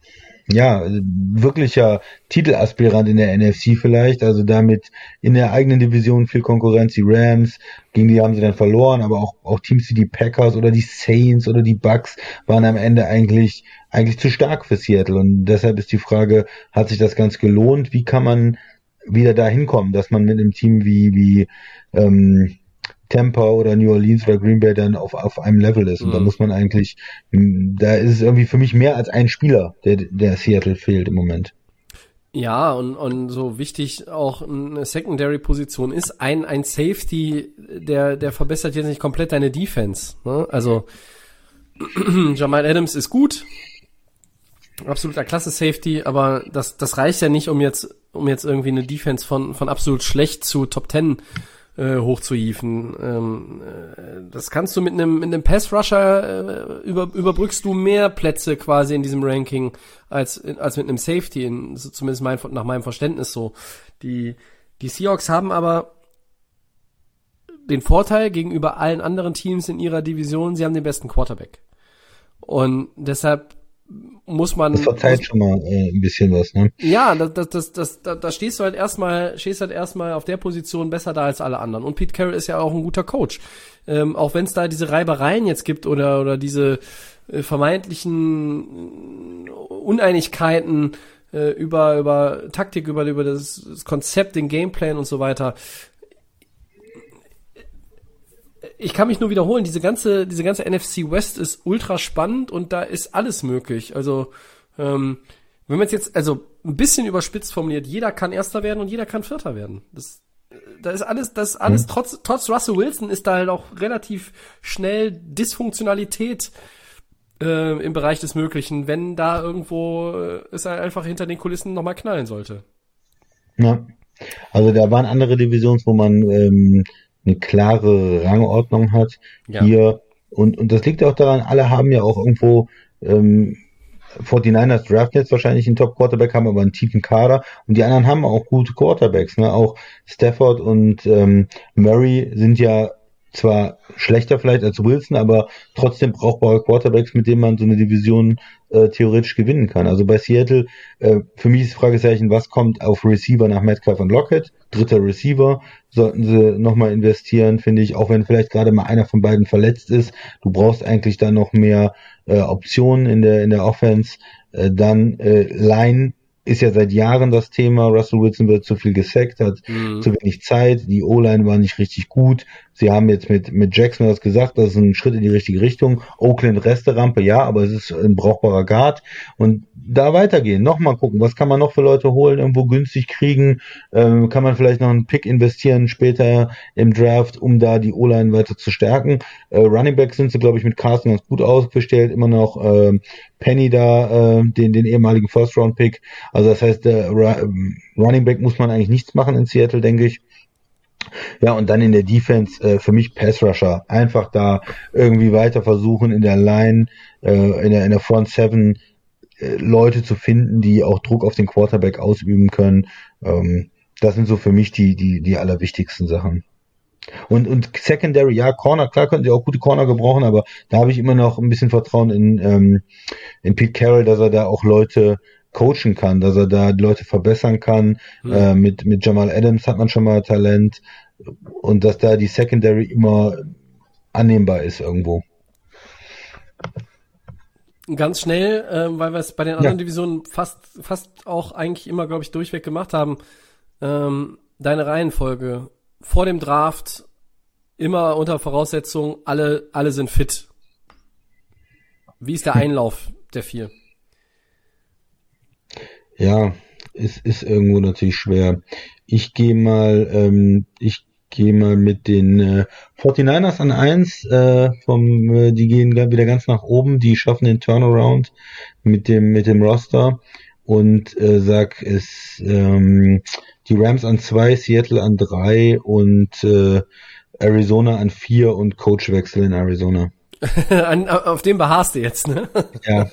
ja, wirklicher Titelaspirant in der NFC vielleicht, also damit in der eigenen Division viel Konkurrenz, die Rams, gegen die haben sie dann verloren, aber auch Teams wie die Packers oder die Saints oder die Bucks waren am Ende eigentlich zu stark für Seattle und deshalb ist die Frage, hat sich das ganz gelohnt? Wie kann man wieder da hinkommen, dass man mit einem Team wie Tampa oder New Orleans oder Green Bay dann auf einem Level ist. Und da muss man eigentlich, da ist es irgendwie für mich mehr als ein Spieler, der Seattle fehlt im Moment.
Ja, und so wichtig auch eine Secondary-Position ist, ein Safety, der verbessert jetzt nicht komplett deine Defense. Ne? Also Jamal Adams ist gut, absoluter Klasse-Safety, aber das reicht ja nicht, um jetzt irgendwie eine Defense von absolut schlecht zu Top 10 hochzuhieven. Das kannst du mit einem Pass-Rusher überbrückst du mehr Plätze quasi in diesem Ranking als mit einem Safety, zumindest nach meinem Verständnis so. Die Seahawks haben aber den Vorteil gegenüber allen anderen Teams in ihrer Division, sie haben den besten Quarterback. Und deshalb muss man.
Das verzeiht schon mal ein bisschen was, ne?
Ja, da stehst du halt erstmal auf der Position besser da als alle anderen. Und Pete Carroll ist ja auch ein guter Coach. Auch wenn es da diese Reibereien jetzt gibt oder diese vermeintlichen Uneinigkeiten über Taktik, über das Konzept, den Gameplan und so weiter. Ich kann mich nur wiederholen, diese ganze NFC West ist ultra spannend und da ist alles möglich. Also, wenn man jetzt ein bisschen überspitzt formuliert, jeder kann Erster werden und jeder kann Vierter werden. Das ist alles, trotz Russell Wilson ist da halt auch relativ schnell Dysfunktionalität im Bereich des Möglichen, wenn da irgendwo es einfach hinter den Kulissen nochmal knallen sollte.
Ja, also da waren andere Divisions, wo man eine klare Rangordnung hat. Ja. Hier, und das liegt ja auch daran, alle haben ja auch irgendwo 49ers draften jetzt wahrscheinlich einen Top-Quarterback, haben aber einen tiefen Kader und die anderen haben auch gute Quarterbacks. Ne? Auch Stafford und Murray sind ja zwar schlechter vielleicht als Wilson, aber trotzdem brauchbare Quarterbacks, mit denen man so eine Division theoretisch gewinnen kann. Also bei Seattle, für mich ist das Fragezeichen, was kommt auf Receiver nach Metcalf und Lockett? Dritter Receiver, sollten sie nochmal investieren, finde ich, auch wenn vielleicht gerade mal einer von beiden verletzt ist. Du brauchst eigentlich dann noch mehr Optionen in der Offense. Dann Line ist ja seit Jahren das Thema. Russell Wilson wird zu viel gesackt, hat zu wenig Zeit. Die O-Line war nicht richtig gut. Sie haben jetzt mit Jackson das gesagt, das ist ein Schritt in die richtige Richtung. Oakland Resterampe, ja, aber es ist ein brauchbarer Guard. Und da weitergehen, nochmal gucken, was kann man noch für Leute holen, irgendwo günstig kriegen, kann man vielleicht noch einen Pick investieren später im Draft, um da die O-Line weiter zu stärken. Running Back sind sie, glaube ich, mit Carson ganz gut aufgestellt, immer noch Penny da, den ehemaligen First-Round-Pick. Also das heißt, Running Back muss man eigentlich nichts machen in Seattle, denke ich. Ja, und dann in der Defense für mich Pass Rusher. Einfach da irgendwie weiter versuchen in der Line, in der Front Seven Leute zu finden, die auch Druck auf den Quarterback ausüben können. Das sind so für mich die allerwichtigsten Sachen. Und Secondary, ja, Corner, klar könnten sie auch gute Corner gebrauchen, aber da habe ich immer noch ein bisschen Vertrauen in Pete Carroll, dass er da auch Leute coachen kann, dass er da Leute verbessern kann. Mit Jamal Adams hat man schon mal Talent und dass da die Secondary immer annehmbar ist irgendwo.
Ganz schnell, weil wir es bei den anderen Divisionen fast auch eigentlich immer, glaube ich, durchweg gemacht haben, deine Reihenfolge vor dem Draft immer unter Voraussetzung, alle sind fit. Wie ist der Einlauf der 4?
Ja, es ist irgendwo natürlich schwer. Ich gehe mal mit den 49ers an 1, die gehen wieder ganz nach oben, die schaffen den Turnaround mit dem Roster und sag es die Rams an 2, Seattle an 3 und Arizona an 4 und Coachwechsel in Arizona.
Auf den beharrst du jetzt, ne?
Ja.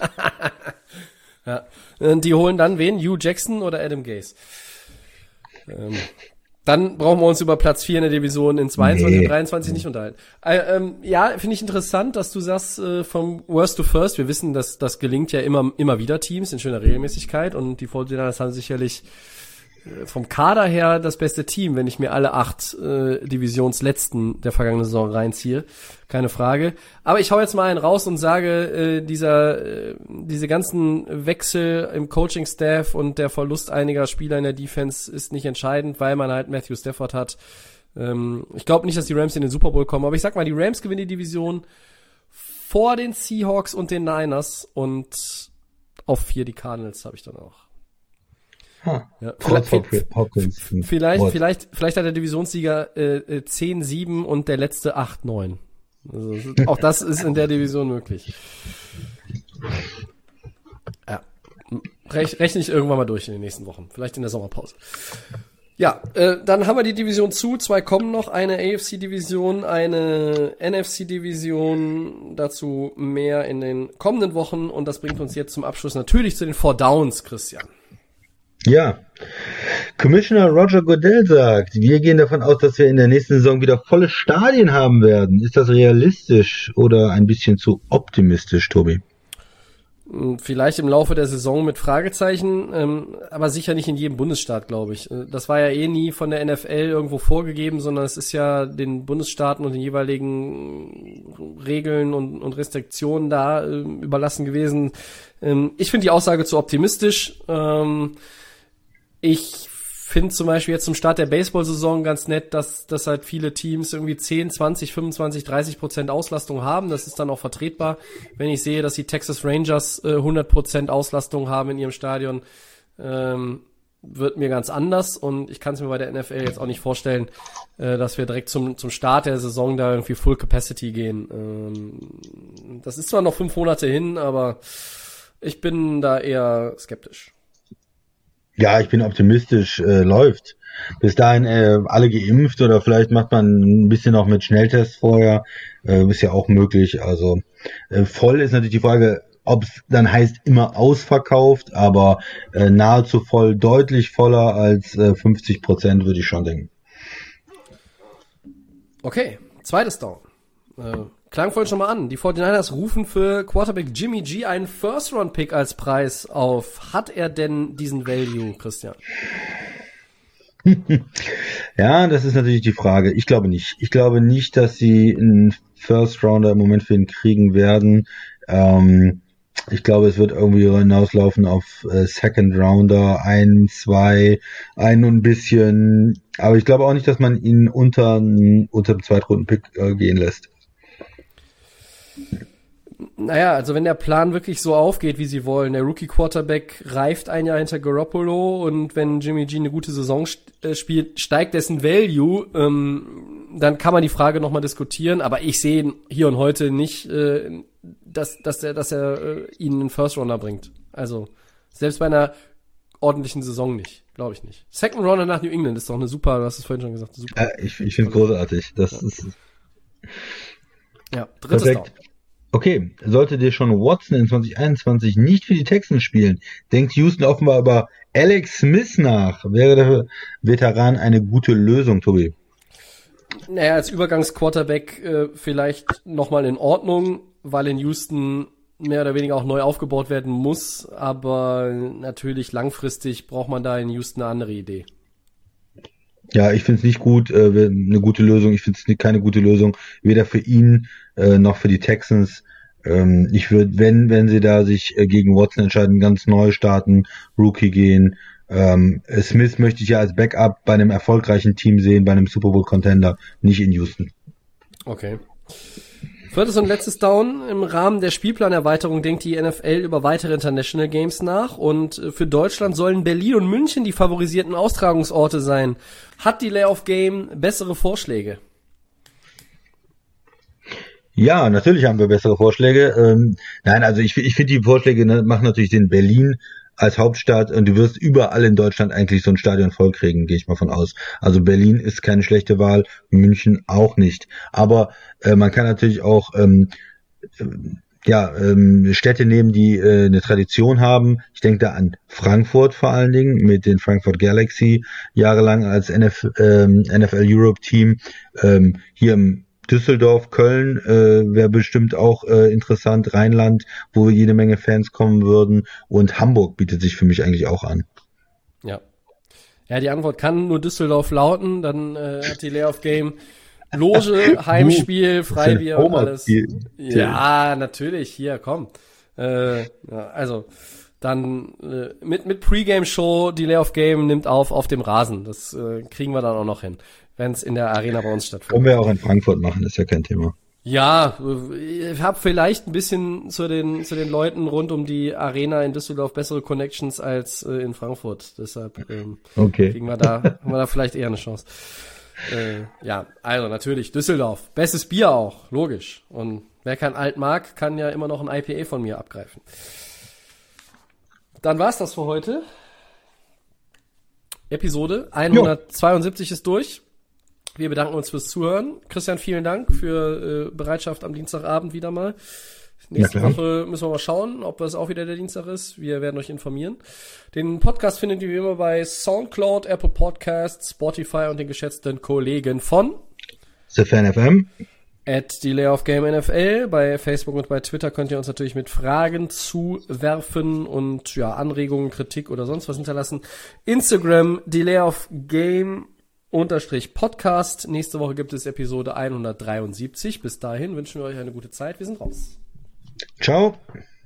Ja. Die holen dann wen? Hugh Jackson oder Adam Gase? Dann brauchen wir uns über Platz 4 in der Division in 22 und 23 nicht unterhalten. Ja, finde ich interessant, dass du sagst, vom Worst to First. Wir wissen, dass das gelingt ja immer wieder Teams in schöner Regelmäßigkeit und die 49ers haben sicherlich vom Kader her das beste Team, wenn ich mir alle 8 Divisionsletzten der vergangenen Saison reinziehe. Keine Frage. Aber ich hau jetzt mal einen raus und sage, diese ganzen Wechsel im Coaching-Staff und der Verlust einiger Spieler in der Defense ist nicht entscheidend, weil man halt Matthew Stafford hat. Ich glaube nicht, dass die Rams in den Super Bowl kommen, aber ich sag mal, die Rams gewinnen die Division vor den Seahawks und den Niners und auf 4 die Cardinals habe ich dann auch. Ja, vielleicht hat der Divisionssieger 10-7 und der letzte 8-9. Also, auch das ist in der Division möglich. Ja, rechne ich irgendwann mal durch in den nächsten Wochen. Vielleicht in der Sommerpause. Ja, dann haben wir die Division zu. 2 kommen noch. Eine AFC-Division, eine NFC-Division. Dazu mehr in den kommenden Wochen. Und das bringt uns jetzt zum Abschluss natürlich zu den 4 Downs, Christian.
Ja, Commissioner Roger Goodell sagt, wir gehen davon aus, dass wir in der nächsten Saison wieder volle Stadien haben werden. Ist das realistisch oder ein bisschen zu optimistisch, Tobi?
Vielleicht im Laufe der Saison mit Fragezeichen, aber sicher nicht in jedem Bundesstaat, glaube ich. Das war ja nie von der NFL irgendwo vorgegeben, sondern es ist ja den Bundesstaaten und den jeweiligen Regeln und Restriktionen da überlassen gewesen. Ich finde die Aussage zu optimistisch. Ich finde zum Beispiel jetzt zum Start der Baseball-Saison ganz nett, dass halt viele Teams irgendwie 10, 20, 25, 30% Auslastung haben. Das ist dann auch vertretbar. Wenn ich sehe, dass die Texas Rangers 100% Auslastung haben in ihrem Stadion, wird mir ganz anders. Und ich kann es mir bei der NFL jetzt auch nicht vorstellen, dass wir direkt zum Start der Saison da irgendwie Full Capacity gehen. Das ist zwar noch 5 Monate hin, aber ich bin da eher skeptisch.
Ja, ich bin optimistisch, läuft. Bis dahin alle geimpft oder vielleicht macht man ein bisschen noch mit Schnelltests vorher, ist ja auch möglich. Also voll ist natürlich die Frage, ob es dann heißt immer ausverkauft, aber nahezu voll, deutlich voller als 50%, würde ich schon denken.
Okay, zweites Down. Klang vorhin schon mal an. Die 49ers rufen für Quarterback Jimmy G einen First-Round-Pick als Preis auf. Hat er denn diesen Value, Christian?
Ja, das ist natürlich die Frage. Ich glaube nicht. Ich glaube nicht, dass sie einen First-Rounder im Moment für ihn kriegen werden. Ich glaube, es wird irgendwie hinauslaufen auf Second-Rounder, 1, 2, ein und ein bisschen. Aber ich glaube auch nicht, dass man ihn unter dem Zweitrunden-Pick gehen lässt.
Naja, also wenn der Plan wirklich so aufgeht, wie sie wollen, der Rookie-Quarterback reift ein Jahr hinter Garoppolo und wenn Jimmy G eine gute Saison spielt, steigt dessen Value, dann kann man die Frage nochmal diskutieren, aber ich sehe hier und heute nicht, dass er ihnen einen First-Runner bringt. Also selbst bei einer ordentlichen Saison nicht, glaube ich nicht. Second-Runner nach New England ist doch eine super, du hast es vorhin schon gesagt, super.
Ich finde es großartig. Das ist
ja, drittes Down.
Okay, sollte dir schon Watson in 2021 nicht für die Texans spielen, denkt Houston offenbar über Alex Smith nach. Wäre der Veteran eine gute Lösung, Tobi?
Naja, als Übergangsquarterback vielleicht nochmal in Ordnung, weil in Houston mehr oder weniger auch neu aufgebaut werden muss, aber natürlich langfristig braucht man da in Houston eine andere Idee.
Ja, ich finde es nicht gut, eine gute Lösung. Ich finde es keine gute Lösung, weder für ihn noch für die Texans. Ich würde, wenn sie da sich gegen Watson entscheiden, ganz neu starten, Rookie gehen. Smith möchte ich ja als Backup bei einem erfolgreichen Team sehen, bei einem Super Bowl Contender, nicht in Houston.
Okay. Viertes und letztes Down. Im Rahmen der Spielplanerweiterung denkt die NFL über weitere International Games nach und für Deutschland sollen Berlin und München die favorisierten Austragungsorte sein. Hat die Layoff Game bessere Vorschläge?
Ja, natürlich haben wir bessere Vorschläge. Nein, also ich finde die Vorschläge machen natürlich den Berlin als Hauptstadt und du wirst überall in Deutschland eigentlich so ein Stadion voll kriegen, gehe ich mal von aus. Also Berlin ist keine schlechte Wahl, München auch nicht. Aber man kann natürlich auch Städte nehmen, die eine Tradition haben. Ich denke da an Frankfurt vor allen Dingen mit den Frankfurt Galaxy jahrelang als NFL Europe Team. Hier im Düsseldorf, Köln wäre bestimmt auch interessant. Rheinland, wo jede Menge Fans kommen würden. Und Hamburg bietet sich für mich eigentlich auch an.
Ja. Ja, die Antwort kann nur Düsseldorf lauten. Dann hat die Layoff Game Loge, Heimspiel, Freibier und alles. Ja, natürlich. Hier, komm. Also, dann mit Pre-Game-Show, die Layoff Game nimmt auf dem Rasen. Das kriegen wir dann auch noch hin, wenn es in der Arena bei uns stattfindet.
Können wir auch in Frankfurt machen, ist ja kein Thema.
Ja, ich habe vielleicht ein bisschen zu den Leuten rund um die Arena in Düsseldorf bessere Connections als in Frankfurt. Deshalb haben wir da vielleicht eher eine Chance. Ja, also natürlich Düsseldorf. Bestes Bier auch, logisch. Und wer kein Alt mag, kann ja immer noch ein IPA von mir abgreifen. Dann war's das für heute. Episode 172 ist durch. Wir bedanken uns fürs Zuhören. Christian, vielen Dank für Bereitschaft am Dienstagabend wieder mal. Nächste Woche müssen wir mal schauen, ob es auch wieder der Dienstag ist. Wir werden euch informieren. Den Podcast findet ihr wie immer bei Soundcloud, Apple Podcasts, Spotify und den geschätzten Kollegen von
SFNFM
@DelayOfGameNFL. Bei Facebook und bei Twitter könnt ihr uns natürlich mit Fragen zuwerfen und Anregungen, Kritik oder sonst was hinterlassen. Instagram DelayOfGame_Podcast. Nächste Woche gibt es Episode 173. Bis dahin wünschen wir euch eine gute Zeit. Wir sind raus.
Ciao.